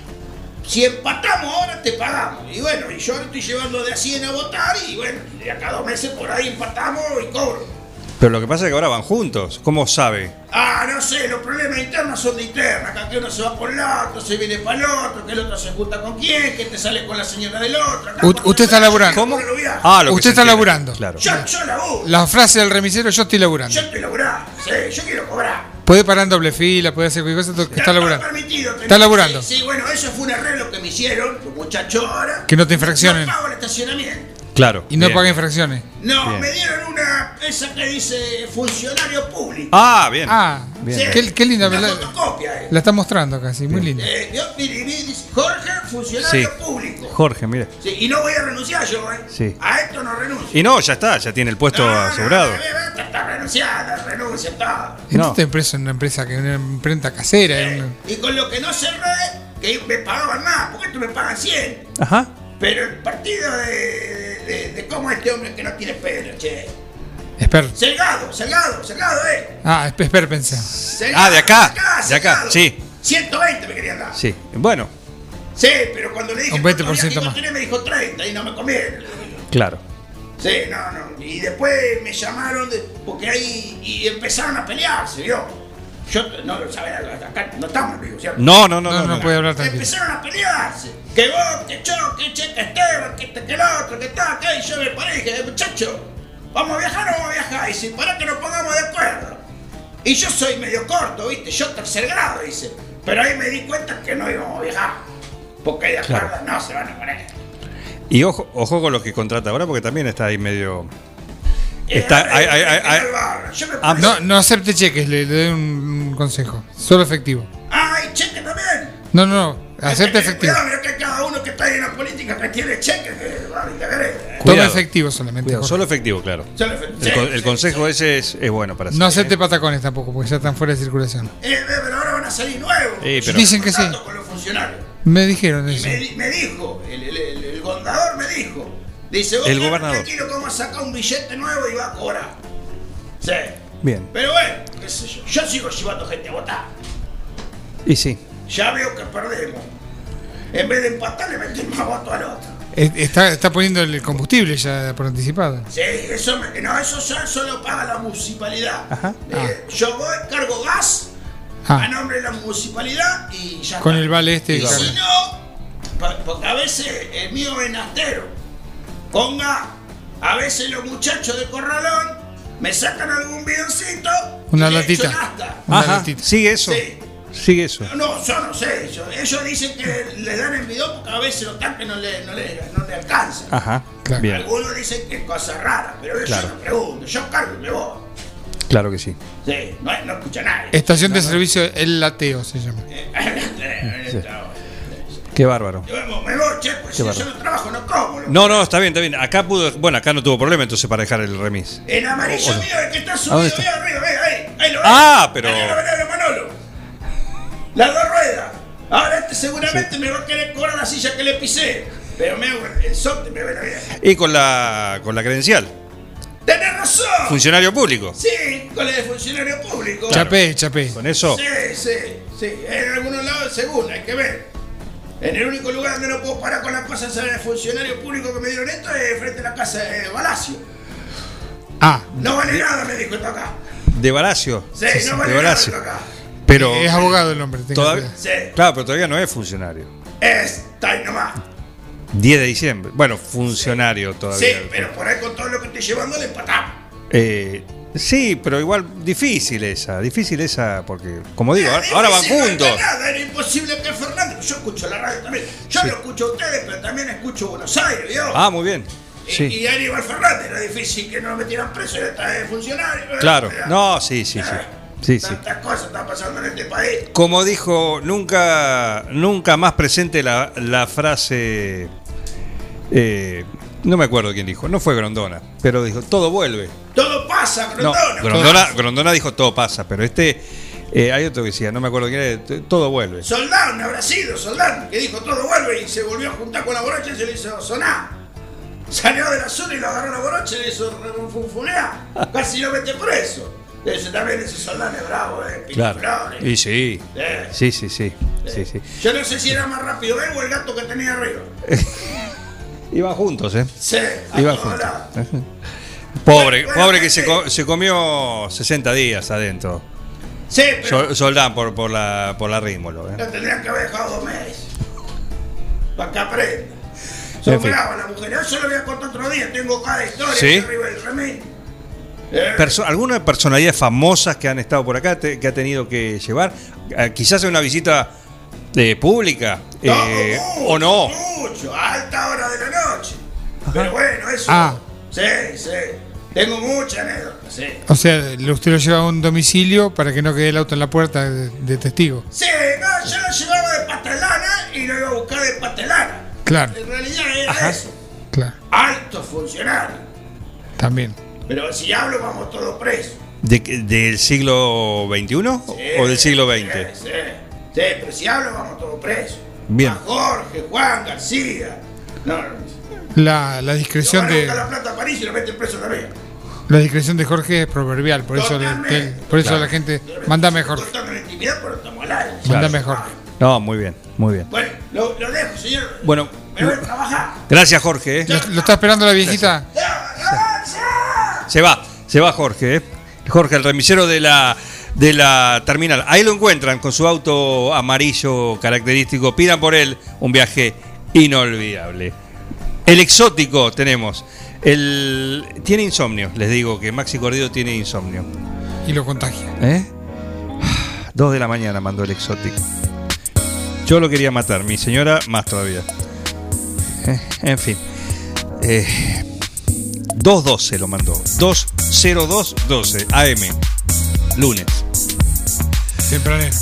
Si empatamos ahora te pagamos. Y bueno, y yo estoy llevando de a cien a votar y bueno, de acá a dos meses por ahí empatamos y cobro. Pero lo que pasa es que ahora van juntos. ¿Cómo sabe? Ah, no sé, los problemas internos son de interna. Acá que uno se va por el otro, se viene para el otro, que el otro se junta con quién, que te sale con la señora del otro. Acá U- cuando usted está se- laburando. ¿Cómo? Lo viaja. Ah, lo que Usted se está entiende. laburando. Claro. Yo, yo laburo. La frase del remisero, yo estoy laburando. Yo estoy laburando. Sí, yo quiero cobrar. Puede parar en doble fila, puede hacer cualquier cosa, está laburando. Permitido, Está laburando. Sí, sí, bueno, eso fue un arreglo que me hicieron, los muchachos ahora. Que no te infraccionen. No pago el estacionamiento. Claro. Y no bien. paga infracciones. No, Bien. me dieron una, esa que dice funcionario público. Ah, bien. Ah, Bien. Sí, qué, qué linda. una La, fotocopia, eh. la está mostrando casi, muy linda. Eh, yo, mire, mire, dice, Jorge, funcionario Sí. público. Jorge, mira. Sí, y no voy a renunciar yo, ¿eh? Sí. A esto no renuncio. Y no, ya está, ya tiene el puesto asegurado. No, no, no, está renunciada, renuncia, está. Esto No. está impreso en una empresa que es una imprenta casera. es una- Y con lo que no cerré, que me pagaban más, porque esto me pagan cien. Ajá. Pero el partido de, de, de, de cómo este hombre que no tiene pelo, che. Esper. Salgado, Salgado, Salgado, eh. Ah, esper, esper pensé. Salgado, Ah, de acá. Salgado, De acá, Salgado. sí. ciento veinte me querían dar. Sí. Bueno, Sí, pero cuando le dije Un veinte por cuánto ciento había más. que tener, me dijo treinta y no me conviene. claro. Sí, no, no. Y después me llamaron de, porque ahí y empezaron a pelearse, ¿vio? Yo no lo sabía, acá no estamos vivos, ¿cierto? No, no, no, No, no. no no. puede hablar tranquilo. Empezaron a pelearse. Que vos, que yo, que che, que Esteban, que este, que el otro, que está acá. Y yo me paré y dije, muchacho, ¿vamos a viajar o vamos a viajar? Y si para que nos pongamos de acuerdo. Y yo soy medio corto, ¿viste? Yo tercer grado, dice. Pero ahí me di cuenta que no íbamos a viajar. Porque de acuerdo Claro. no se van a poner. Y ojo, ojo con los que contrata ahora, porque también está ahí medio. Eh, Está. a ver, Hay, hay, hay, que hay- no barra. Yo me Ah, paré- No, no acepte cheques, le, le doy un, un consejo. Solo efectivo. Ah, ¿y cheque también? No, no, no. Acepte Hay que tener efectivo. Cuidado, mira que cada uno que está ahí en la política que tiene cheque, que va a intervenir. Toma Cuidado. efectivo solamente. Cuidado, Jorge. solo efectivo, claro. Solo efectivo. El, con- Sí, el sí, consejo ese es, es bueno para hacer. No acepte patacones tampoco, porque ya están fuera de circulación. Eh, pero ahora van a salir nuevos. Sí, pero- Dicen que sí. Contacto con los funcionarios. Me dijeron Y eso. me, di- me dijo, el, el, el, el gobernador me dijo. Dice, vos El quedate gobernador. tranquilo que vamos a sacar un billete nuevo y va a cobrar. Sí. Bien. Pero bueno, qué sé yo. Yo sigo llevando gente a votar. Y sí. Ya veo que perdemos. En vez de empatar, le metemos más voto al otro. Eh, Está, está poniendo el combustible ya por anticipado. Sí, eso, me- no, eso ya solo paga la municipalidad. Ajá. Eh, Yo voy, cargo gas Ah. a nombre de la municipalidad y ya Con está. el vale este. Y claro. si no, pa- porque a veces el mío es nastero, con gas, a veces los muchachos de Corralón me sacan algún bidoncito Una y le latita. echo nafta. Una Ajá. latita. Sigue eso. Sí. Sigue eso. No, yo no sé, yo- ellos dicen que le dan el bidón porque a veces los tanques no le, no le, no le alcanzan. Ajá. Claro. Bien. Algunos dicen que es cosa rara, pero yo Claro. no pregunto, yo cargo y me voy. Claro que sí. Sí, no, no escucha nadie. Estación de servicio El Lateo se llama. Qué bárbaro. Yo me voy, che, pues Qué si yo bárbaro. no trabajo, no como. loco. No, no, está bien, está bien. Acá pudo. Bueno, acá no tuvo problema entonces para dejar el remis. El amarillo O- o- mío, el que está ¿A subido, dónde ve está? arriba, ve ahí, ahí lo ves. Ah, pero- Ahí lo ves, ahí lo ves, Manolo. Las dos ruedas. Ahora este seguramente me va a querer cobrar la silla que le pisé. Pero me hago el, el sote, me ve la vida. Y con la con la credencial. ¡Tenés razón! Funcionario público. Sí, con el de funcionario público. Chapé, chapé. Con eso. Sí, sí, sí. En algunos lados, según, hay que ver. En el único lugar donde no puedo parar con las cosas de funcionario público que me dieron esto es frente a la casa de Palacio. Ah, No vale nada, me dijo esto acá. De Balacio. Sí, no de vale nada Balacio. esto acá. Pero. es abogado el hombre. tenga Todavía, cuidado. Sí. claro, pero todavía no es funcionario. Está ahí nomás. diez de diciembre. Bueno, funcionario Sí, todavía. pero por ahí con todo lo que estoy llevando le empatamos. Eh, Sí, pero igual difícil esa, difícil esa, porque, como digo, ahora, ahora van juntos. No, nada, era imposible que Fernández. Yo escucho la radio también. Yo Sí. lo escucho a ustedes, pero también escucho Buenos Aires, ¿vio? Ah, muy bien. Y, Sí. y Aníbal Fernández, era difícil que no lo metieran preso, ya está de funcionario. Claro, Era- no, sí, sí, sí. Sí, sí. Tantas cosas están pasando en este país. Como dijo, nunca, nunca más presente la, la frase. eh, no me acuerdo quién dijo, no fue Grondona, pero dijo, todo vuelve. Todo pasa, No, Grondona. Grondona, Grondona dijo, todo pasa, pero este. eh, hay otro que decía, no me acuerdo quién era, t- todo vuelve. Soldán habrá sido, Soldán, que dijo todo vuelve y se volvió a juntar con la borocha y se le hizo sonar. Salió de la zona y lo agarró la borocha y le hizo funfunear. Casi lo mete preso. Ese también, ese Soldán es bravo, eh. Claro. Picaflores. Y sí. Eh. Sí, sí, sí. sí, sí. Yo no sé si era más rápido él o el gato que tenía arriba. Iban juntos, ¿eh? Sí, a Iban todos juntos. lados. Pobre, Bueno, pobre que gente. se, co- se comió sesenta días adentro. Sí, pero Sol- Soldán por, por la por la rímolo, ¿eh? lo tendrían que haber dejado dos meses. Para que aprenda. Son En fin. bravas las mujeres. Eso lo voy a contar otro día. Tengo cada historia ¿Sí? aquí arriba del remén. Eh, Perso- ¿Algunas personalidades famosas que han estado por acá te- que ha tenido que llevar? Eh, quizás en una visita eh, pública eh, o no. Mucho, a alta hora de la noche. Pero bueno, eso. Ah. Sí, sí. Tengo muchas anécdotas, sí. O sea, lo- usted lo lleva a un domicilio para que no quede el auto en la puerta de, de testigo. Sí, no, yo lo llevaba de pastelana y lo iba a buscar de pastelana. Claro, En realidad era Ajá. eso. claro, Alto funcionario. también. Pero si hablo, vamos todos presos. ¿De, ¿Del siglo veintiuno Sí, o del siglo veinte? Sí, sí. Sí, pero si hablo, vamos todos presos. Bien. A Jorge, Juan, García. No, no. La, la Lo discreción van a de buscar la plata a París y lo meten preso también. la discreción de Jorge es proverbial, por eso le- Totalmente. que- por eso Claro. la gente manda mejor, Contando la intimidad, pero estamos al aire. manda mejor. No, muy bien, muy bien. Bueno, lo, lo dejo, señor. Bueno, Me voy a trabajar. gracias Jorge. ¿eh? ¿Lo, lo está esperando la viejita? Se va, se va Jorge. ¿eh? Jorge, el remisero de la, de la terminal. Ahí lo encuentran con su auto amarillo característico. Pidan por él un viaje inolvidable. El exótico tenemos. El, tiene insomnio, les digo que Maxi Cordido tiene insomnio. Y lo contagia. ¿Eh? Dos de la mañana mandó el exótico. Yo lo quería matar, mi señora más todavía. Eh, en fin. Eh, dos doce lo mandó. dos cero dos doce A M. Lunes. Tempranero.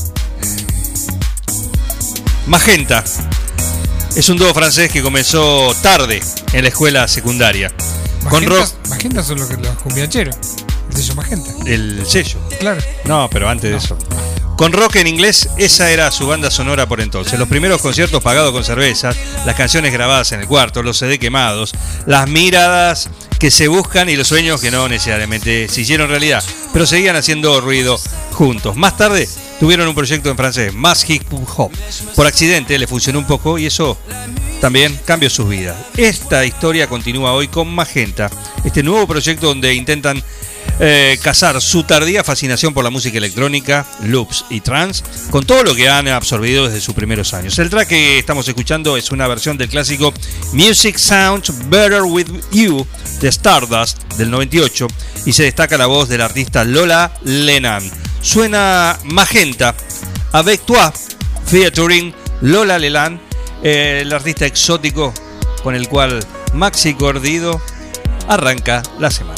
Magenta. Es un dúo francés que comenzó tarde en la escuela secundaria. Con rock. Magentas, magentas son los, que- los cumbiacheros. El sello magenta. El sello. Claro. No, pero antes de eso. Con rock en inglés, esa era su banda sonora por entonces. Los primeros conciertos pagados con cervezas, las canciones grabadas en el cuarto, los C D quemados, las miradas que se buscan y los sueños que no necesariamente se hicieron realidad, pero seguían haciendo ruido juntos. Más tarde tuvieron un proyecto en francés, más hip hop. Por accidente le funcionó un poco y eso también cambió sus vidas. Esta historia continúa hoy con Magenta, este nuevo proyecto donde intentan Eh, casar su tardía fascinación por la música electrónica, loops y trance con todo lo que han absorbido desde sus primeros años. El track que estamos escuchando es una versión del clásico Music Sounds Better With You de Stardust del noventa y ocho y se destaca la voz del artista Lola Lennon. Suena Magenta avec toi featuring Lola Lennon, eh, el artista exótico con el cual Maxi Cordido arranca la semana.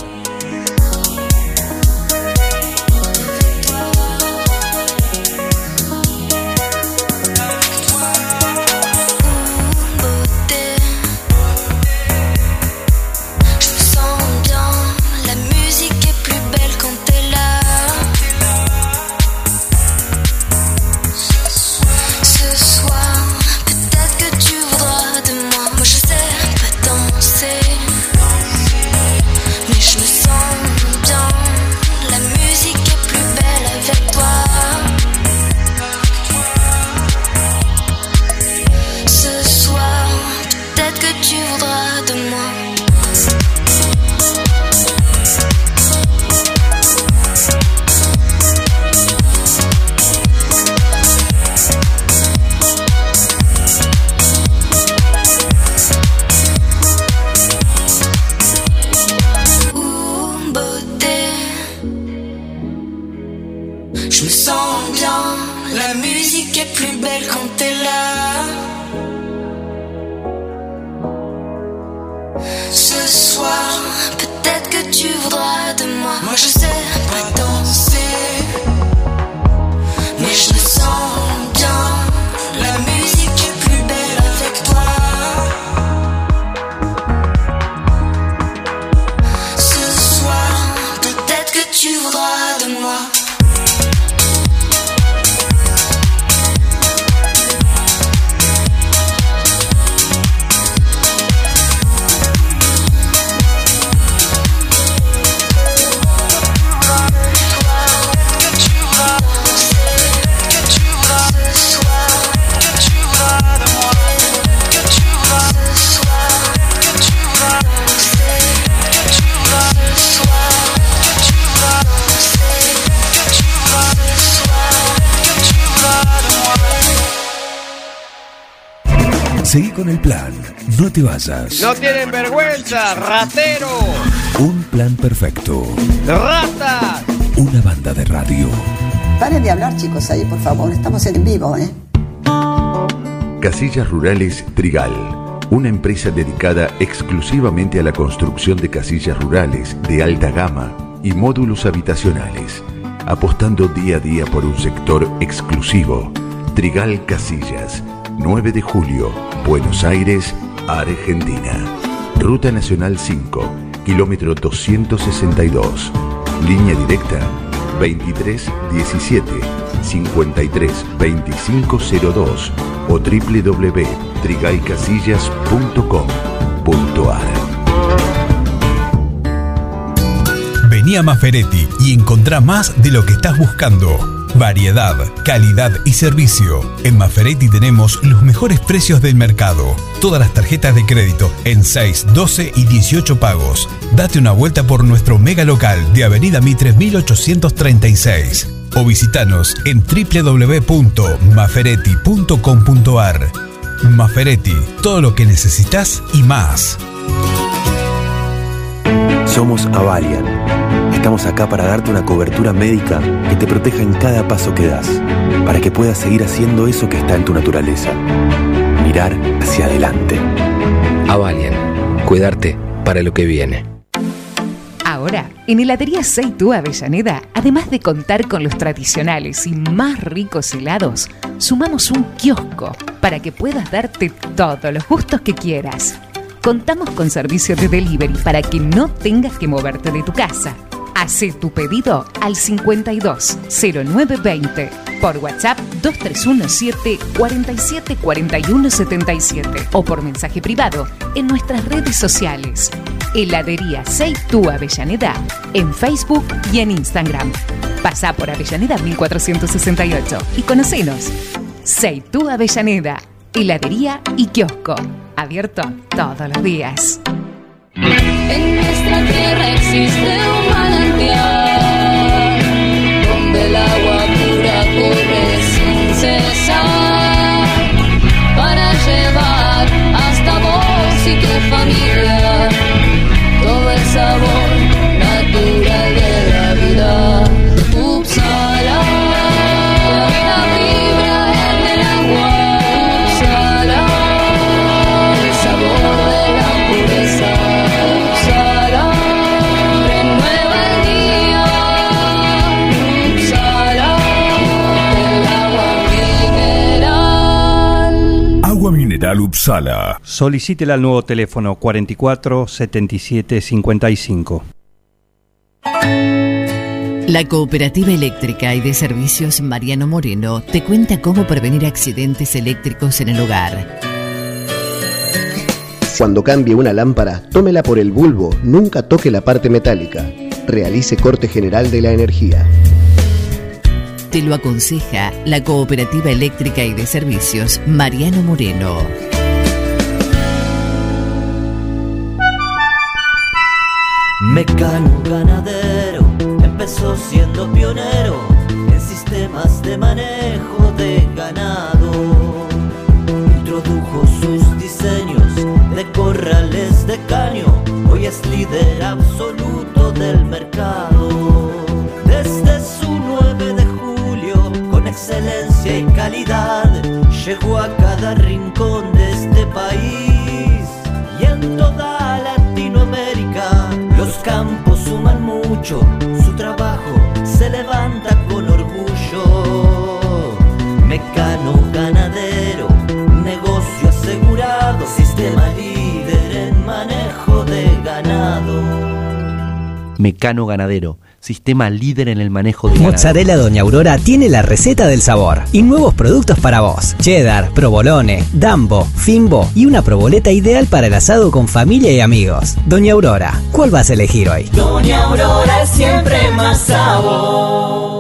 Mais je musique est plus belle quand t'es là. Ce soir, peut-être que tu voudras de moi. Moi je sais pas danser, mais je me sens bien. La musique est plus belle avec toi. Ce soir, peut-être que tu voudras de moi. Seguí con el plan, no te vayas. No tienen vergüenza, ratero. Un plan perfecto. Rata. Una banda de radio. Paren de hablar, chicos, ahí, por favor. Estamos en vivo, ¿eh? Casillas Rurales Trigal, una empresa dedicada exclusivamente a la construcción de casillas rurales de alta gama y módulos habitacionales, apostando día a día por un sector exclusivo. Trigal Casillas, nueve de julio, Buenos Aires, Argentina. Ruta Nacional cinco, kilómetro doscientos sesenta y dos. Línea directa veintitrés diecisiete cincuenta y tres veinticinco cero dos o doble u doble u doble u punto trigal casillas punto com punto a r. Vení a Maferetti y encontrá más de lo que estás buscando. Variedad, calidad y servicio. En Maferetti tenemos los mejores precios del mercado. Todas las tarjetas de crédito en seis, doce y dieciocho pagos. Date una vuelta por nuestro mega local de Avenida Mitre mil ochocientos treinta y seis o visitanos en doble u doble u doble u punto maferetti punto com punto a r. Maferetti, todo lo que necesitas y más. Somos Avalian. Estamos acá para darte una cobertura médica que te proteja en cada paso que das, para que puedas seguir haciendo eso que está en tu naturaleza. Mirar hacia adelante. Avalian, cuidarte para lo que viene. Ahora, en Heladería Seitú Avellaneda, además de contar con los tradicionales y más ricos helados, sumamos un kiosco para que puedas darte todos los gustos que quieras. Contamos con servicio de delivery para que no tengas que moverte de tu casa. Hacé tu pedido al cincuenta y dos cero nueve veinte, por WhatsApp dos tres uno siete cuatro siete cuatro uno siete siete o por mensaje privado en nuestras redes sociales. Heladería Seitú Avellaneda en Facebook y en Instagram. Pasá por Avellaneda mil cuatrocientos sesenta y ocho y conocenos. Seitú Avellaneda, heladería y kiosco, abierto todos los días. En nuestra tierra existe un manantial donde el agua pura corre sin cesar para llevar hasta vos y tu familia todo el sabor natural de la vida. Upsala, la vibra en el agua. Upsala, el sabor de la pureza. Upsala, renueva el día. Upsala, el agua mineral. Agua mineral Upsala. Solicítela al nuevo teléfono cuarenta y cuatro setenta y siete cincuenta y cinco. La Cooperativa Eléctrica y de Servicios Mariano Moreno te cuenta cómo prevenir accidentes eléctricos en el hogar. Cuando cambie una lámpara, tómela por el bulbo, nunca toque la parte metálica. Realice corte general de la energía. Te lo aconseja la Cooperativa Eléctrica y de Servicios Mariano Moreno. Mecano ganadero, empezó siendo pionero en sistemas de manejo de ganado. Introdujo sus diseños de corrales de caño, hoy es líder absoluto del mercado. Desde su nueve de julio, con excelencia y calidad, mucho su trabajo, se levanta con orgullo. Mecano ganadero, negocio asegurado, sistema líder en manejo de ganado. Mecano Ganadero, sistema líder en el manejo de ganado. Mozzarella Doña Aurora tiene la receta del sabor y nuevos productos para vos. Cheddar, provolone, dambo, fimbo y una proboleta ideal para el asado con familia y amigos. Doña Aurora, ¿cuál vas a elegir hoy? Doña Aurora es siempre más sabor.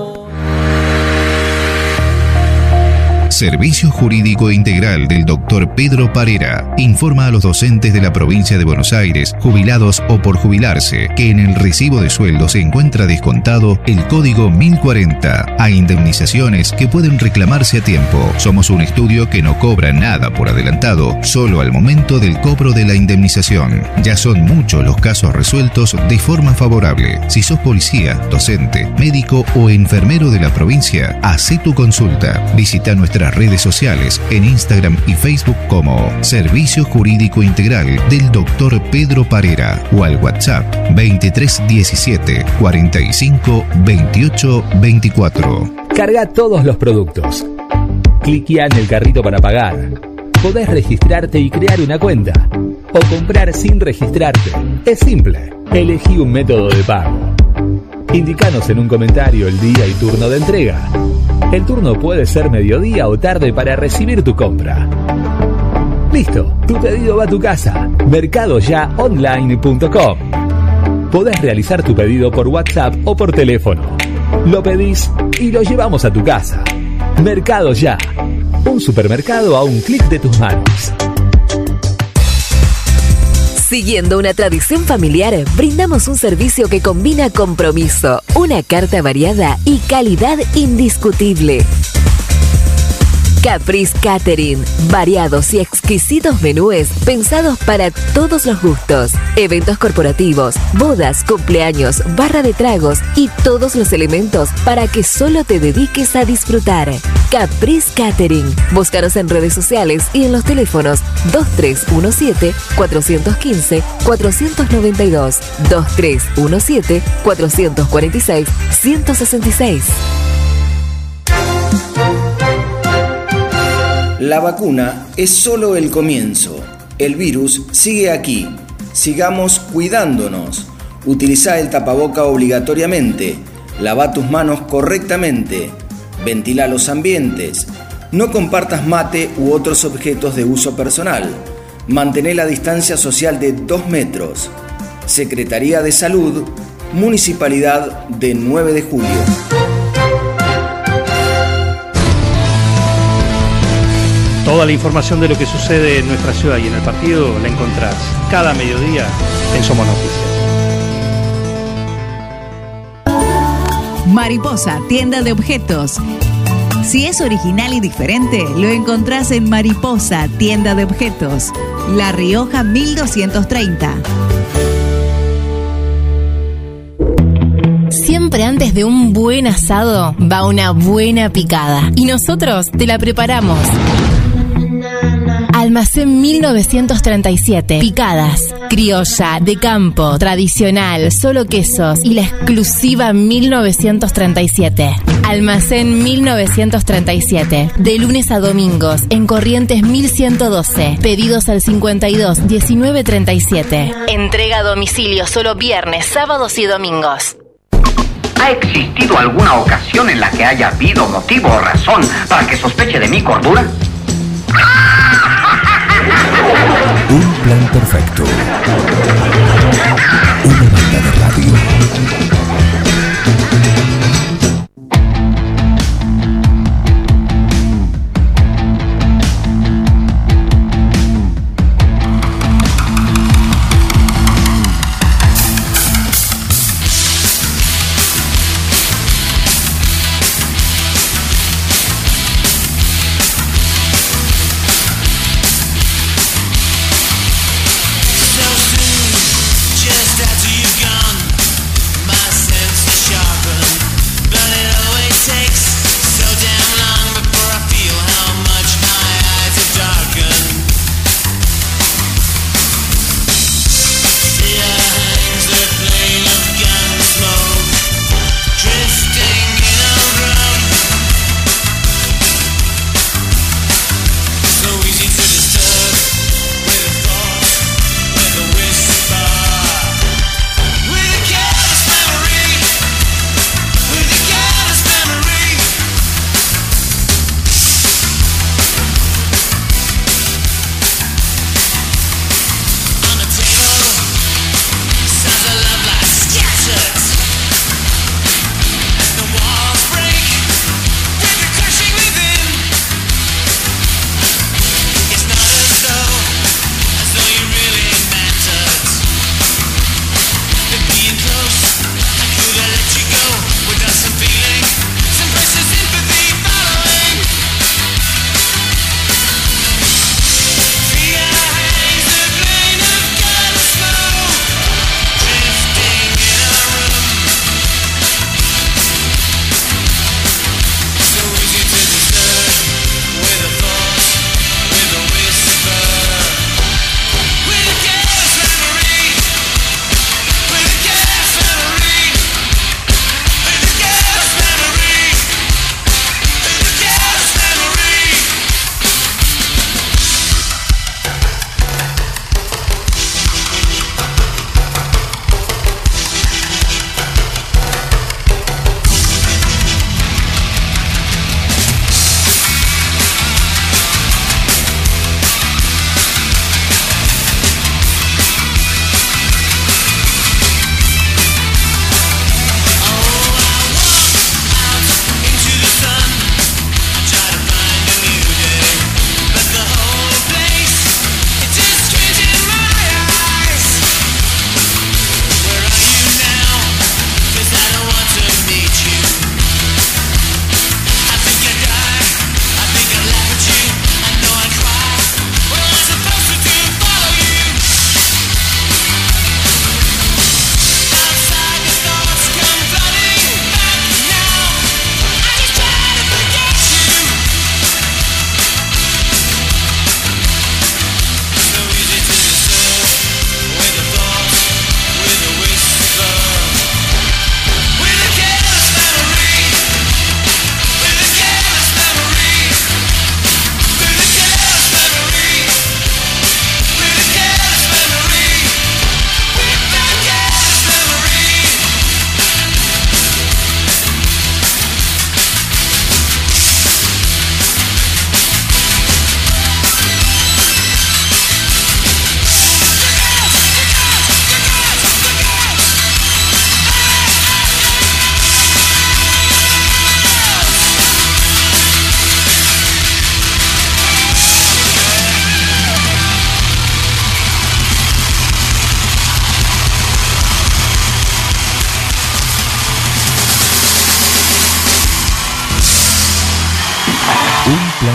Servicio Jurídico Integral del doctor Pedro Parera informa a los docentes de la provincia de Buenos Aires, jubilados o por jubilarse, que en el recibo de sueldo se encuentra descontado el código mil cuarenta a indemnizaciones que pueden reclamarse a tiempo. Somos un estudio que no cobra nada por adelantado, solo al momento del cobro de la indemnización. Ya son muchos los casos resueltos de forma favorable. Si sos policía, docente, médico o enfermero de la provincia, hacé tu consulta. Visita nuestra redes sociales en Instagram y Facebook como Servicio Jurídico Integral del doctor Pedro Parera o al WhatsApp veintitrés diecisiete cuarenta y cinco veintiocho veinticuatro. Carga todos los productos. Cliquea en el carrito para pagar. Podés registrarte y crear una cuenta. O comprar sin registrarte. Es simple. Elegí un método de pago. Indícanos en un comentario el día y turno de entrega. El turno puede ser mediodía o tarde para recibir tu compra. Listo, tu pedido va a tu casa. mercado ya online punto com. Podés realizar tu pedido por WhatsApp o por teléfono. Lo pedís y lo llevamos a tu casa. Mercado Ya. Un supermercado a un clic de tus manos. Siguiendo una tradición familiar, brindamos un servicio que combina compromiso, una carta variada y calidad indiscutible. Caprice Catering, variados y exquisitos menúes pensados para todos los gustos. Eventos corporativos, bodas, cumpleaños, barra de tragos y todos los elementos para que solo te dediques a disfrutar. Caprice Catering. Búscanos en redes sociales y en los teléfonos dos tres uno siete, cuatro uno cinco, cuatro nueve dos, dos tres uno siete, cuatro cuatro seis, uno seis seis. La vacuna es solo el comienzo. El virus sigue aquí. Sigamos cuidándonos. Utiliza el tapaboca obligatoriamente. Lava tus manos correctamente. Ventila los ambientes. No compartas mate u otros objetos de uso personal. Mantén la distancia social de dos metros. Secretaría de Salud, Municipalidad de nueve de julio. Toda la información de lo que sucede en nuestra ciudad y en el partido la encontrás cada mediodía en Somos Noticias. Mariposa, tienda de objetos. Si es original y diferente, lo encontrás en Mariposa, tienda de objetos. La Rioja mil doscientos treinta. Siempre antes de un buen asado va una buena picada. Y nosotros te la preparamos. Almacén mil novecientos treinta y siete. Picadas, criolla, de campo, tradicional, solo quesos y la exclusiva mil novecientos treinta y siete. Almacén mil novecientos treinta y siete. De lunes a domingos en Corrientes mil ciento doce. Pedidos al cincuenta y dos, diecinueve treinta y siete. Entrega a domicilio solo viernes, sábados y domingos. ¿Ha existido alguna ocasión en la que haya habido motivo o razón para que sospeche de mi cordura? Un plan perfecto. Una banda de radio. Just after you've gone, my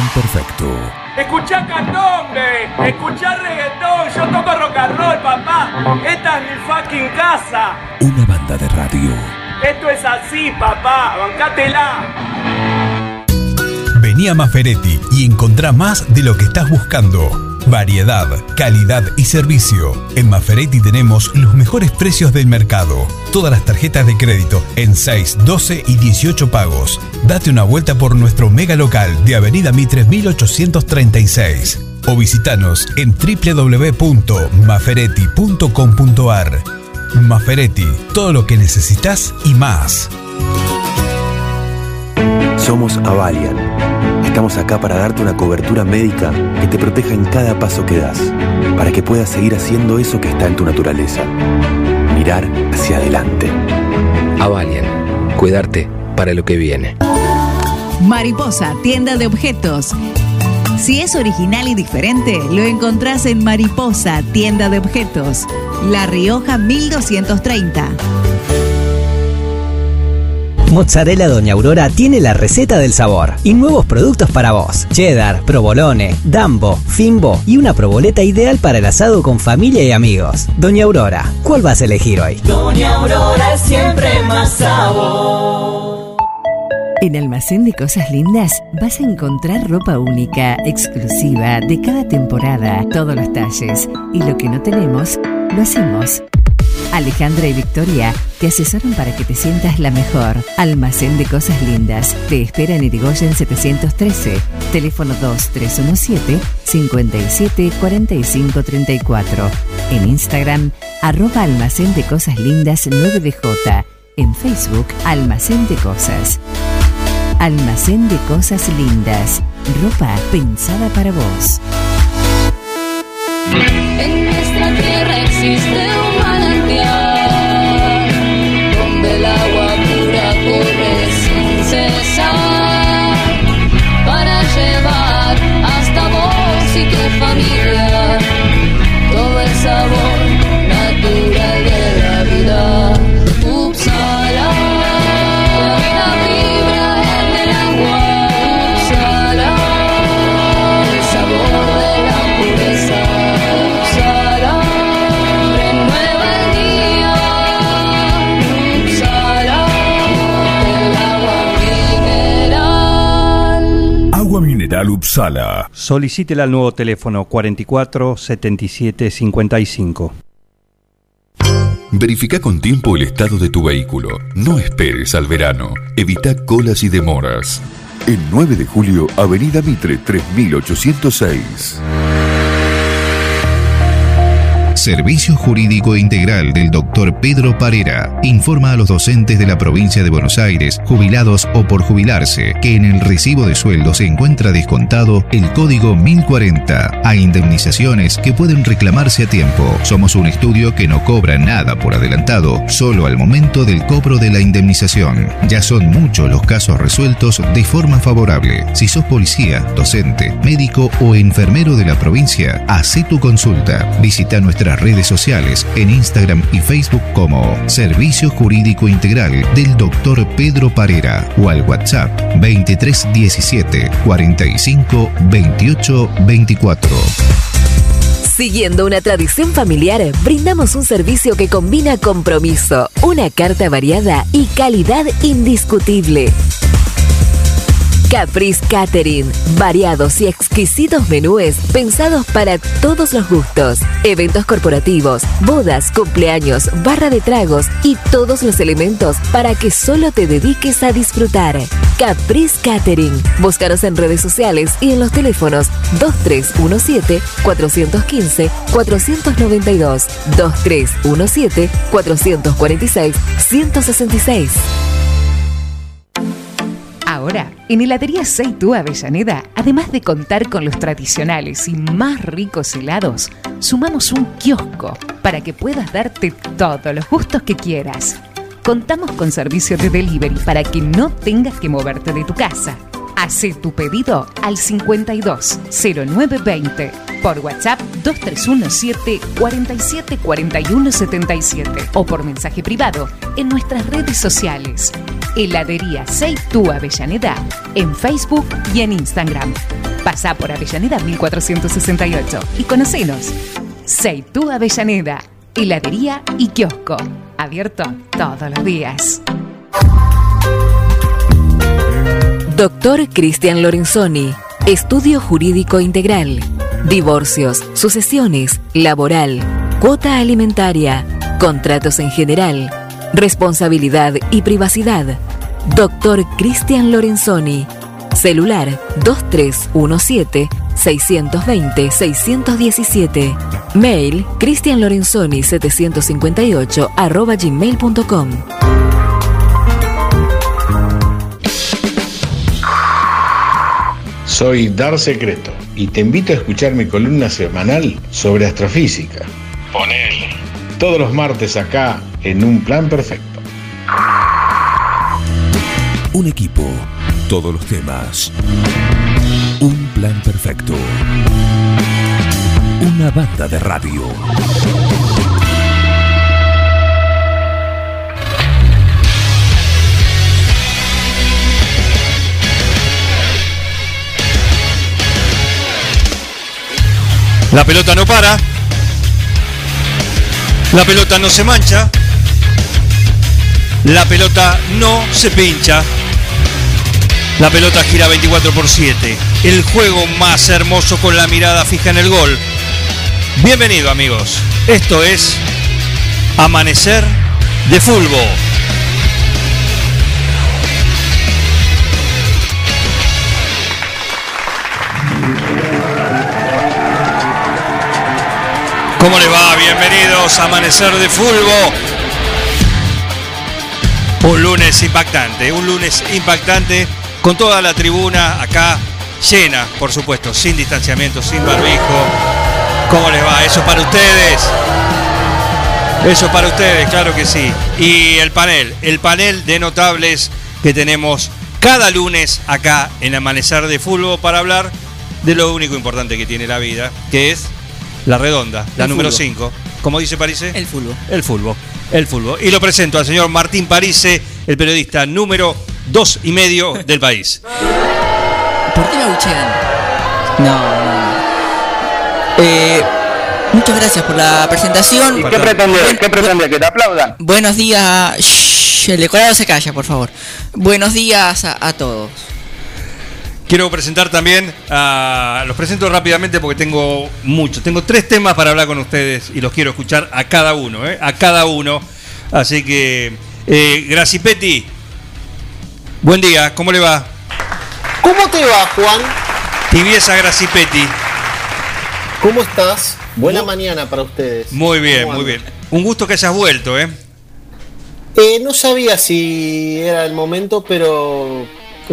perfecto. Escuchá candombe, escuchá reggaetón, yo toco rock and roll, papá. Esta es mi fucking casa. Una banda de radio. Esto es así, papá, bancátela. Vení a Maferetti y encontrá más de lo que estás buscando. Variedad, calidad y servicio. En Maferetti tenemos los mejores precios del mercado. Todas las tarjetas de crédito en seis, doce y dieciocho pagos. Date una vuelta por nuestro mega local de Avenida Mitre mil ochocientos treinta y seis o visitanos en doble u doble u doble u punto maferetti punto com punto a r. Maferetti, todo lo que necesitas y más. Somos Avalian. Estamos acá para darte una cobertura médica que te proteja en cada paso que das, para que puedas seguir haciendo eso que está en tu naturaleza. Mirar hacia adelante. Avalian, cuidarte para lo que viene. Mariposa, tienda de objetos. Si es original y diferente, lo encontrás en Mariposa, tienda de objetos. La Rioja mil doscientos treinta. Mozzarella Doña Aurora tiene la receta del sabor y nuevos productos para vos. Cheddar, provolone, dambo, fimbo y una proboleta ideal para el asado con familia y amigos. Doña Aurora, ¿cuál vas a elegir hoy? Doña Aurora es siempre más sabor. En Almacén de Cosas Lindas vas a encontrar ropa única, exclusiva, de cada temporada, todos los talles. Y lo que no tenemos, lo hacemos. Alejandra y Victoria te asesoran para que te sientas la mejor. Almacén de Cosas Lindas. Te espera en Irigoyen setecientos trece. Teléfono dos tres uno siete, cinco siete, cuatro cinco tres cuatro. En Instagram, arroba Almacén de Cosas Lindas nueve D J. En Facebook, Almacén de Cosas. Almacén de Cosas Lindas. Ropa pensada para vos. En nuestra tierra existe un manantial donde el agua pura corre sin cesar para llevar hasta vos y tu familia todo el sabor natural de la vida. Upsala, la vibra del agua. Upsala, el sabor de la pureza. Agua mineral Upsala. Solicítela al nuevo teléfono cuarenta y cuatro, setenta y siete, cincuenta y cinco. Verifica con tiempo el estado de tu vehículo. No esperes al verano. Evita colas y demoras. El nueve de julio, Avenida Mitre tres mil ochocientos seis. Servicio Jurídico Integral del doctor Pedro Parera informa a los docentes de la provincia de Buenos Aires, jubilados o por jubilarse, que en el recibo de sueldo se encuentra descontado el código mil cuarenta a indemnizaciones que pueden reclamarse a tiempo. Somos un estudio que no cobra nada por adelantado, solo al momento del cobro de la indemnización. Ya son muchos los casos resueltos de forma favorable. Si sos policía, docente, médico o enfermero de la provincia, hacé tu consulta. Visita nuestra redes sociales en Instagram y Facebook como Servicio Jurídico Integral del doctor Pedro Parera o al WhatsApp veintitrés diecisiete cuarenta y cinco veintiocho veinticuatro. Siguiendo una tradición familiar, brindamos un servicio que combina compromiso, una carta variada y calidad indiscutible. Caprice Catering, variados y exquisitos menúes pensados para todos los gustos. Eventos corporativos, bodas, cumpleaños, barra de tragos y todos los elementos para que solo te dediques a disfrutar. Caprice Catering. Búscanos en redes sociales y en los teléfonos dos tres uno siete, cuatro uno cinco, cuatro nueve dos, dos tres uno siete, cuatro cuatro seis, uno seis seis. Ahora, en Heladería Seitu Avellaneda, además de contar con los tradicionales y más ricos helados, sumamos un kiosco para que puedas darte todos los gustos que quieras. Contamos con servicio de delivery para que no tengas que moverte de tu casa. Hacé tu pedido al cincuenta y dos, cero nueve veinte, por WhatsApp dos tres uno siete, cuatro siete cuatro uno siete siete o por mensaje privado en nuestras redes sociales. Heladería Seitu Avellaneda en Facebook y en Instagram. Pasá por Avellaneda mil cuatrocientos sesenta y ocho y conocenos. Seitú Avellaneda, heladería y kiosco. Abierto todos los días. Doctor Cristian Lorenzoni, Estudio Jurídico Integral. Divorcios, sucesiones, laboral, cuota alimentaria, contratos en general, responsabilidad y privacidad. Doctor Cristian Lorenzoni. Celular dos tres uno siete, seis dos cero, seis uno siete. Mail cristianlorenzoni setecientos cincuenta y ocho arroba gmail punto com. Soy Dar Secreto y te invito a escuchar mi columna semanal sobre astrofísica. Ponele. Todos los martes acá en Un Plan Perfecto. Un equipo, todos los temas. Un plan perfecto. Una banda de radio. La pelota no para. La pelota no se mancha. La pelota no se pincha. La pelota gira veinticuatro por siete. El juego más hermoso con la mirada fija en el gol. Bienvenido, amigos. Esto es Amanecer de Fútbol. ¿Cómo le va? Bienvenidos a Amanecer de Fútbol. Un lunes impactante, un lunes impactante con toda la tribuna acá llena, por supuesto, sin distanciamiento, sin barbijo. ¿Cómo les va? Eso para ustedes. Eso para ustedes, claro que sí. Y el panel, el panel de notables que tenemos cada lunes acá en Amanecer de Fútbol para hablar de lo único importante que tiene la vida, que es la redonda, la el número cinco. ¿Cómo dice Parise? El fútbol. El fútbol. El fútbol. Y lo presento al señor Martín Parise, el periodista número dos y medio del país. ¿Por qué me abuchean? No, no. Eh, muchas gracias por la presentación. ¿Y qué pretende? Buen, ¿Qué pretende? ¿Que te aplaudan? Buenos días. Shh, el decorado se calla, por favor. Buenos días a, a todos. Quiero presentar también, a, los presento rápidamente porque tengo mucho. Tengo tres temas para hablar con ustedes y los quiero escuchar a cada uno, ¿eh? A cada uno. Así que, eh, Gracipetti, buen día, ¿cómo le va? ¿Cómo te va, Juan? Tibiesa Gracipetti. ¿Cómo estás? Buena muy, mañana para ustedes. Muy bien, muy bien. Un gusto que hayas vuelto, ¿eh? Eh, no sabía si era el momento, pero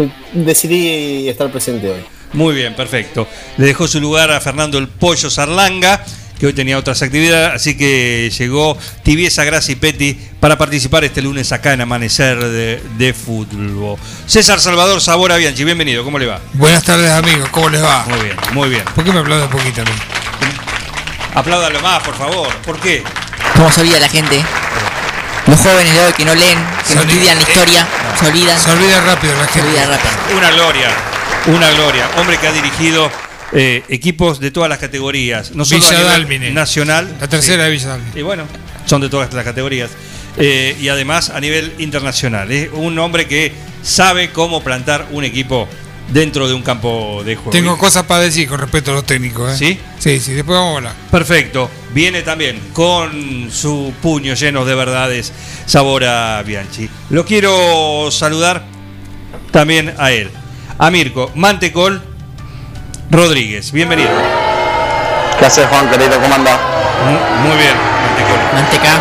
decidí estar presente hoy. Muy bien, perfecto. Le dejó su lugar a Fernando el Pollo Sarlanga, que hoy tenía otras actividades, así que llegó Tibiesa Gracipetti para participar este lunes acá en Amanecer de, de Fútbol. César Salvador Sabora Bianchi, bienvenido, ¿cómo le va? Buenas tardes, amigos, ¿cómo les va? Muy bien, muy bien. ¿Por qué me aplaude un poquito a mí? Apláudalo más, por favor. ¿Por qué? ¿Cómo se olvida la gente? Los jóvenes de hoy que no leen, que no estudian la historia, eh, se olvidan. Se olvida rápido la gente. Se olvida rápido. Una gloria, una gloria. Hombre que ha dirigido eh, equipos de todas las categorías. No solo Villa a nivel Dálmine. nacional. La tercera sí. de Villa Dálmine. Y bueno, son de todas las categorías. Eh, y además a nivel internacional. Es un hombre que sabe cómo plantar un equipo dentro de un campo de juego. Tengo cosas para decir con respecto a los técnicos, ¿eh? ¿Sí? Sí, sí, después vamos a hablar. Perfecto. Viene también con su puño lleno de verdades Sabora Bianchi. Lo quiero saludar también a él, a Mirko Mantecol Rodríguez. Bienvenido. ¿Qué haces, Juan, querido? ¿Cómo andás? Muy bien, Mantecol. Manteca.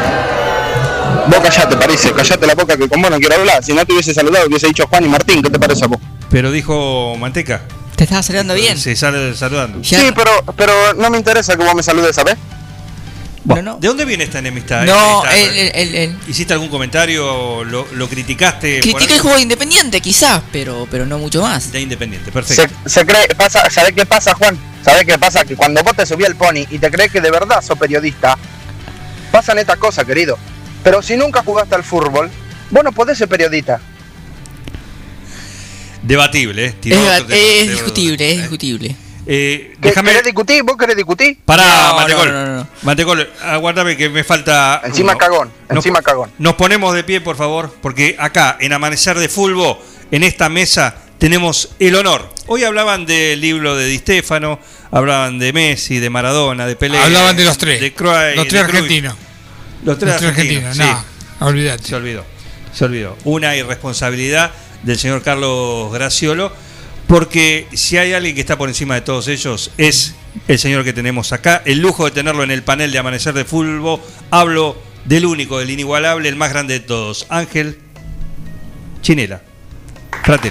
Vos callate, parece, callate la boca que con vos no quiero hablar. Si no te hubiese saludado, hubiese dicho Juan y Martín. ¿Qué te parece a vos? Pero dijo Manteca. Te estaba saludando bien. Se sale saludando. Ya. Sí, pero, pero no me interesa que vos me saludes, ¿sabés? No, no. ¿De dónde viene esta enemistad? No, esta, él, él, él, él. ¿Hiciste algún comentario? ¿Lo, lo criticaste? Critiqué el juego de Independiente, quizás, pero, pero no mucho más. De Independiente, perfecto. Se, se cree, pasa, ¿sabés qué pasa, Juan? ¿Sabés qué pasa? Que cuando vos te subí al pony y te crees que de verdad sos periodista, pasan estas cosas, querido. Pero si nunca jugaste al fútbol, vos no podés ser periodista. Debatible, ¿eh? Es, Tiró deba- otro tema, es tiró discutible, es otro, ¿eh? discutible. Eh, ¿Qué- déjame. ¿Querés discutir? ¿Vos querés discutir? Pará, No, Mantecol. no, no, no. Mantecol, aguárdame que me falta. Encima uno. cagón, Nos- encima cagón. Nos ponemos de pie, por favor, porque acá, en Amanecer de Fulbo, en esta mesa, tenemos el honor. Hoy hablaban del libro de Di Stéfano, hablaban de Messi, de Maradona, de Pelé. Hablaban de los tres. De Cruyff, Los tres de Cruyff. argentinos. Los tres Los tres argentinos, argentinos, sí. no, olvídate. Se olvidó, se olvidó. Una irresponsabilidad del señor Carlos Graciolo, porque si hay alguien que está por encima de todos ellos, es el señor que tenemos acá. El lujo de tenerlo en el panel de Amanecer de Fulbo. Hablo del único, del inigualable, el más grande de todos, Ángel Chinela. Fratelli.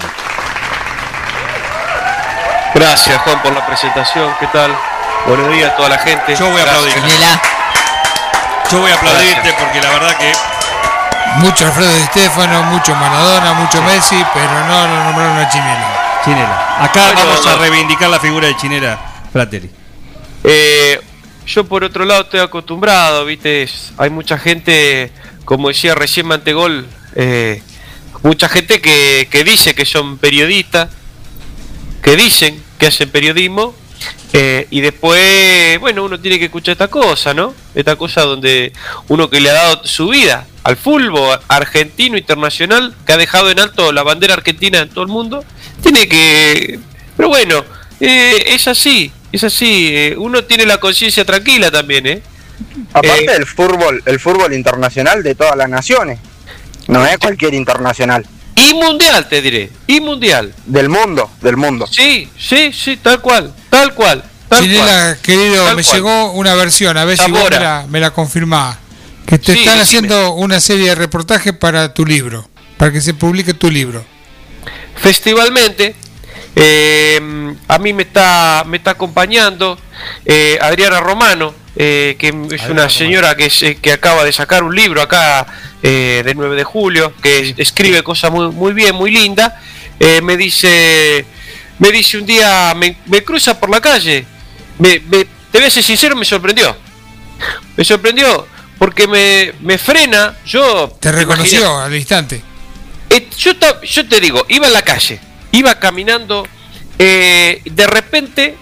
Gracias, Juan, por la presentación. ¿Qué tal? Buenos días a toda la gente. Yo voy a aplaudir. Chinela. Yo voy a aplaudirte porque la verdad que Mucho Alfredo Di Stéfano, mucho Maradona, mucho Messi, pero no lo nombraron a Chinela. Chinela. Acá Bueno, vamos a no. reivindicar la figura de Chinela, Fratelli. Eh, yo por otro lado estoy acostumbrado, viste, es- hay mucha gente, como decía recién Mantegol, eh, mucha gente que, que dice que son periodistas, que dicen que hacen periodismo, eh, y después, bueno, uno tiene que escuchar esta cosa, ¿no? Esta cosa donde uno que le ha dado su vida al fútbol argentino internacional, que ha dejado en alto la bandera argentina en todo el mundo, tiene que... Pero bueno, eh, es así, es así, eh, uno tiene la conciencia tranquila también, ¿eh? Aparte Eh, del fútbol, el fútbol internacional de todas las naciones. No es cualquier internacional. Y mundial, te diré, y mundial. Del mundo, del mundo. Sí, sí, sí, tal cual, tal cual. Tal Chinela, cual. querido, Tal me cual. llegó una versión, a ver si vos me Zamora. la, me la confirmás. Que te Sí, están decime. haciendo una serie de reportajes para tu libro, para que se publique tu libro. Festivalmente, eh, a mí me está, me está acompañando eh, Adriana Romano, eh, que es una señora que, se- que acaba de sacar un libro acá eh, del nueve de julio, que escribe cosas muy, muy bien, muy lindas. Eh, me dice, me dice un día, me, me cruza por la calle, me, me- te voy a ser sincero, me sorprendió. Me sorprendió porque me, me frena, yo... Te reconoció imaginé- al instante. eh, yo, ta- yo te digo, iba en la calle, iba caminando, eh, de repente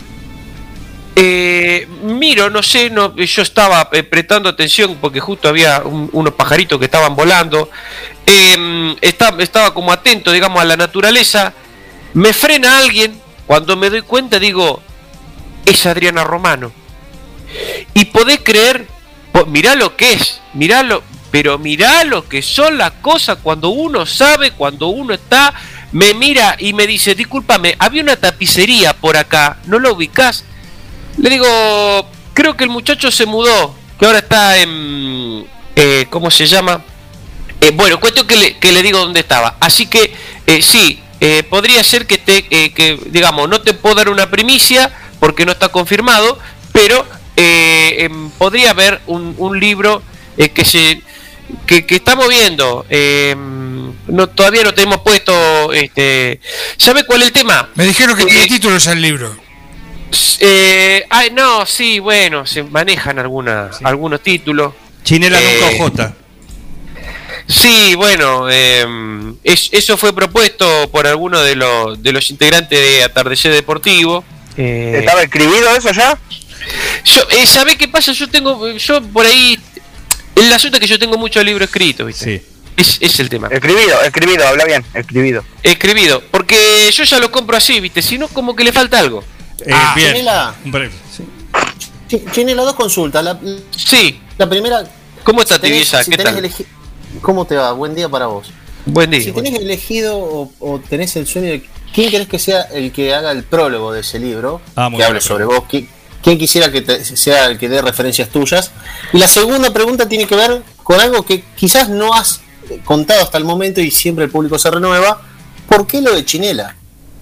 eh, miro, no sé, no, yo estaba eh, prestando atención porque justo había un- unos pajaritos que estaban volando, eh, esta- estaba como atento, digamos, a la naturaleza, me frena alguien, cuando me doy cuenta digo, es Adriana Romano. Y podés creer, po- mirá lo que es, mirá lo, pero mirá lo que son las cosas cuando uno sabe, cuando uno está, me mira y me dice, discúlpame, había una tapicería por acá, ¿no lo ubicás? Le digo, creo que el muchacho se mudó, que ahora está en, eh, ¿cómo se llama? Eh, bueno, cuento que le, que le digo dónde estaba. Así que, eh, sí, eh, podría ser que te, eh, que, digamos, no te puedo dar una primicia porque no está confirmado, pero eh, em, podría haber un, un libro eh, que se que, que estamos viendo. Eh, no, todavía no tenemos puesto. Este, ¿sabe cuál es el tema? Me dijeron que tiene Eh, título ya el libro. eh, ay, no, sí, bueno, se manejan algunas, algunos títulos. Chinela Eh, nunca ojota. Sí, bueno, eh, es- eso fue propuesto por alguno de los, de los integrantes de Atardecer Deportivo. Eh, ¿Estaba escribido eso ya? yo, eh, ¿Sabe qué pasa? Yo tengo, yo por ahí, el asunto es que yo tengo muchos libros escritos, ¿viste? Sí. Es, es el tema. Escribido, escribido, habla bien, escribido. Escribido, porque yo ya lo compro así, ¿viste? Si no, como que le falta algo. Eh, Ah, bien. Chinela. Un breve, sí. Chi- Chinela, dos consultas. La, Sí. la primera. ¿Cómo está, tenés- Tibieza? si ¿Qué tenés tal? elegi- ¿Cómo te va? Buen día para vos. Buen día. Si buen tenés día. elegido o, o tenés el sueño de quién querés que sea el que haga el prólogo de ese libro, Ah, muy que hable buena sobre vos, ¿quién, quién quisiera que te- sea el que dé referencias tuyas? Y la segunda pregunta tiene que ver con algo que quizás no has contado hasta el momento y siempre el público se renueva. ¿Por qué lo de Chinela?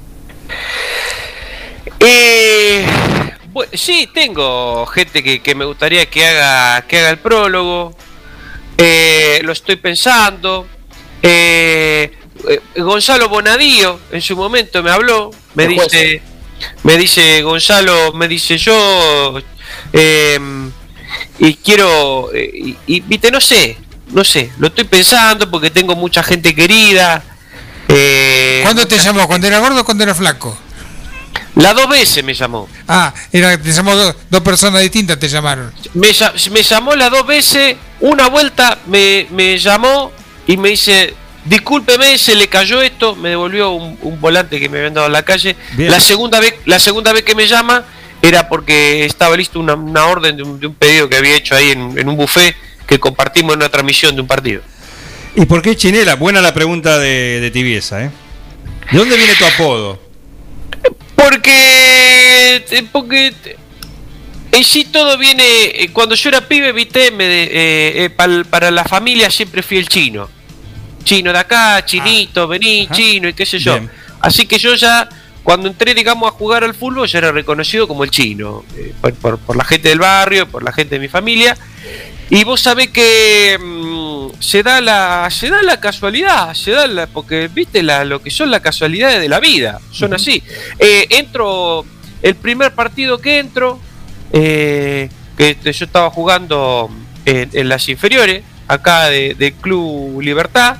Eh, bu- sí, tengo gente que, que me gustaría que haga que haga el prólogo. Eh, lo estoy pensando. Eh, eh, Gonzalo Bonadío en su momento me habló, me El juez. dice, me dice Gonzalo, me dice yo eh, y quiero eh, y, y, viste, no sé, no sé, lo estoy pensando porque tengo mucha gente querida. Eh, ¿Cuándo te llamó? ¿Cuando era gordo o cuando era flaco? Las dos veces me llamó. Ah, era, te llamó do, dos personas distintas, te llamaron. Me, me llamó las dos veces, una vuelta me, me llamó y me dice, discúlpeme, se le cayó esto, me devolvió un, un volante que me habían dado en la calle. Bien. La segunda vez, la segunda vez que me llama era porque estaba listo una, una orden de un, de un pedido que había hecho ahí en, en un buffet que compartimos en una transmisión de un partido. ¿Y por qué Chinela? Buena la pregunta de, de Tibiesa, ¿eh? ¿De dónde viene tu apodo? Porque, porque en sí todo viene, cuando yo era pibe, viste, me de, eh, eh, para, para la familia siempre fui el chino. Chino de acá, chinito, ah, vení, ajá, chino y qué sé yo. Bien. Así que yo ya, cuando entré, digamos, a jugar al fútbol, ya era reconocido como el chino, eh, por, por, por la gente del barrio, por la gente de mi familia. Y vos sabés que mmm, se da la se da la casualidad, se da la, porque viste la, lo que son las casualidades de la vida, son uh-huh. así. Eh, entro, el primer partido que entro, eh, que yo estaba jugando en, en las inferiores, acá de, del Club Libertad,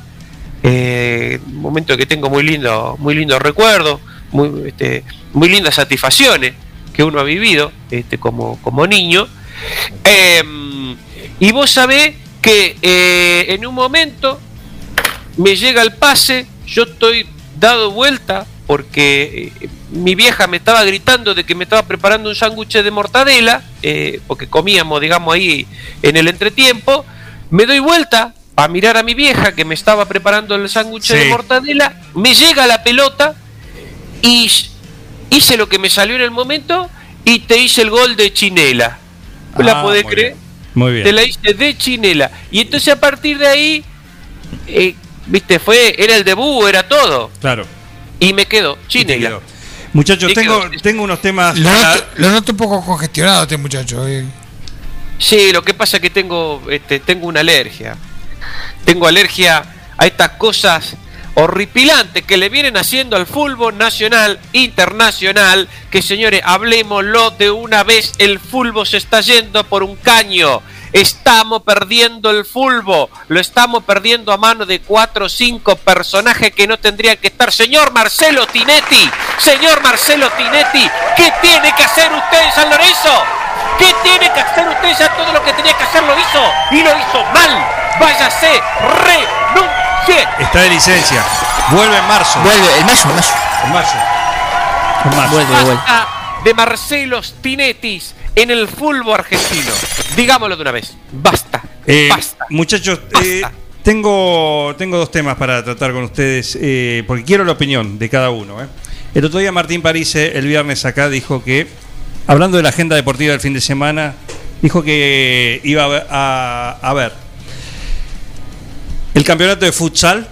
eh, un momento que tengo muy lindo, muy lindo recuerdo, muy, este, muy lindas satisfacciones que uno ha vivido, este, como, como niño. Eh, Y vos sabés que eh, en un momento me llega el pase, yo estoy dado vuelta porque eh, mi vieja me estaba gritando de que me estaba preparando un sándwich de mortadela, eh, porque comíamos, digamos, ahí en el entretiempo. Me doy vuelta a mirar a mi vieja que me estaba preparando el sándwich sí. de mortadela, me llega la pelota y hice lo que me salió en el momento y te hice el gol de Chinela. ¿Vos ah, la podés creer? Bien. Muy bien. Te la hice de Chinela. Y entonces a partir de ahí, eh, viste, fue, era el debut, era todo. Claro. Y me quedó Chinela. Quedó. Muchachos, tengo, tengo unos temas. Lo noto, lo noto un poco congestionado este muchacho. Eh. Sí, lo que pasa es que tengo, este, tengo una alergia. Tengo alergia a estas cosas horripilantes que le vienen haciendo al fútbol nacional, internacional, que señores, hablemoslo de una vez, el fútbol se está yendo por un caño, estamos perdiendo el fútbol, lo estamos perdiendo a mano de cuatro o cinco personajes que no tendrían que estar. Señor Marcelo Tinetti, señor Marcelo Tinetti, ¿qué tiene que hacer usted en San Lorenzo? ¿Qué tiene que hacer usted? Ya todo lo que tenía que hacer lo hizo, y lo hizo mal. Váyase, renuncie. Está de licencia. Vuelve en marzo. Vuelve, el mayo, el mayo. En mayo. En marzo. Vuelve, vuelve. De Marcelo Tinetti en el fútbol argentino. Digámoslo de una vez. Basta. Eh, basta. Muchachos, basta. Eh, tengo, tengo dos temas para tratar con ustedes, eh, porque quiero la opinión de cada uno. Eh. El otro día Martín Parise, el viernes acá, dijo que, hablando de la agenda deportiva del fin de semana, dijo que iba a ver, a, a ver el campeonato de futsal.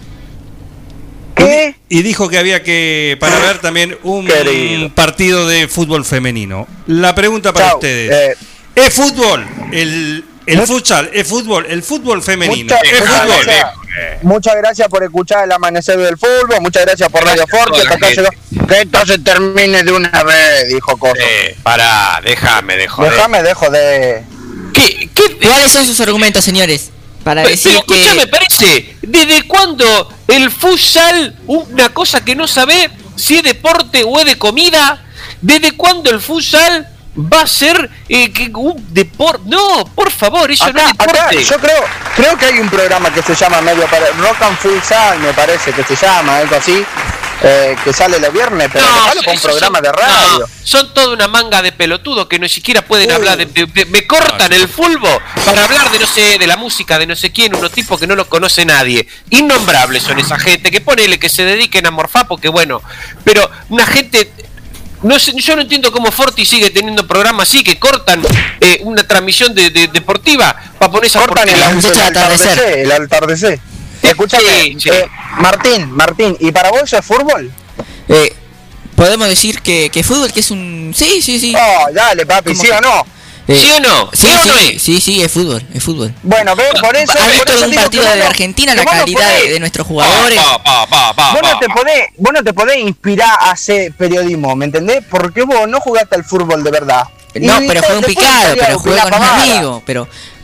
¿Qué? Y dijo que había que, para ver también un Querido. partido de fútbol femenino. La pregunta para Chau, ustedes. Eh, ¿Es fútbol el, el futsal? ¿Es fútbol? ¿El fútbol femenino? Mucha, ¿Es muchas, fútbol? Gracias, muchas gracias por escuchar el amanecer del fútbol. Muchas gracias por Radio Forte. Que esto se termine de una vez, dijo Coso. Eh, pará, déjame de joder. Déjame de joder. ¿Qué, qué, ¿Cuáles son sus argumentos, señores? Para pero, decir pero, que... me parece, ¿desde cuándo el futsal, una cosa que no sabe si es deporte o es de comida? ¿Desde cuándo el futsal va a ser eh, que un deporte? No, por favor, eso acá, no es deporte. Acá, yo creo, creo que hay un programa que se llama medio para Rock and Futsal, me parece que se llama, algo así. Eh, que sale los viernes, pero no, con un programa son, de radio. No, son toda una manga de pelotudos que ni siquiera pueden uh, hablar de, de, de me cortan el fútbol para hablar de no sé, de la música de no sé quién, unos tipos que no los conoce nadie. Innombrables son esa gente, que ponele que se dediquen a morfar, porque bueno, pero una gente, no sé, yo no entiendo cómo Forti sigue teniendo programas así que cortan eh, una transmisión de, de, deportiva para poner esa cortan el, el, el atardecer, el atardecer. Escúchame, sí, sí. Eh, Martín, Martín, ¿y para vos eso es fútbol? Eh, podemos decir que, que fútbol, que es un... Sí, sí, sí. Oh, dale, papi, ¿sí o no? Eh, ¿Sí o no? Sí, ¿Sí, sí, o no sí, sí, sí, es fútbol, es fútbol. Bueno, ve, por eso... ¿Has visto por eso un partido de Argentina, la calidad de, de nuestros jugadores? Pa, pa, pa, pa, vos, no te podés, vos no te podés inspirar a hacer periodismo, ¿me entendés? Porque vos no jugaste al fútbol de verdad. No, y pero fue un picado, pero jugué con un amigo, pero...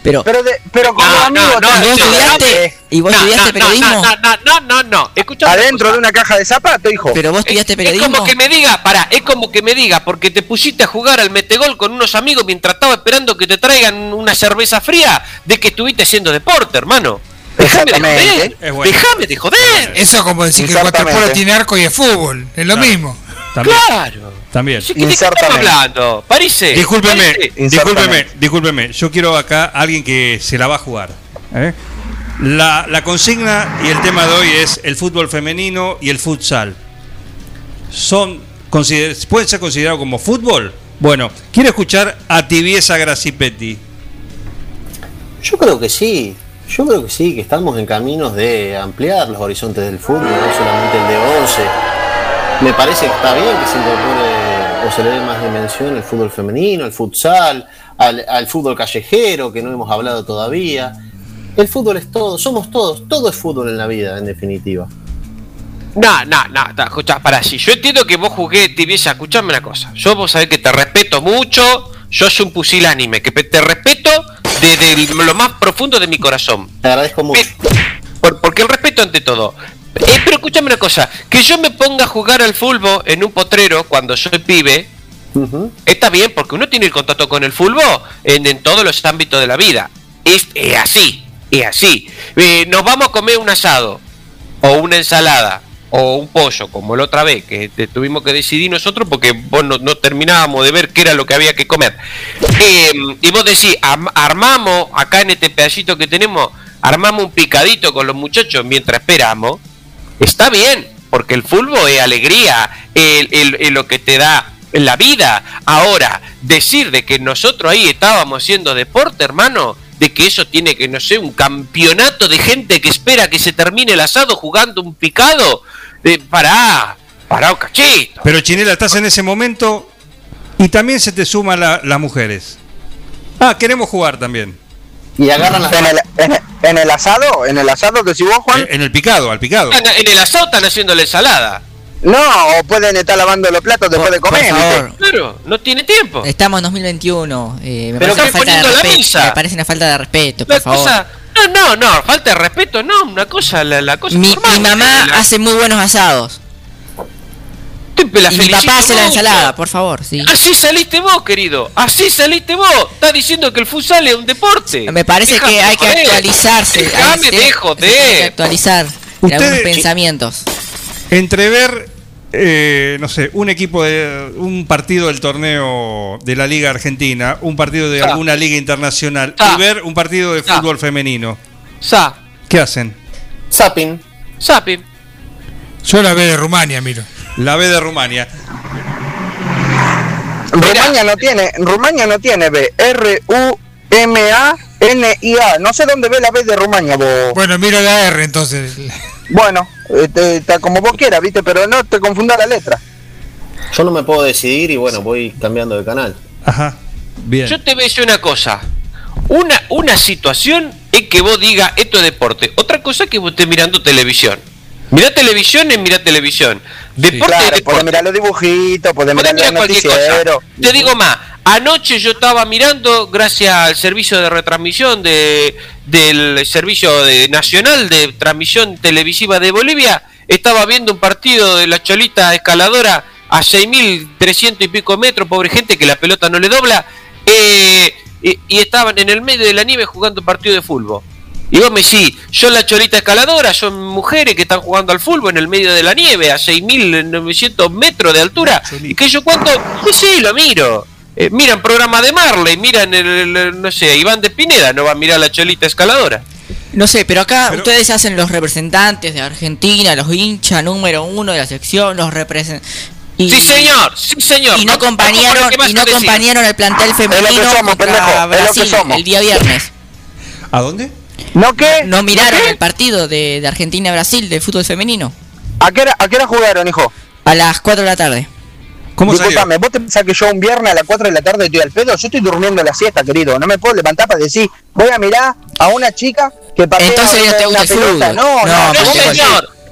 Pero, pero, de, pero como no, amigo, no, no, ¿vos no, estudiaste? ¿Y vos no, estudiaste no, periodismo? No, no, no, no, no. Escuchame ¿Adentro de una caja de zapato, hijo? Pero vos estudiaste periodismo. Es como que me diga, pará, es como que me diga, porque te pusiste a jugar al metegol con unos amigos mientras estaba esperando que te traigan una cerveza fría, de que estuviste haciendo deporte, hermano. Déjame de joder. Es bueno. Déjame de joder. Eso es como decir que el waterpolo tiene arco y es fútbol. Es lo Claro. mismo. También. Claro. También. ¿De qué estamos hablando? Parece. Discúlpeme, Parece. discúlpeme, discúlpeme. Yo quiero acá a alguien que se la va a jugar. ¿eh? La, la consigna y el tema de hoy es el fútbol femenino y el futsal. Son consider- ¿Pueden ser considerados como fútbol? Bueno, quiero escuchar a Tibiesa Gracipetti. Yo creo que sí. Yo creo que sí, que estamos en caminos de ampliar los horizontes del fútbol, no solamente el de once. Me parece que está bien que se incorpore o se le dé más dimensión al fútbol femenino, al futsal, al, al fútbol callejero, que no hemos hablado todavía. El fútbol es todo, somos todos, todo es fútbol en la vida, en definitiva. No, no, no, no, escuchá, pará, si yo entiendo que vos jugué Tibiesa, escuchame una cosa. Yo vos sabés que te respeto mucho, yo soy un pusilánime, que te respeto desde lo más profundo de mi corazón. Te agradezco mucho. Por, porque el respeto ante todo. Eh, pero escúchame una cosa, que yo me ponga a jugar al fútbol en un potrero cuando soy pibe, uh-huh. está bien, porque uno tiene el contacto con el fútbol en, en todos los ámbitos de la vida. Es, es así, es así. Eh, nos vamos a comer un asado, o una ensalada, o un pollo, como la otra vez, que te tuvimos que decidir nosotros porque vos no, no terminábamos de ver qué era lo que había que comer. Eh, y vos decís, am- armamos acá en este pedacito que tenemos, armamos un picadito con los muchachos mientras esperamos. Está bien, porque el fútbol es alegría, es, es- es lo que te da la vida. Ahora, decir de que nosotros ahí estábamos haciendo deporte, hermano, de que eso tiene que, no sé, un campeonato de gente que espera que se termine el asado jugando un picado, eh, pará, pará un cachito. Pero Chinela, estás en ese momento y también se te suman la- las mujeres. Ah, queremos jugar también. Y agarran las ¿En el, en, en el asado? ¿En el asado decís vos, Juan? En el picado, al picado. En, en el asado están haciendo la ensalada. No, o pueden estar lavando los platos después de comer. por favor. ¿viste? Claro, no tiene tiempo. Estamos en dos mil veintiuno. Eh, me, Pero parece una están falta de poniendo la respeto, misa. me parece una falta de respeto, por La favor. cosa, no, no, no, falta de respeto, no, una cosa, la, la cosa Mi, normal. mi mamá La- hace muy buenos asados. te- la y mi felicito papá hace la mucho. ensalada, por favor, sí. Así saliste vos, querido. Así saliste vos. Estás diciendo que el futsal es un deporte. Me parece Déjame que hay que joder. actualizarse. Déjame Hay- de se- Hay que joder. actualizar Ustedes- algunos pensamientos. Entrever, eh, no sé, un equipo de un partido del torneo de la Liga Argentina, un partido de Sa. alguna liga internacional Sa. y ver un partido de Sa. fútbol femenino. Sa, ¿Qué hacen? Zapping. Zapping. Yo la B de Rumania, miro. La B de Rumania. Rumania no tiene, Rumania no tiene B, R U M A N I A. No sé dónde ve la B de Rumania, vos. Bueno, miro la R entonces. Bueno, este, está como vos quieras, ¿viste? Pero no te confunda la letra. Yo no me puedo decidir y bueno, voy cambiando de canal. Ajá. Bien. Yo te voy a decir una cosa. Una, una situación es que vos digas esto es deporte. Otra cosa es que vos estés mirando televisión. Mirá televisión es mirar televisión. Deporte Claro, es podés deporte. mirar los dibujitos, podés Podés mirar mirar los cualquier noticieros. cosa. Te digo más, anoche yo estaba mirando, gracias al servicio de retransmisión de, del Servicio de Nacional de Transmisión Televisiva de Bolivia, estaba viendo un partido de la Cholita Escaladora a seis mil trescientos y pico metros, pobre gente que la pelota no le dobla, eh, y, y estaban en el medio de la nieve jugando un partido de fútbol. Y vos me decís, yo la Cholita Escaladora, son mujeres que están jugando al fútbol en el medio de la nieve a seis mil novecientos metros de altura. ¿Y que yo cuánto? Sí, sí, lo miro. Eh, miran programa de Marley, miran, el, el- el- no sé, Iván de Pineda, no va a mirar la Cholita Escaladora. No sé, pero acá ustedes hacen los representantes de Argentina, los hinchas número uno de la sección, los representantes. Sí, señor, sí, señor. Y no acompañaron, ¿Qué más y no te decía? acompañaron el plantel femenino Es lo que somos, contra pendejo, es lo que Brasil somos. el día viernes. ¿A dónde? ¿No qué? No miraron el partido de, de Argentina-Brasil de fútbol femenino. ¿A qué hora, a qué hora jugaron, hijo? A las cuatro de la tarde. ¿Cómo Disculpame, ¿vos te pensás que yo un viernes a las cuatro de la tarde estoy al pedo? Yo estoy durmiendo la siesta, querido. No me puedo levantar para decir, voy a mirar a una chica que patea Entonces no te una gusta el pelota. fútbol. No, no, No, no, No, vos me señor. decís,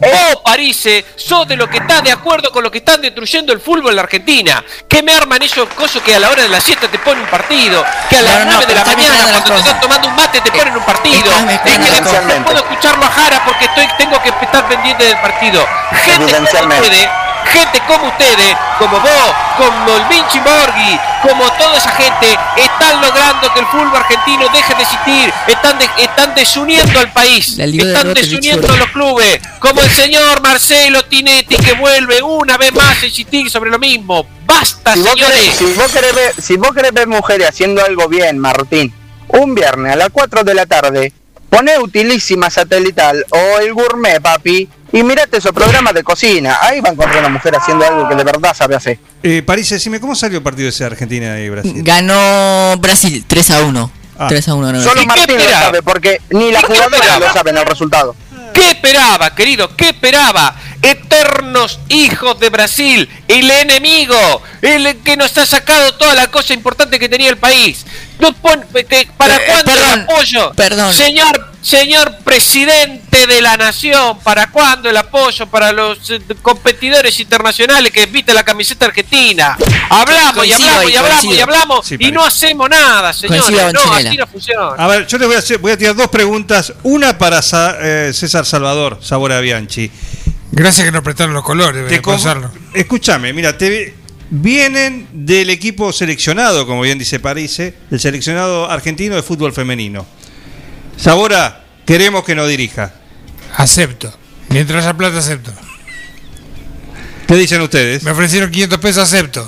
Vos, Parise, sos de lo que está de acuerdo con lo que están destruyendo el fútbol en la Argentina. Que me arman esos cosas que a la hora de la siesta te ponen un partido, que a las No, no, nueve de la estás mañana mezclando cuando te las están tomando un mate te ponen un partido. Estás Es mezclando que las no, cosas. no puedo escucharlo a Jara porque estoy, tengo que estar pendiente del partido. Gente como ustedes, gente como ustedes, como vos, como el Vinci Borghi, como toda esa gente, están logrando que el fútbol argentino deje de existir, están, de, están desuniendo al país, La liga de están Rote desuniendo Bichoro. a los clubes, como el señor Marcelo Tinetti que vuelve una vez más a insistir sobre lo mismo. ¡Basta, Si vos, señores! querés, si, vos querés ver, si vos querés ver mujeres haciendo algo bien, Martín, un viernes a las cuatro de la tarde, poné Utilísima Satelital o El Gourmet, papi, y mirate esos programas de cocina. Ahí va a encontrar una mujer haciendo algo que de verdad sabe hacer. Eh, París, decime, ¿cómo salió el partido ese de Argentina y Brasil? Ganó Brasil tres a uno. Ah. tres a uno ganó Solo Brasil. Martín lo sabe, porque ni la jugadora lo saben el resultado. ¿Qué esperaba, querido? ¿Qué esperaba? Eternos hijos de Brasil, el enemigo, el que nos ha sacado toda la cosa importante que tenía el país. No pon- que- ¿Para Eh, cuándo perdón, el apoyo? perdón. Señor, señor presidente de la nación, ¿para cuándo el apoyo para los eh, competidores internacionales que viste la camiseta argentina? Hablamos y Coincido hablamos ahí, y hablamos coincido. y hablamos Sí, y París. no hacemos nada, señores. Coincido, No, Gonchinela. así no funciona. A ver, yo les voy a hacer, voy a tirar dos preguntas. Una para Sa- eh, César Salvador, Sabora Bianchi. Gracias que nos prestaron los colores, Te de com- pasarlo. Escúchame, mira, te vienen del equipo seleccionado, como bien dice Parise, el seleccionado argentino de fútbol femenino. Sabora, queremos que nos dirija. Acepto. Mientras haya plata, acepto. ¿Qué dicen ustedes? Me ofrecieron quinientos pesos, acepto.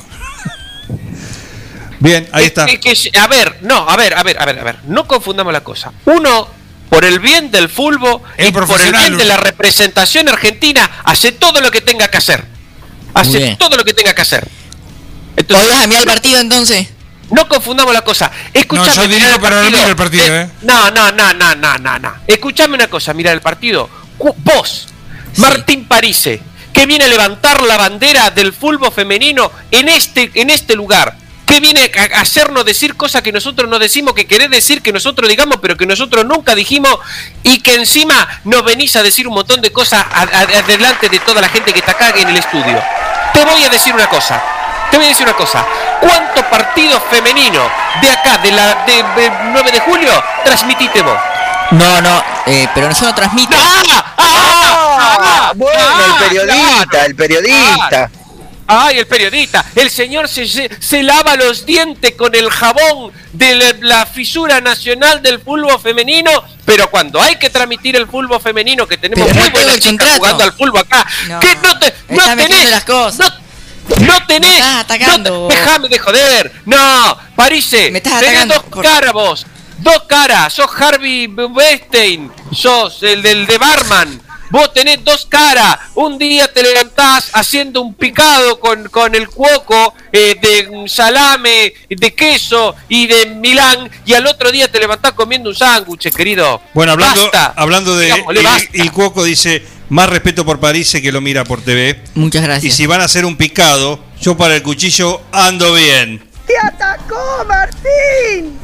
Bien, ahí Que- está. que- que- a ver, no, a ver, a ver, a ver, a ver, no confundamos la cosa. Uno, por el bien del fútbol Es y por el profesional, bien de uno. la representación argentina, hace todo lo que tenga que hacer. Muy Hace bien. todo lo que tenga que hacer. ¿Hoy Entonces, vas a mirar el partido entonces? no confundamos la cosa. Escuchame, No, yo mirá dirijo, el pero no partido. miro el partido, ¿eh? No, no, no, no, no, no, no. Escuchame una cosa, mira el partido. Cu- Vos, Sí. Martín Parise, que viene a levantar la bandera del fútbol femenino en este, en este lugar. Que viene a hacernos decir cosas que nosotros no decimos, que querés decir que nosotros digamos, pero que nosotros nunca dijimos, y que encima nos venís a decir un montón de cosas a- a- adelante de toda la gente que está acá en el estudio. Te voy a decir una cosa. Te voy a decir una cosa. ¿Cuántos partidos femeninos de acá, de la de, de nueve de julio, transmitiste vos? No, no, eh, pero yo no transmito. ¡Ah! ¡Ah! Ah, bueno, ah, el periodista, claro. el periodista. Ay, el periodista. El señor se, se, se lava los dientes con el jabón de la, la fisura nacional del fútbol femenino, pero cuando hay que transmitir el fútbol femenino, que tenemos Pero muy no tengo buenas el chicas contrato. jugando al fútbol acá, No, que no te no estás mezclando tenés las cosas. No, no tenés. Me estás atacando, no vos. te- Déjame de joder. No, Parise, Me estás tenés atacando, dos por- caras vos. Dos caras. Sos Harvey Weinstein. Sos el del de Barman. Vos tenés dos caras. Un día te levantás haciendo un picado con, con el cuoco eh, de salame, de queso y de Milán, y al otro día te levantás comiendo un sándwich, querido. Bueno, hablando, Basta. hablando de. Digámosle, el, basta. el Cuoco dice: más respeto por Parise que lo mira por T V. Muchas Y gracias. si van a hacer un picado, yo para el cuchillo ando bien. ¡Te atacó, Martín!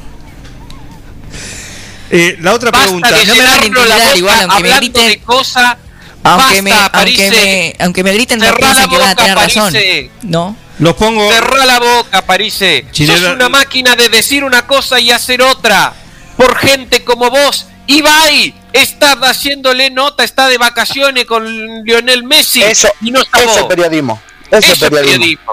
Eh, la otra Basta pregunta. de No me van a llenarnos la intimidar boca igual, aunque me hablando griten- de cosas. Aunque Basta, me, aunque Parise. me, aunque me griten, no Cerrá piensen la que van a boca, tener razón. Parise. No. Los pongo. Cerrá la boca, Parise. Chinela- Sos una máquina de decir una cosa y hacer otra. Por gente como vos. Ibai está haciéndole nota, está de vacaciones con Lionel Messi. Eso, y no está eso es vos. periodismo. Eso, Eso es periodismo.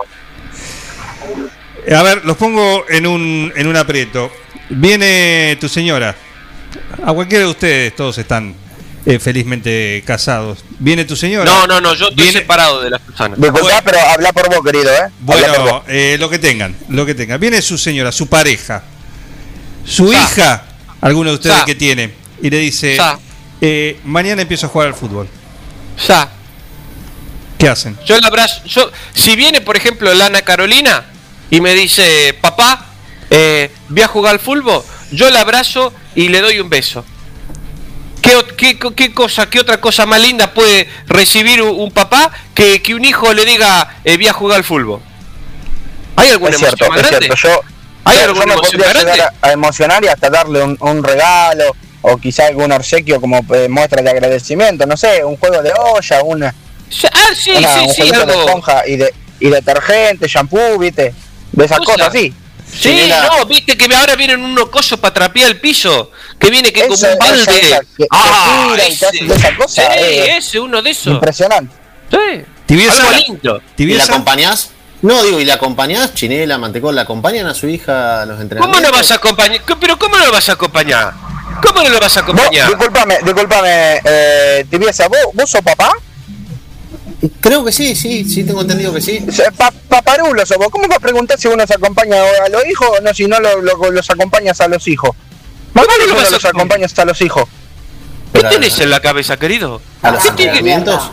A ver, los pongo en un, en un aprieto. Viene tu señora. A cualquiera de ustedes, todos están eh, felizmente casados. Viene tu señora. No, no, no, yo estoy Viene- separado de la Susana. Disculpá, Bueno. pero habla por vos, querido, ¿eh? Habla por Bueno, vos. eh, lo que tengan, lo que tengan. Viene su señora, su pareja, su Sa. hija, alguno de ustedes Sa. que tiene, y le dice: Sa. eh, mañana empiezo a jugar al fútbol. Ya. ¿Qué hacen? Yo la abrazo. Yo, si viene, por ejemplo, la Ana Carolina y me dice, papá, eh, voy a jugar al fútbol, yo la abrazo y le doy un beso. ¿Qué, ot- qué, co- qué cosa, qué otra cosa más linda puede recibir un, un papá que, que un hijo le diga, eh, voy a jugar al fútbol? ¿Hay alguna Es cierto, emoción más es grande? cierto. Yo, ¿Hay yo, alguna yo me emoción podría más grande? llegar a, a emocionar y hasta darle un, un regalo o quizá algún obsequio como eh, muestra de agradecimiento, no sé, un juego de olla, una, ah, sí, una sí, un sí, jueguito de algo. esponja y de y detergente, shampoo, viste, de esas Cosa. cosas así. Sí, Chinela. no, viste que ahora vienen unos cosos para trapear el piso, que viene que Esa- como un balde. esa- esa, que- que ah, gira y ese, te hace esa cosa, sí, eh. ese, uno de esos. Impresionante. Sí. ¿Tibieza? Algo lindo. ¿Y la ¿Tibieza? acompañás? No, digo, ¿y la acompañás? Chinela, Mantecol, ¿la acompañan a su hija a los entrenamientos? ¿Cómo no vas a acompañar? ¿Pero cómo no lo vas a acompañar? ¿Cómo no lo vas a Vos, acompañar? disculpame, disculpame, eh, Tibieza, ¿vos, ¿vos sos papá? Creo que sí, sí, sí, tengo entendido que sí. Pa paparulo sos vos, ¿cómo vas a preguntar si uno se acompaña a los hijos o no, si no lo, lo- los acompañas a los hijos? Más vale no que lo uno vas a los acompañas a los hijos. ¿Qué tenés en la cabeza, querido? ¿A los ¿Qué tiene- entrenamientos?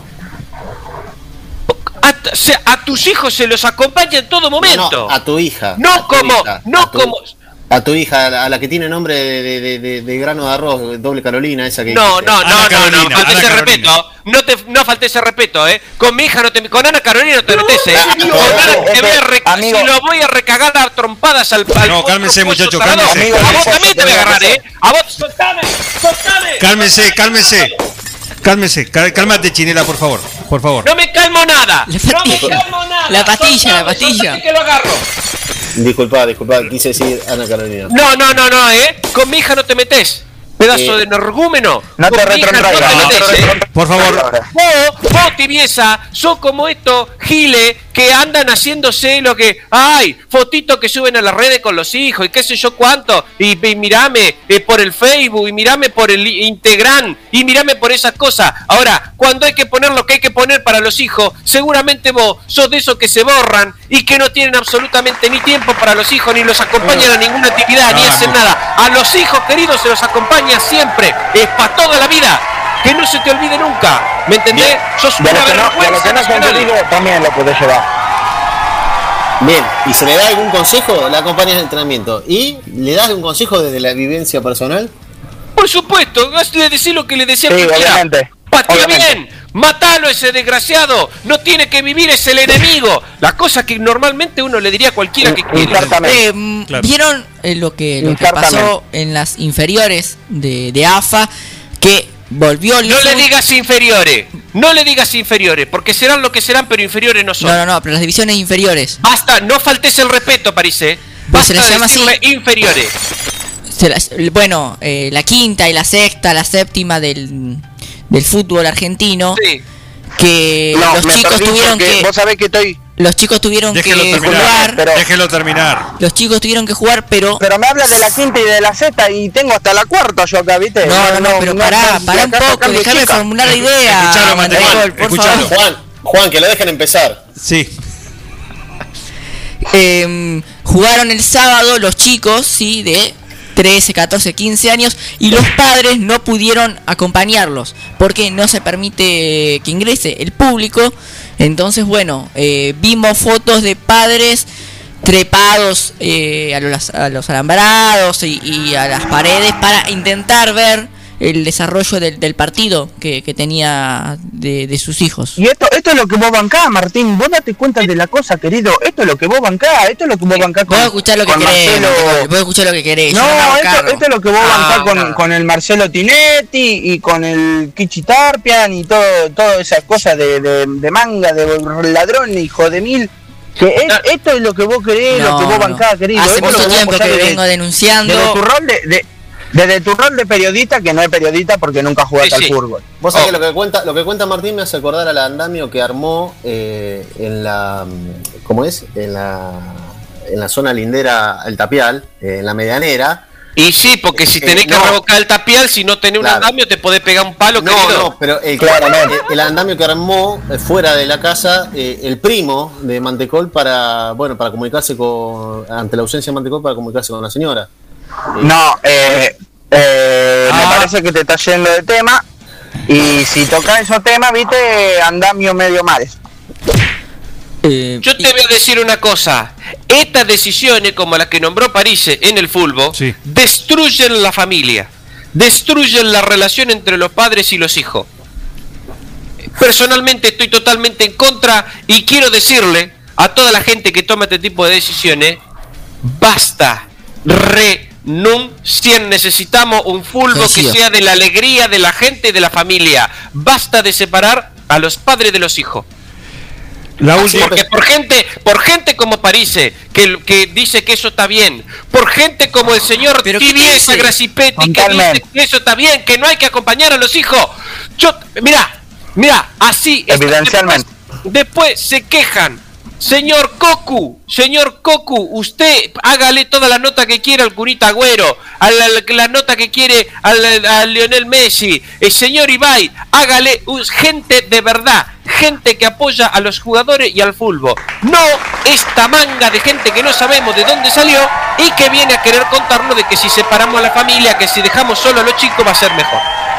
A, o sea, a tus hijos se los acompaña en todo momento. No, a tu hija. No a tu como, hija, no a tu- como. A tu hija, a la, a la que tiene nombre de, de- de- de- de grano de arroz, doble Carolina, esa que No, dijiste. no, no, no, no, falta ese respeto. No te no falté ese respeto, eh. Con mi hija no te con Ana Carolina no te metes, eh. Con Ana te voy a re- amigo. si lo voy a recagar a trompadas al, al No, cálmense, potro muchachos, tarado. cálmense. A vos también te voy a agarrar, eh. A vos, soltame, soltame. Cálmense, cálmense. Cálmense, cal- cálmate, Chinela, por favor. Por favor. No me calmo nada. La No me pastilla. calmo nada. La pastilla, la Soltame, pastilla. soltame que lo agarro. Disculpa, disculpa, quise decir Ana Carolina. No, no, no, no, eh. Con mi hija no te metes. Pedazo Eh, de energúmeno. No Con te mi hija retrotraigas, no no te te metes, eh. retrotraigas. Por favor. Vos, vos, Tibieza, sos como estos giles que andan haciéndose lo que. ¡Ay! Fotitos que suben a las redes con los hijos y qué sé yo cuánto. Y, y mirame eh, por el Facebook, y mirame por el Instagram, y mirame por esas cosas. Ahora, cuando hay que poner lo que hay que poner para los hijos, seguramente vos sos de esos que se borran y que no tienen absolutamente ni tiempo para los hijos, ni los acompañan a ninguna actividad, ni hacen nada. A los hijos queridos se los acompaña siempre. Es para toda la vida. Que no se te olvide nunca. ¿Me entendés? Bien. Sos Y a una lo que no, y a lo vergüenza que no nacional. contigo también lo podés llevar. Bien, ¿y se le da algún consejo? La acompañas al entrenamiento. ¿Y le das un consejo desde la vivencia personal? Por supuesto, le decís lo que le decía Sí, a cualquiera. obviamente. Patea Obviamente. bien, matalo ese desgraciado, no tiene que vivir, es el enemigo. Las cosas que normalmente uno le diría a cualquiera que quiere. Incartamente. Eh, mm, Claro. ¿Vieron eh, lo que lo que Incartamente. pasó en las inferiores de, de A F A? Que volvió el No le fut- digas inferiores, no le digas inferiores, porque serán lo que serán, pero inferiores no son. No, no, no, pero las divisiones inferiores. Basta, no faltes el respeto, Parise. Pues se Basta les de llama así. decirle inferiores. Se las- bueno, eh, la quinta y la sexta, la séptima del, del fútbol argentino. Sí. Que No, los me chicos perdí tuvieron porque que vos sabés que estoy. los chicos tuvieron Déjelo que terminar. jugar. Pero- Déjelo terminar. Los chicos tuvieron que jugar, pero Pero me hablas de la quinta y de la sexta y tengo hasta la cuarta yo acá, ¿viste? no, no, no, pero pará, pará un poco, dejame formular la idea. Escuchalo, Mantecol, Mantecol, por escuchalo. favor. Juan, Juan, que lo dejen empezar. Sí. Eh, jugaron el sábado los chicos, sí, de trece, catorce, quince años, y los padres no pudieron acompañarlos porque no se permite que ingrese el público. Entonces, bueno, eh, vimos fotos de padres trepados eh, a, los, a los alambrados y, y a las paredes para intentar ver el desarrollo del, del partido que, que tenía de, de sus hijos. Y esto, esto es lo que vos bancás, Martín. Vos date cuenta de la cosa, querido. Esto es lo que vos bancás. Esto es lo que vos bancás con, Puedo escuchar lo que con querés, Marcelo. Mantecol, puedo escuchar lo que querés. No, yo me hago esto, cargo. esto es lo que vos Ah, bancás con, no. con el Marcelo Tinetti y con el Kichi Tarpian y todo, todas esas cosas de, de, de manga, de ladrón, hijo de mil. Que es- esto es lo que vos querés, No, lo que vos no. bancás, querido. Hace Esto es lo mucho vos tiempo apoyás que desde- vengo denunciando. Desde tu rol de, de- desde tu rol de periodista, que no es periodista porque nunca jugaste Sí, al sí. fútbol. Vos sabés Oh. que lo que cuenta, lo que cuenta Martín me hace acordar al andamio que armó eh, en la ¿cómo es? En la en la zona lindera al Tapial, eh, en la medianera. Y sí, porque si Eh, tenés que no. revocar el tapial, si no tenés Claro. un andamio, te podés pegar un palo, No, querido. no, pero el, Claramente. el, el andamio que armó eh, fuera de la casa eh, el primo de Mantecol para, bueno, para comunicarse con, ante la ausencia de Mantecol, para comunicarse con la señora. Eh, No, eh, eh, Ah. me parece que te está yendo de tema. Y si tocas esos temas, viste, andamio medio mal. Eh, Yo te voy a decir una cosa. Estas decisiones, como las que nombró Parise en el fútbol, Sí. destruyen la familia, destruyen la relación entre los padres y los hijos. Personalmente estoy totalmente en contra y quiero decirle a toda la gente que toma este tipo de decisiones, basta, re nun cien. Necesitamos un fútbol que sea de la alegría de la gente y de la familia. Basta de separar a los padres de los hijos. La última... Porque por gente, por gente como Parise, que, que dice que eso está bien, por gente como el señor Tibiesa Gracipetti, que dice que eso está bien, que no hay que acompañar a los hijos. Yo, mira, mira, así evidencialmente. Después, después se quejan. Señor Cocu, señor Cocu, usted hágale toda la nota que quiera al Curita Agüero, a la, la nota que quiere al, a Lionel Messi, el señor Ibai, hágale uh, gente de verdad, gente que apoya a los jugadores y al fútbol. No esta manga de gente que no sabemos de dónde salió y que viene a querer contarnos de que si separamos a la familia, que si dejamos solo a los chicos va a ser mejor.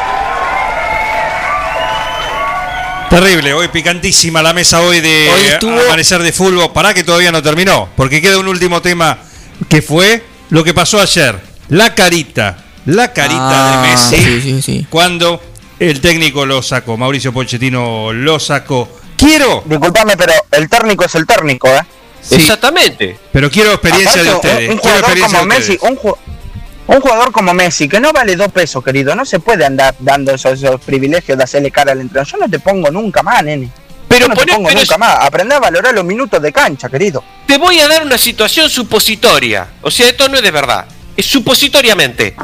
Terrible, hoy picantísima la mesa hoy de Hoy estuvo... Amanecer de Fútbol. Pará que todavía no terminó, porque queda un último tema que fue lo que pasó ayer. La carita, la carita ah, de Messi sí, sí, sí. cuando el técnico lo sacó, Mauricio Pochettino lo sacó. Quiero... Disculpame, pero el técnico es el técnico, ¿eh? Sí, exactamente. Pero quiero experiencia Aparte, de ustedes. Un, un quiero jugador como de Messi, un, ju un jugador como Messi, que no vale dos pesos, querido, no se puede andar dando esos, esos privilegios de hacerle cara al entrenador. Yo no te pongo nunca más, nene. Pero Yo no poné, te pongo pero nunca es... más. Aprende a valorar los minutos de cancha, querido. Te voy a dar una situación supositoria. O sea, esto no es de verdad. Es supositoriamente.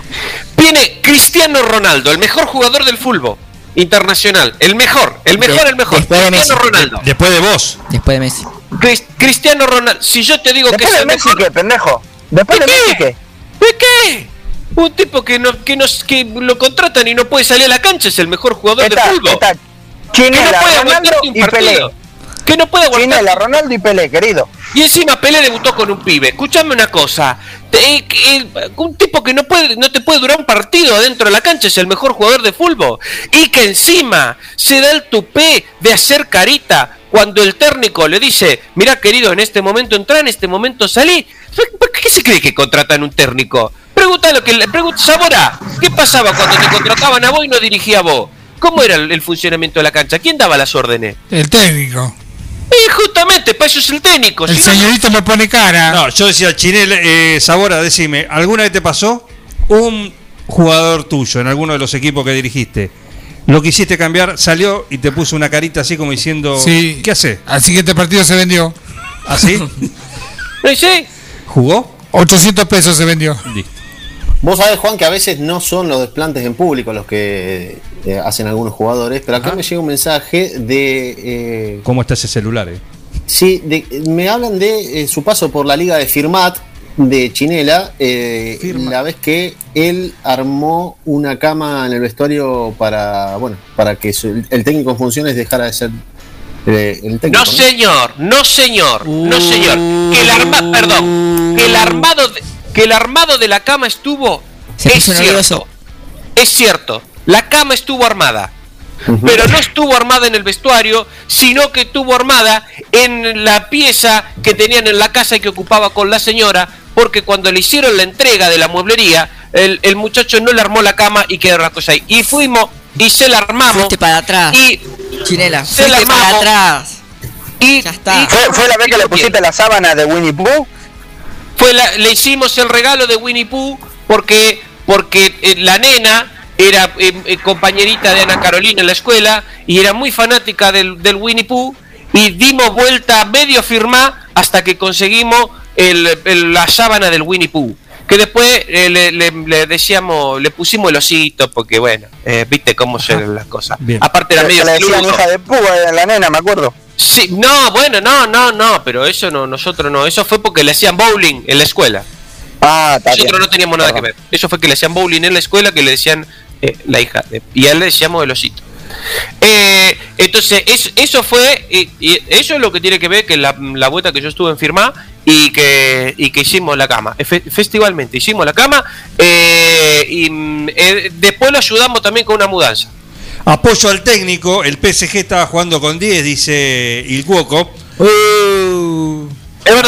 Viene Cristiano Ronaldo, el mejor jugador del fútbol internacional. El mejor, el mejor, de, el mejor. Después de Cristiano Messi. Ronaldo. Después de vos. Después de Messi. Crist Cristiano Ronaldo. Si yo te digo Después que es de el Messi, mejor... ¿qué, pendejo? Después de, ¿De Messi, qué? ¿qué? ¿De qué? Un tipo que no, que nos, que lo contratan y no puede salir a la cancha es el mejor jugador Está, del fútbol. está Que no Chinela, puede Ronaldo aguantar un y partido. Pelé. Que no puede aguantar. Chinela, Ronaldo y Pelé, querido. Y encima Pelé debutó con un pibe. Escúchame una cosa. Te, eh, eh, un tipo que no puede, no te puede durar un partido adentro de la cancha es el mejor jugador de fútbol. Y que encima se da el tupé de hacer carita cuando el técnico le dice: mira, querido, en este momento entra, en este momento salí. ¿Por qué se cree que contratan un técnico? Pregunta lo que le pregunta Sabora. ¿Qué pasaba cuando te contrataban a vos y no dirigía a vos? ¿Cómo era el, el funcionamiento de la cancha? ¿Quién daba las órdenes? El técnico. Y justamente, para eso es el técnico. El si señorito no... me pone cara. No, yo decía, Chinel, eh, Sabora, decime, ¿alguna vez te pasó un jugador tuyo en alguno de los equipos que dirigiste? Lo quisiste cambiar, salió y te puso una carita así como diciendo, sí. ¿qué hace? Al siguiente partido se vendió. ¿Así? ¿Sí? ¿Jugó? ochocientos pesos se vendió. Listo. Vos sabés, Juan, que a veces no son los desplantes en público los que eh, hacen algunos jugadores, pero acá Ajá. me llega un mensaje de... Eh, ¿Cómo está ese celular? Eh? Sí, de, me hablan de eh, su paso por la liga de Firmat, de Chinela, eh, la vez que él armó una cama en el vestuario para, bueno, para que su, el técnico en funciones dejara de ser eh, el técnico. No, ¿no? señor, no señor, uh, no señor. Que el arma, perdón, que el armado... De, que el armado de la cama estuvo, Se es cierto, nervioso. es cierto, la cama estuvo armada, uh-huh. pero no estuvo armada en el vestuario, sino que estuvo armada en la pieza que tenían en la casa y que ocupaba con la señora, porque cuando le hicieron la entrega de la mueblería, el, el muchacho no le armó la cama y quedó la cosa ahí. Y fuimos y se la armamos. Fuiste para atrás. Y Chinela, se la armamos. Para atrás. Y ya está. Y ¿Fue, fue la vez que le pusiste bien. la sábana de Winnie Pooh? Fue la, le hicimos el regalo de Winnie Pooh porque, porque eh, la nena era eh, eh, compañerita de Ana Carolina en la escuela y era muy fanática del, del Winnie Pooh y dimos vuelta medio firmá hasta que conseguimos el, el, la sábana del Winnie Pooh. Que después eh, le, le, le decíamos, le pusimos el osito porque bueno, eh, viste cómo son las cosas. Bien. Aparte era medio le decían hija de Pooh a la nena, me acuerdo. Sí, no, bueno, no, no, no, pero eso no, nosotros no, eso fue porque le hacían bowling en la escuela. Ah, está Nosotros bien. no teníamos nada Perdón. que ver. Eso fue que le hacían bowling en la escuela, que le decían eh, la hija, de, y a él le decíamos el osito. Eh, entonces, es, eso fue, y, y eso es lo que tiene que ver que la, la vuelta que yo estuve en Firmá y que, y que hicimos la cama, Fe, festivalmente hicimos la cama, eh, y eh, después lo ayudamos también con una mudanza. Apoyo al técnico, el P S G estaba jugando con diez, dice Il Cuoco. Uh, es verdad, sí.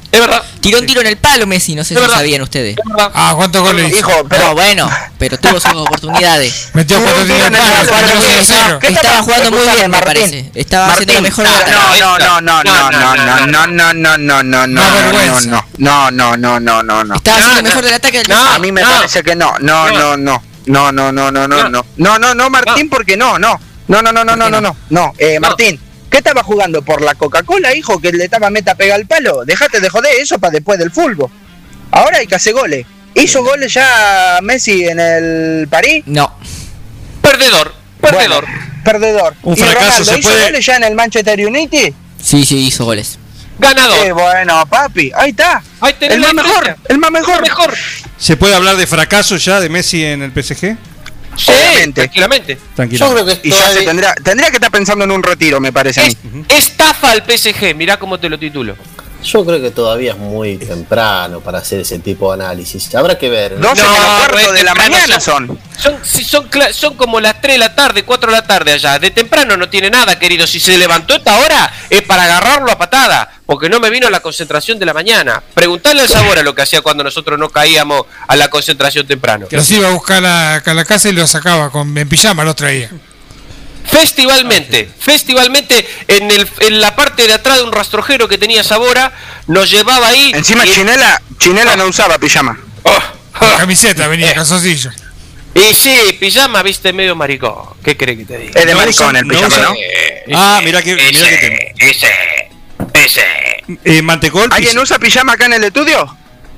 Es verdad. Tiró un tiro en el palo Messi, no sé Es si verdad. sabían ustedes. Ah, ¿cuántos goles hizo? Hijo, pero No, bueno, pero tuvo sus oportunidades. Metió cuatro tiros en el palo, perdió cero a cero. Estaba jugando muy bien, me Martín? parece. Estaba haciendo lo mejor de la No, no, no, no, no, no, no, no, no, no, no, no, no, no, no, no, no, no, no. Estaba haciendo lo mejor del ataque del A mí me parece que no, no, no, no, no, no, no, no, no, no, no, no, no, Martín, porque no, no, no, no, no, no, no, no, no, no, eh, Martín. ¿Qué estaba jugando? ¿Por la Coca-Cola, hijo? Que le estaba meta pega al palo. Dejate de joder eso para después del fútbol. Ahora hay que hacer goles. ¿Hizo goles ya Messi en el París? No. Perdedor, perdedor. Bueno, perdedor. Un ¿Y fracaso Ronaldo se hizo puede- goles ya en el Manchester United? Sí, sí, hizo goles. Ganador. Qué bueno, papi. Ahí está. Ahí tenés El la más mejor. diferencia. El más mejor. mejor. ¿Se puede hablar de fracaso ya de Messi en el P S G? Sí, Obviamente. tranquilamente. Tranquilo. Yo creo que Y ya se todavía- tendría, tendría que estar pensando en un retiro, me parece a mí. Estafa al P S G, mirá cómo te lo titulo. Yo creo que todavía es muy temprano para hacer ese tipo de análisis. Habrá que ver. doce No, menos cuarto no es de la temprano, mañana son- son. Son, si son, cla- son como las tres de la tarde, cuatro de la tarde allá. De temprano no tiene nada, querido. Si se levantó esta hora es para agarrarlo a patada, porque no me vino la concentración de la mañana. Preguntale al Sabor a lo que hacía cuando nosotros no caíamos a la concentración temprano. Los iba a buscar a, a la casa y los sacaba con, en pijama, los traía. Festivalmente, festivalmente en, el, en la parte de atrás de un rastrojero que tenía Sabora, nos llevaba ahí. Encima y- Chinela, Chinela no usaba pijama. La camiseta venía, calzoncillo. Y sí, pijama, viste, medio maricón. ¿Qué crees que te diga? Es de No maricón usa- el no pijama, usa- ¿no? Ah, mira que, mirá que te... Ese, ese. Eh, Mantecol. ¿Alguien usa pijama acá en el estudio?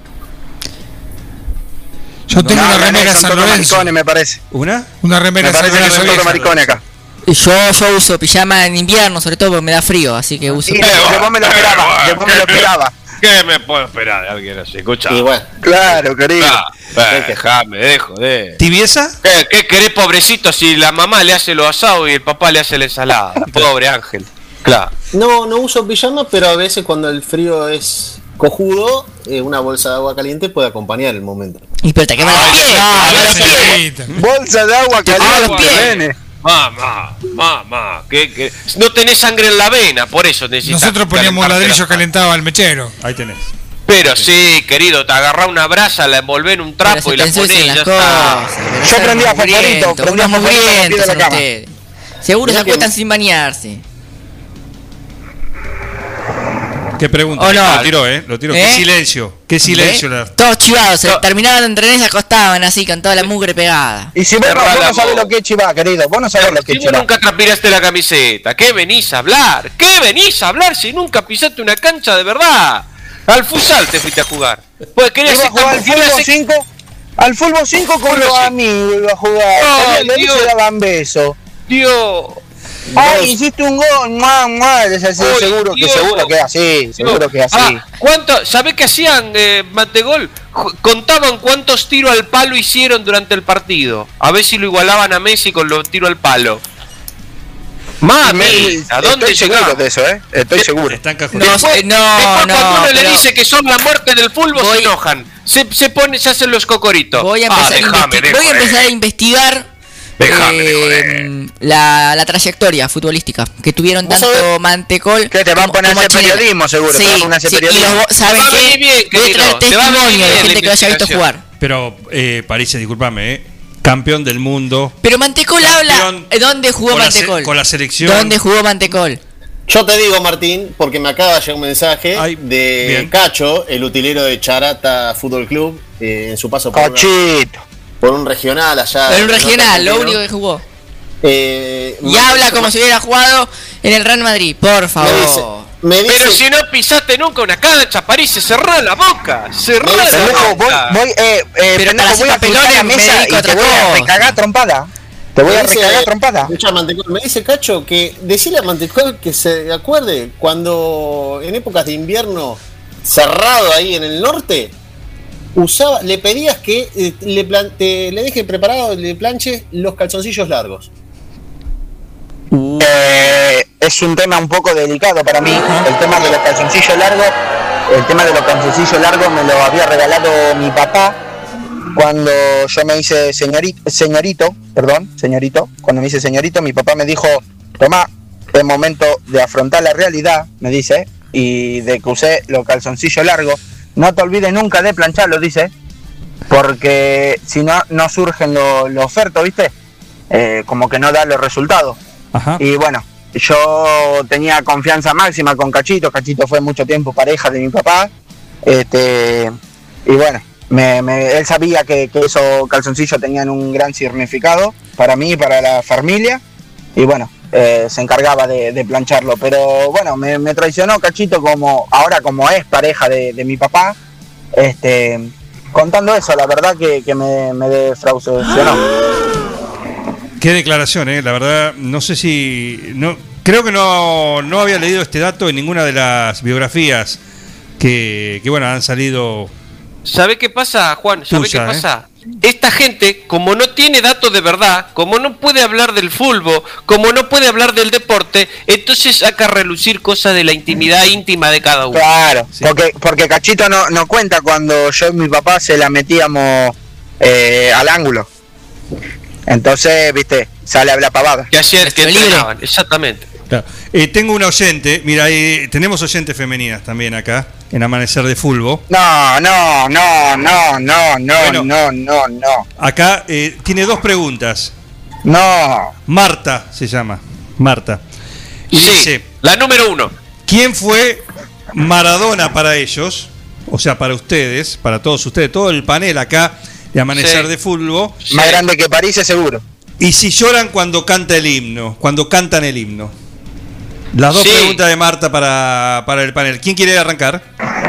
Yo tengo No, una no, remera son San todos Lorenzo. maricones, me parece. ¿Una? Una remera Me San parece que son Lorenzo. todos maricones acá. Y Yo, yo uso pijama en invierno, sobre todo porque me da frío, así que uso. Y de vos me lo esperaba, de vos me lo esperaba. ¿Qué me puedo esperar de alguien así? Escucha. Y bueno, Claro, querido. Ah, eh, dejame, dejo, de. ¿Tibieza? ¿Qué, ¿Qué querés, pobrecito, si la mamá le hace los asados y el papá le hace la ensalada? Pobre Ángel. Claro. no, no uso pijama, pero a veces cuando el frío es cojudo, eh, una bolsa de agua caliente puede acompañar el momento. Y pero te quema los pies. Ah, No, los pies. señorita. Bolsa de agua Ah, los pies. caliente, nene. Mamá, mamá, ¿qué, qué? No tenés sangre en la vena, por eso necesitas. Nosotros poníamos calentarte ladrillo la- calentado al mechero. Ahí tenés. Pero sí, querido, te agarrá una brasa, la envolvé en un Pero trapo se y la pensó ponés en y ya las está. cosas. Yo prendía Unos fosforito, mugrientos, prendía unos fosforito al pie de mugrientos la son cama. ustedes. Seguro se Mirá que- acuestan sin bañarse. ¿Qué pregunta? ¿O no? Lo tiró, ¿eh? Lo tiró. ¿Eh? Qué silencio. Qué silencio. ¿Eh? la- Todos chivados, se terminaban de entrenar y se acostaban así con toda la mugre pegada. Y si vos, no- Cerrá vos la no sabés boca. lo que es chivá, querido, vos no sabés lo que es Si vos chivá. nunca transpiraste la camiseta, ¿qué venís a hablar? ¿Qué venís a hablar si nunca pisaste una cancha de verdad? Al futsal te fuiste a jugar. Pues querías Iba a jugar al querías fútbol ser- cinco, al fútbol cinco con Fútbol los cinco. amigos iba a jugar. Ay, Salían de ahí y Dios. se daban besos. Dios. Ay, hiciste un gol, mua, mua, es así, Ay, seguro que Dios. seguro que es así, seguro que es así. Ah, ¿cuánto, ¿sabés qué hacían, eh, Mantegol? Ju- Contaban cuántos tiros al palo hicieron durante el partido. A ver si lo igualaban a Messi con los tiros al palo. Mami, ¿a dónde Estoy seguro llegamos? de eso, eh. Estoy seguro. Están No, cajones. sé, no, Después, no, cuando uno le pero dice que son la muerte del fútbol, Voy- se enojan. Se, se pone, se hacen los cocoritos. voy a Ah, empezar, a, déjame investi- de voy a joder. empezar a investigar Déjame de eh, la, la trayectoria futbolística que tuvieron ¿Vos tanto sabés? Mantecol Que te van a como- poner a como hacer Chinela. periodismo, seguro, te Sí, van a poner a hacer sí, y periodismo. los- ¿saben Te va a qué? venir bien, Voy a traer querido, te va a venir testimonio de bien la gente que lo haya visto investigación. jugar. Pero, eh, París, discúlpame, ¿eh? Campeón del mundo. Pero Mantecol habla. Campeón ¿eh, ¿Dónde jugó con la se- Mantecol? con la selección. ¿Dónde jugó Mantecol? Yo te digo, Martín, porque me acaba de llegar un mensaje Ay, de bien. Cacho, el utilero de Charata Fútbol Club, eh, en su paso por, una- Cochito. por un regional allá. En un en regional, lo Argentina. único que jugó. Eh, Y me- habla como si hubiera jugado en el Real Madrid, por me favor. dice, me dice- Pero si no pisaste nunca una cancha, París, se cerrá la boca. Cerrá la Pendejo, voy, boca. voy, eh, eh, Pero pendejo, para voy a hacer pintar la papelones me mesa dedico y a te otra voy a cosa. recagar trompada. Te voy me a dice- recagar trompada. escucha, Mantecol, me dice Cacho que decirle a Mantecol que se acuerde cuando en épocas de invierno cerrado ahí en el norte usaba, le pedías que eh, le, plan- te- le deje preparado, le planche los calzoncillos largos. Eh, es un tema un poco delicado para mí. El tema de los calzoncillos largos, el tema de los calzoncillos largos me lo había regalado mi papá cuando yo me hice señorito, señorito, perdón, señorito. Cuando me hice señorito, mi papá me dijo: tomá, es momento de afrontar la realidad, me dice, y de que usé los calzoncillos largos. No te olvides nunca de plancharlos, dice, porque si no, no surgen los lo ofertos, ¿viste? Eh, como que no da los resultados. Ajá. Y bueno, yo tenía confianza máxima con Cachito. Cachito fue mucho tiempo pareja de mi papá. Este, y bueno, me, me, él sabía que, que esos calzoncillos tenían un gran significado para mí y para la familia. Y bueno, eh, se encargaba de, de plancharlo. Pero bueno, me, me traicionó Cachito como ahora como es pareja de, de mi papá. Este, contando eso, la verdad que, que me, me defraucionó. Qué declaración, eh, la verdad, no sé si... no creo que no, no había leído este dato en ninguna de las biografías que, que bueno, han salido... ¿Sabe qué pasa, Juan? ¿Sabe Tuya, qué pasa? ¿eh? Esta gente, como no tiene datos de verdad, como no puede hablar del fútbol, como no puede hablar del deporte, entonces saca a relucir cosas de la intimidad íntima de cada uno. Claro, sí. porque, porque Cachito no, no cuenta cuando yo y mi papá se la metíamos eh, al ángulo. Entonces, viste, sale a la pavada. Que ayer que entrenaban, exactamente. Claro. Eh, tengo un oyente, mira, eh, tenemos oyentes femeninas también acá, en Amanecer de Fulbo. No, no, no, no, no, no, Bueno, no, no, no. Acá eh, tiene dos preguntas. No. Marta se llama, Marta. Y Sí, dice, la número uno. ¿quién fue Maradona para ellos? O sea, para ustedes, para todos ustedes, todo el panel acá de Amanecer Sí. de Fulbo. Más grande que París, es seguro. Y si lloran cuando canta el himno, cuando cantan el himno. Las dos Sí. preguntas de Marta para, para el panel. ¿Quién quiere arrancar?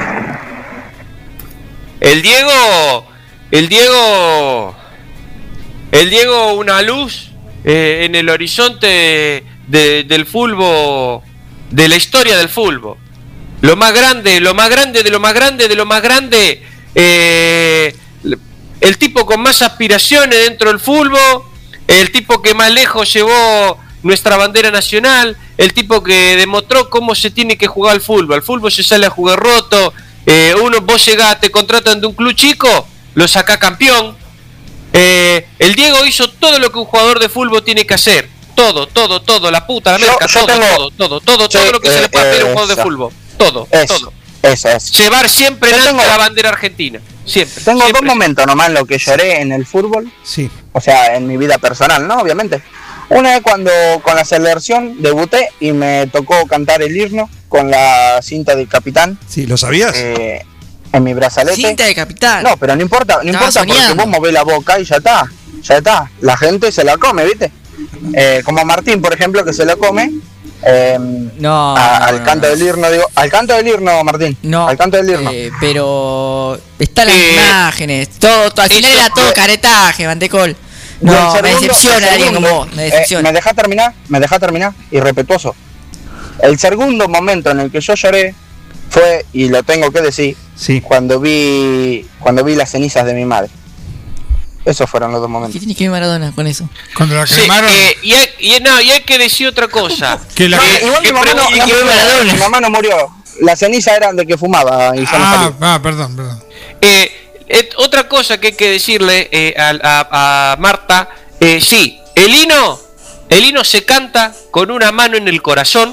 El Diego, el Diego, el Diego, una luz eh, en el horizonte de- del fútbol, de la historia del fútbol. Lo más grande, lo más grande, de lo más grande, de lo más grande. Eh, el tipo con más aspiraciones dentro del fútbol, el tipo que más lejos llevó nuestra bandera nacional, el tipo que demostró cómo se tiene que jugar al fútbol. Al fútbol se sale a jugar roto. Eh, uno, vos llegás, te contratan de un club chico, lo sacás campeón. Eh, el Diego hizo todo lo que un jugador de fútbol tiene que hacer. Todo, todo, todo, la puta, la Yo- merca, yo todo, tengo- todo, todo, todo, Sí, todo lo que se eh, le puede pedir a un eh, jugador de eso. fútbol. Todo, Eso, todo. eso es. Llevar siempre en Yo alto tengo- la bandera argentina. Siempre. Tengo siempre. dos momentos nomás en los que lloré en el fútbol. Sí. O sea, en mi vida personal, ¿no? Obviamente. Una vez cuando con la selección debuté y me tocó cantar el himno con la cinta del capitán. Sí, ¿lo sabías? Eh, en mi brazalete. Cinta de capitán. No, pero no importa, no Estaba importa porque soñando. vos movés la boca y ya está. Ya está. La gente se la come, ¿viste? Eh, como Martín, por ejemplo, que se la come. eh, No, a- no, al no, canto no. del himno, digo. Al canto del himno, Martín. No, Al canto del himno. eh, pero están las Eh, imágenes, todo, todo al final eso, era todo eh, caretaje, Mantecol. Y el No, me segundo- decepciona el alguien segundo, como vos, me eh, decepciona. ¿Me deja terminar? ¿Me deja terminar? Irrespetuoso. El segundo momento en el que yo lloré fue, y lo tengo que decir, sí. cuando vi cuando vi las cenizas de mi madre. Esos fueron los dos momentos. ¿Qué tiene que ver Maradona con eso? Cuando la Sí, cremaron. eh, y, hay, y, no, y hay que decir otra cosa. Que la- No, Eh, igual que mi mamá, no, pre- no que murió, Maradona- mi mamá no murió. Las cenizas eran de que fumaba y yo no Ah, sabía. ah, perdón, perdón. Eh, et- otra cosa que hay que decirle eh, a, a- a Marta, eh, sí, el himno, el himno se canta con una mano en el corazón,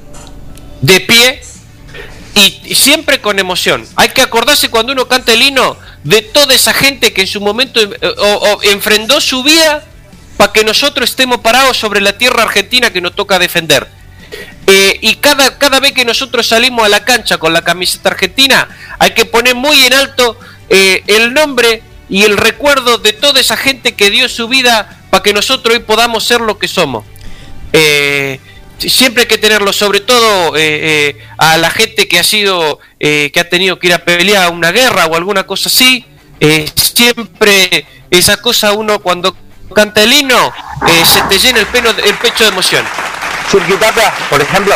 de pie y, y siempre con emoción. Hay que acordarse cuando uno canta el himno de toda esa gente que en su momento eh, o- o enfrentó su vida para que nosotros estemos parados sobre la tierra argentina que nos toca defender. Eh, y cada, cada vez que nosotros salimos a la cancha con la camiseta argentina, hay que poner muy en alto eh, el nombre y el recuerdo de toda esa gente que dio su vida para que nosotros hoy podamos ser lo que somos. Eh, siempre hay que tenerlo, sobre todo eh, eh, a la gente que ha sido, eh, que ha tenido que ir a pelear una guerra o alguna cosa así. Eh, siempre esa cosa, uno cuando canta el himno, eh, se te llena el, pelo, el pecho de emoción. Churquitapia, por ejemplo.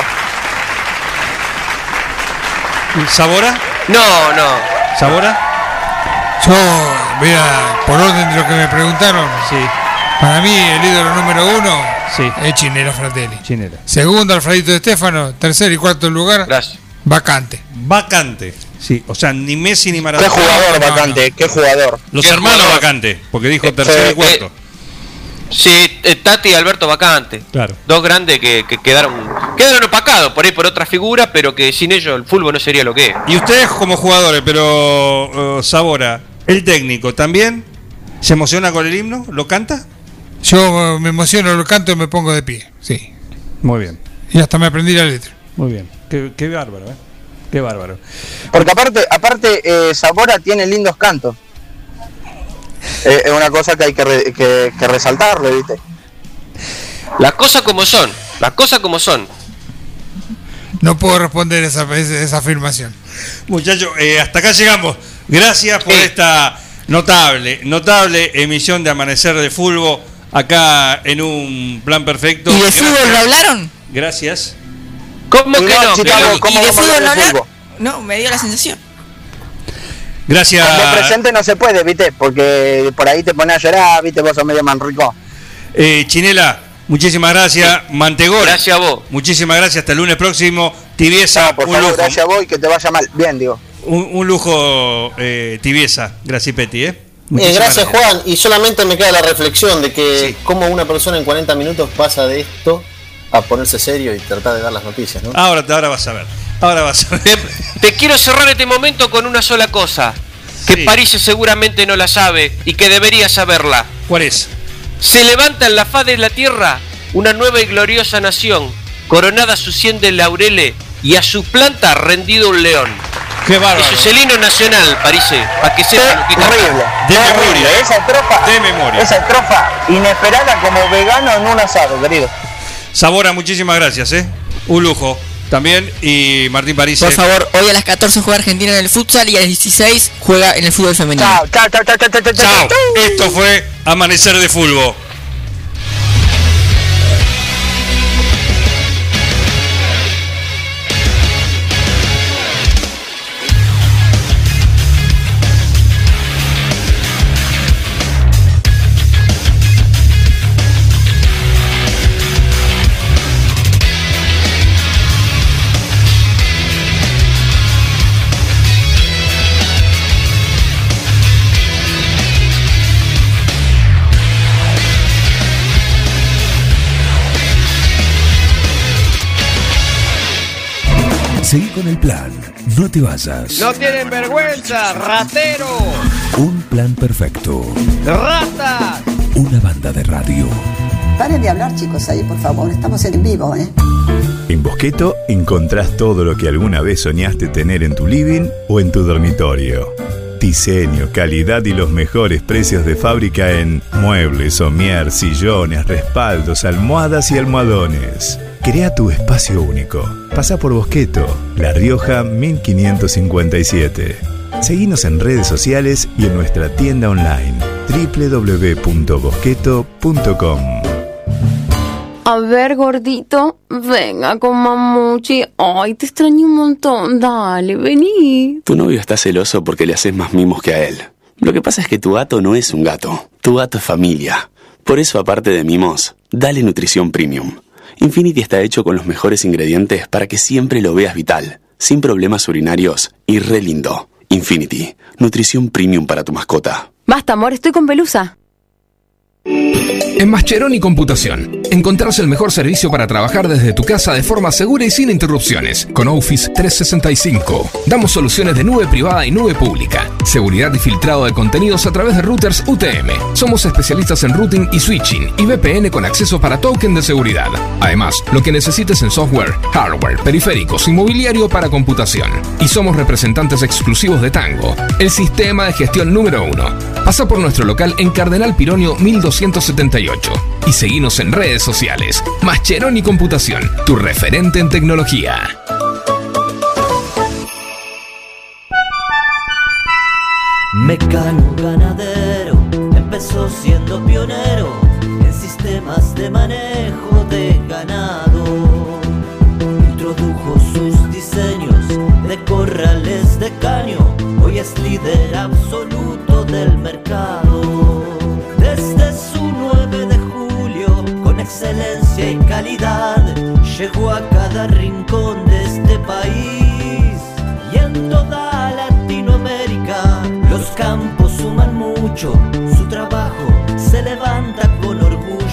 ¿Sabora? No, no. ¿Sabora? Yo, voy a, por orden de lo que me preguntaron, sí. Para mí el ídolo número uno sí. es Chinelo Fratelli. Chinelo. Segundo, Alfredito de Stefano. Tercer y cuarto lugar, Gracias. vacante. Vacante. Sí, o sea, ni Messi ni Maradona. Qué jugador No, no, vacante, qué jugador. Los Qué hermanos jugador. vacante, porque dijo Eh, tercero eh, y cuarto. Sí, eh, Tati y Alberto Bacante. Claro. Dos grandes que, que quedaron quedaron opacados por ahí por otras figuras, pero que sin ellos el fútbol no sería lo que es. Y ustedes como jugadores, pero uh, Sabora, el técnico, ¿también se emociona con el himno? ¿Lo canta? Yo me emociono, lo canto y me pongo de pie, sí. Muy bien. Y hasta me aprendí la letra. Muy bien. Qué, qué bárbaro, ¿eh? Qué bárbaro. Porque aparte, aparte eh, Sabora tiene lindos cantos. Eh, es una cosa que hay que, re, que, que resaltarlo, ¿viste? Las cosas como son, las cosas como son. No puedo responder esa, esa afirmación. Muchachos, eh, hasta acá llegamos. Gracias por esta notable, notable emisión de Amanecer de Fútbol acá en un plan perfecto. ¿Y de Gracias. fútbol no hablaron? Gracias. ¿Cómo que no? Chicago, ¿Y ¿cómo de vamos a fútbol no hablar de hablaron? fútbol? No, me dio la sensación. Gracias. En el presente no se puede, ¿viste? Porque por ahí te pones a llorar, ¿viste? Vos sos medio manrico. Eh, Chinela, muchísimas gracias. Mantegol. Gracias a vos. Muchísimas gracias. Hasta el lunes próximo. Tibieza, No, por un favor, lujo. gracias a vos y que te vaya mal. Bien, digo. Un, un lujo, eh, Tibieza. Gracias, Peti, ¿eh? Eh, Muchísimas gracias, Juan. Y solamente me queda la reflexión de que sí. Cómo una persona en cuarenta minutos pasa de esto a ponerse serio y tratar de dar las noticias, ¿no? Ahora, ahora vas a ver. Ahora vas a ver. Te, te quiero cerrar este momento con una sola cosa. Que Sí. París seguramente no la sabe y que debería saberla. ¿Cuál es? Se levanta en la faz de la tierra una nueva y gloriosa nación, coronada su cien de laureles y a su planta rendido un león. Qué bárbaro. Eso es el himno nacional, París, para que sepan lo que canta. Horrible. De Horrible. memoria. Esa estrofa, De memoria. esa estrofa inesperada como vegano en un asado, querido. Sabora, muchísimas gracias, ¿eh? Un lujo. También, y Martín París. Por favor, hoy a las catorce juega Argentina en el futsal y a las dieciséis juega en el fútbol femenino. Chao, chao, chao, chao, chao, chao, chao. Chao. Esto fue Amanecer de Fútbol. Seguí con el plan. No te vayas. No tienen vergüenza, ratero, Un plan perfecto. ratas. Una banda de radio. Paren de hablar, chicos, ahí, por favor. Estamos en vivo, ¿eh? En Bosqueto encontrás todo lo que alguna vez soñaste tener en tu living o en tu dormitorio. Diseño, calidad y los mejores precios de fábrica en muebles, somier, sillones, respaldos, almohadas y almohadones. Crea tu espacio único. Pasa por Bosqueto, La Rioja mil quinientos cincuenta y siete. Seguinos en redes sociales y en nuestra tienda online doble u doble u doble u punto bosqueto punto com. A ver, gordito, venga con mamuchi. Ay, te extraño un montón. Dale, vení. Tu novio está celoso porque le haces más mimos que a él. Lo que pasa es que tu gato no es un gato. Tu gato es familia. Por eso, aparte de mimos, dale nutrición premium. Infinity está hecho con los mejores ingredientes para que siempre lo veas vital, sin problemas urinarios y re lindo. Infinity, nutrición premium para tu mascota. Basta, amor, estoy con Pelusa. En Mascheroni Computación encontrás el mejor servicio para trabajar desde tu casa de forma segura y sin interrupciones. Con Office trescientos sesenta y cinco damos soluciones de nube privada y nube pública, seguridad y filtrado de contenidos a través de routers U T M. Somos especialistas en routing y switching y V P N con acceso para token de seguridad. Además, lo que necesites en software, hardware, periféricos y mobiliario para computación. Y somos representantes exclusivos de Tango, el sistema de gestión número uno. Pasa por nuestro local en Cardenal Pironio mil doscientos setenta y ocho y seguinos en redes sociales. Mascheroni Computación, tu referente en tecnología. Mecano ganadero empezó siendo pionero en sistemas de manejo de ganado. Introdujo sus diseños de corrales de caño, hoy es líder absoluto del mercado. Desde su nueve de julio, con excelencia y calidad, llegó a cada rincón de este país y en toda Latinoamérica. Los campos suman mucho, su trabajo se levanta con orgullo.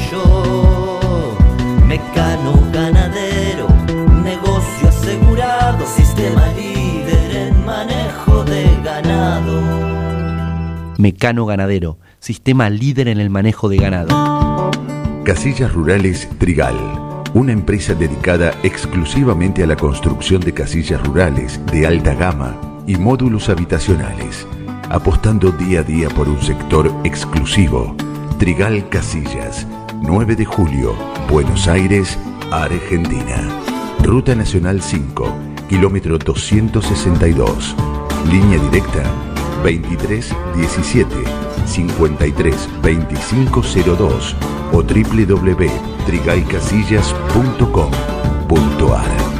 Mecano Ganadero, sistema líder en el manejo de ganado. Casillas Rurales Trigal, una empresa dedicada exclusivamente a la construcción de casillas rurales de alta gama y módulos habitacionales, apostando día a día por un sector exclusivo. Trigal Casillas, nueve de julio, Buenos Aires, Argentina. Ruta Nacional cinco, kilómetro doscientos sesenta y dos. Línea directa veintitrés diecisiete cincuenta y tres veinticinco cero dos o doble u doble u doble u punto trigal casillas punto com punto a r.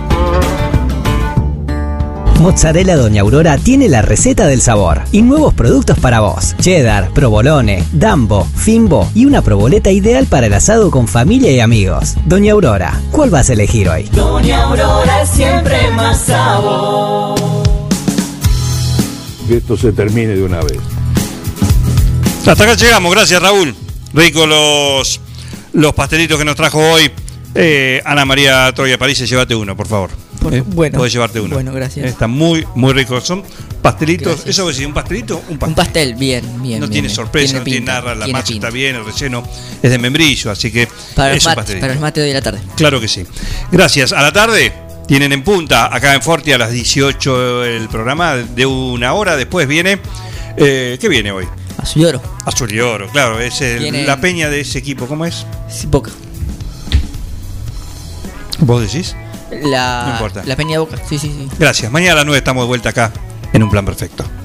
Mozzarella Doña Aurora tiene la receta del sabor y nuevos productos para vos. Cheddar, provolone, dambo, fimbo y una proboleta ideal para el asado con familia y amigos. Doña Aurora, ¿cuál vas a elegir hoy? Doña Aurora es siempre más sabor. Que esto se termine de una vez. Hasta acá llegamos, gracias Raúl. Rico los, los pastelitos que nos trajo hoy. Eh, Ana María Troya París, llévate uno, por favor. Por, eh, bueno, podés llevarte uno. Bueno, gracias. Están muy, muy ricos. Son pastelitos. Gracias. ¿Eso es decir, un pastelito? Un pastel. Un pastel, bien, bien. No bien, tiene bien. sorpresa, Tiene no tiene pinta, nada. La tiene masa pinta. está bien, el relleno es de membrillo, así que Para es los, un mat, pastelito. para los mates de hoy de la tarde. Claro que sí. Gracias. A la tarde tienen en punta, acá en Forti, a las dieciocho el programa de una hora. Después viene. Eh, ¿Qué viene hoy? Azul y Oro. Azul y Oro, claro. Es el- Viene- la peña de ese equipo. ¿Cómo es? Sí, Boca. ¿Vos decís? La, No importa. La Peña de Boca, sí, sí, sí. Gracias. Mañana a las nueve estamos de vuelta acá en Un Plan Perfecto.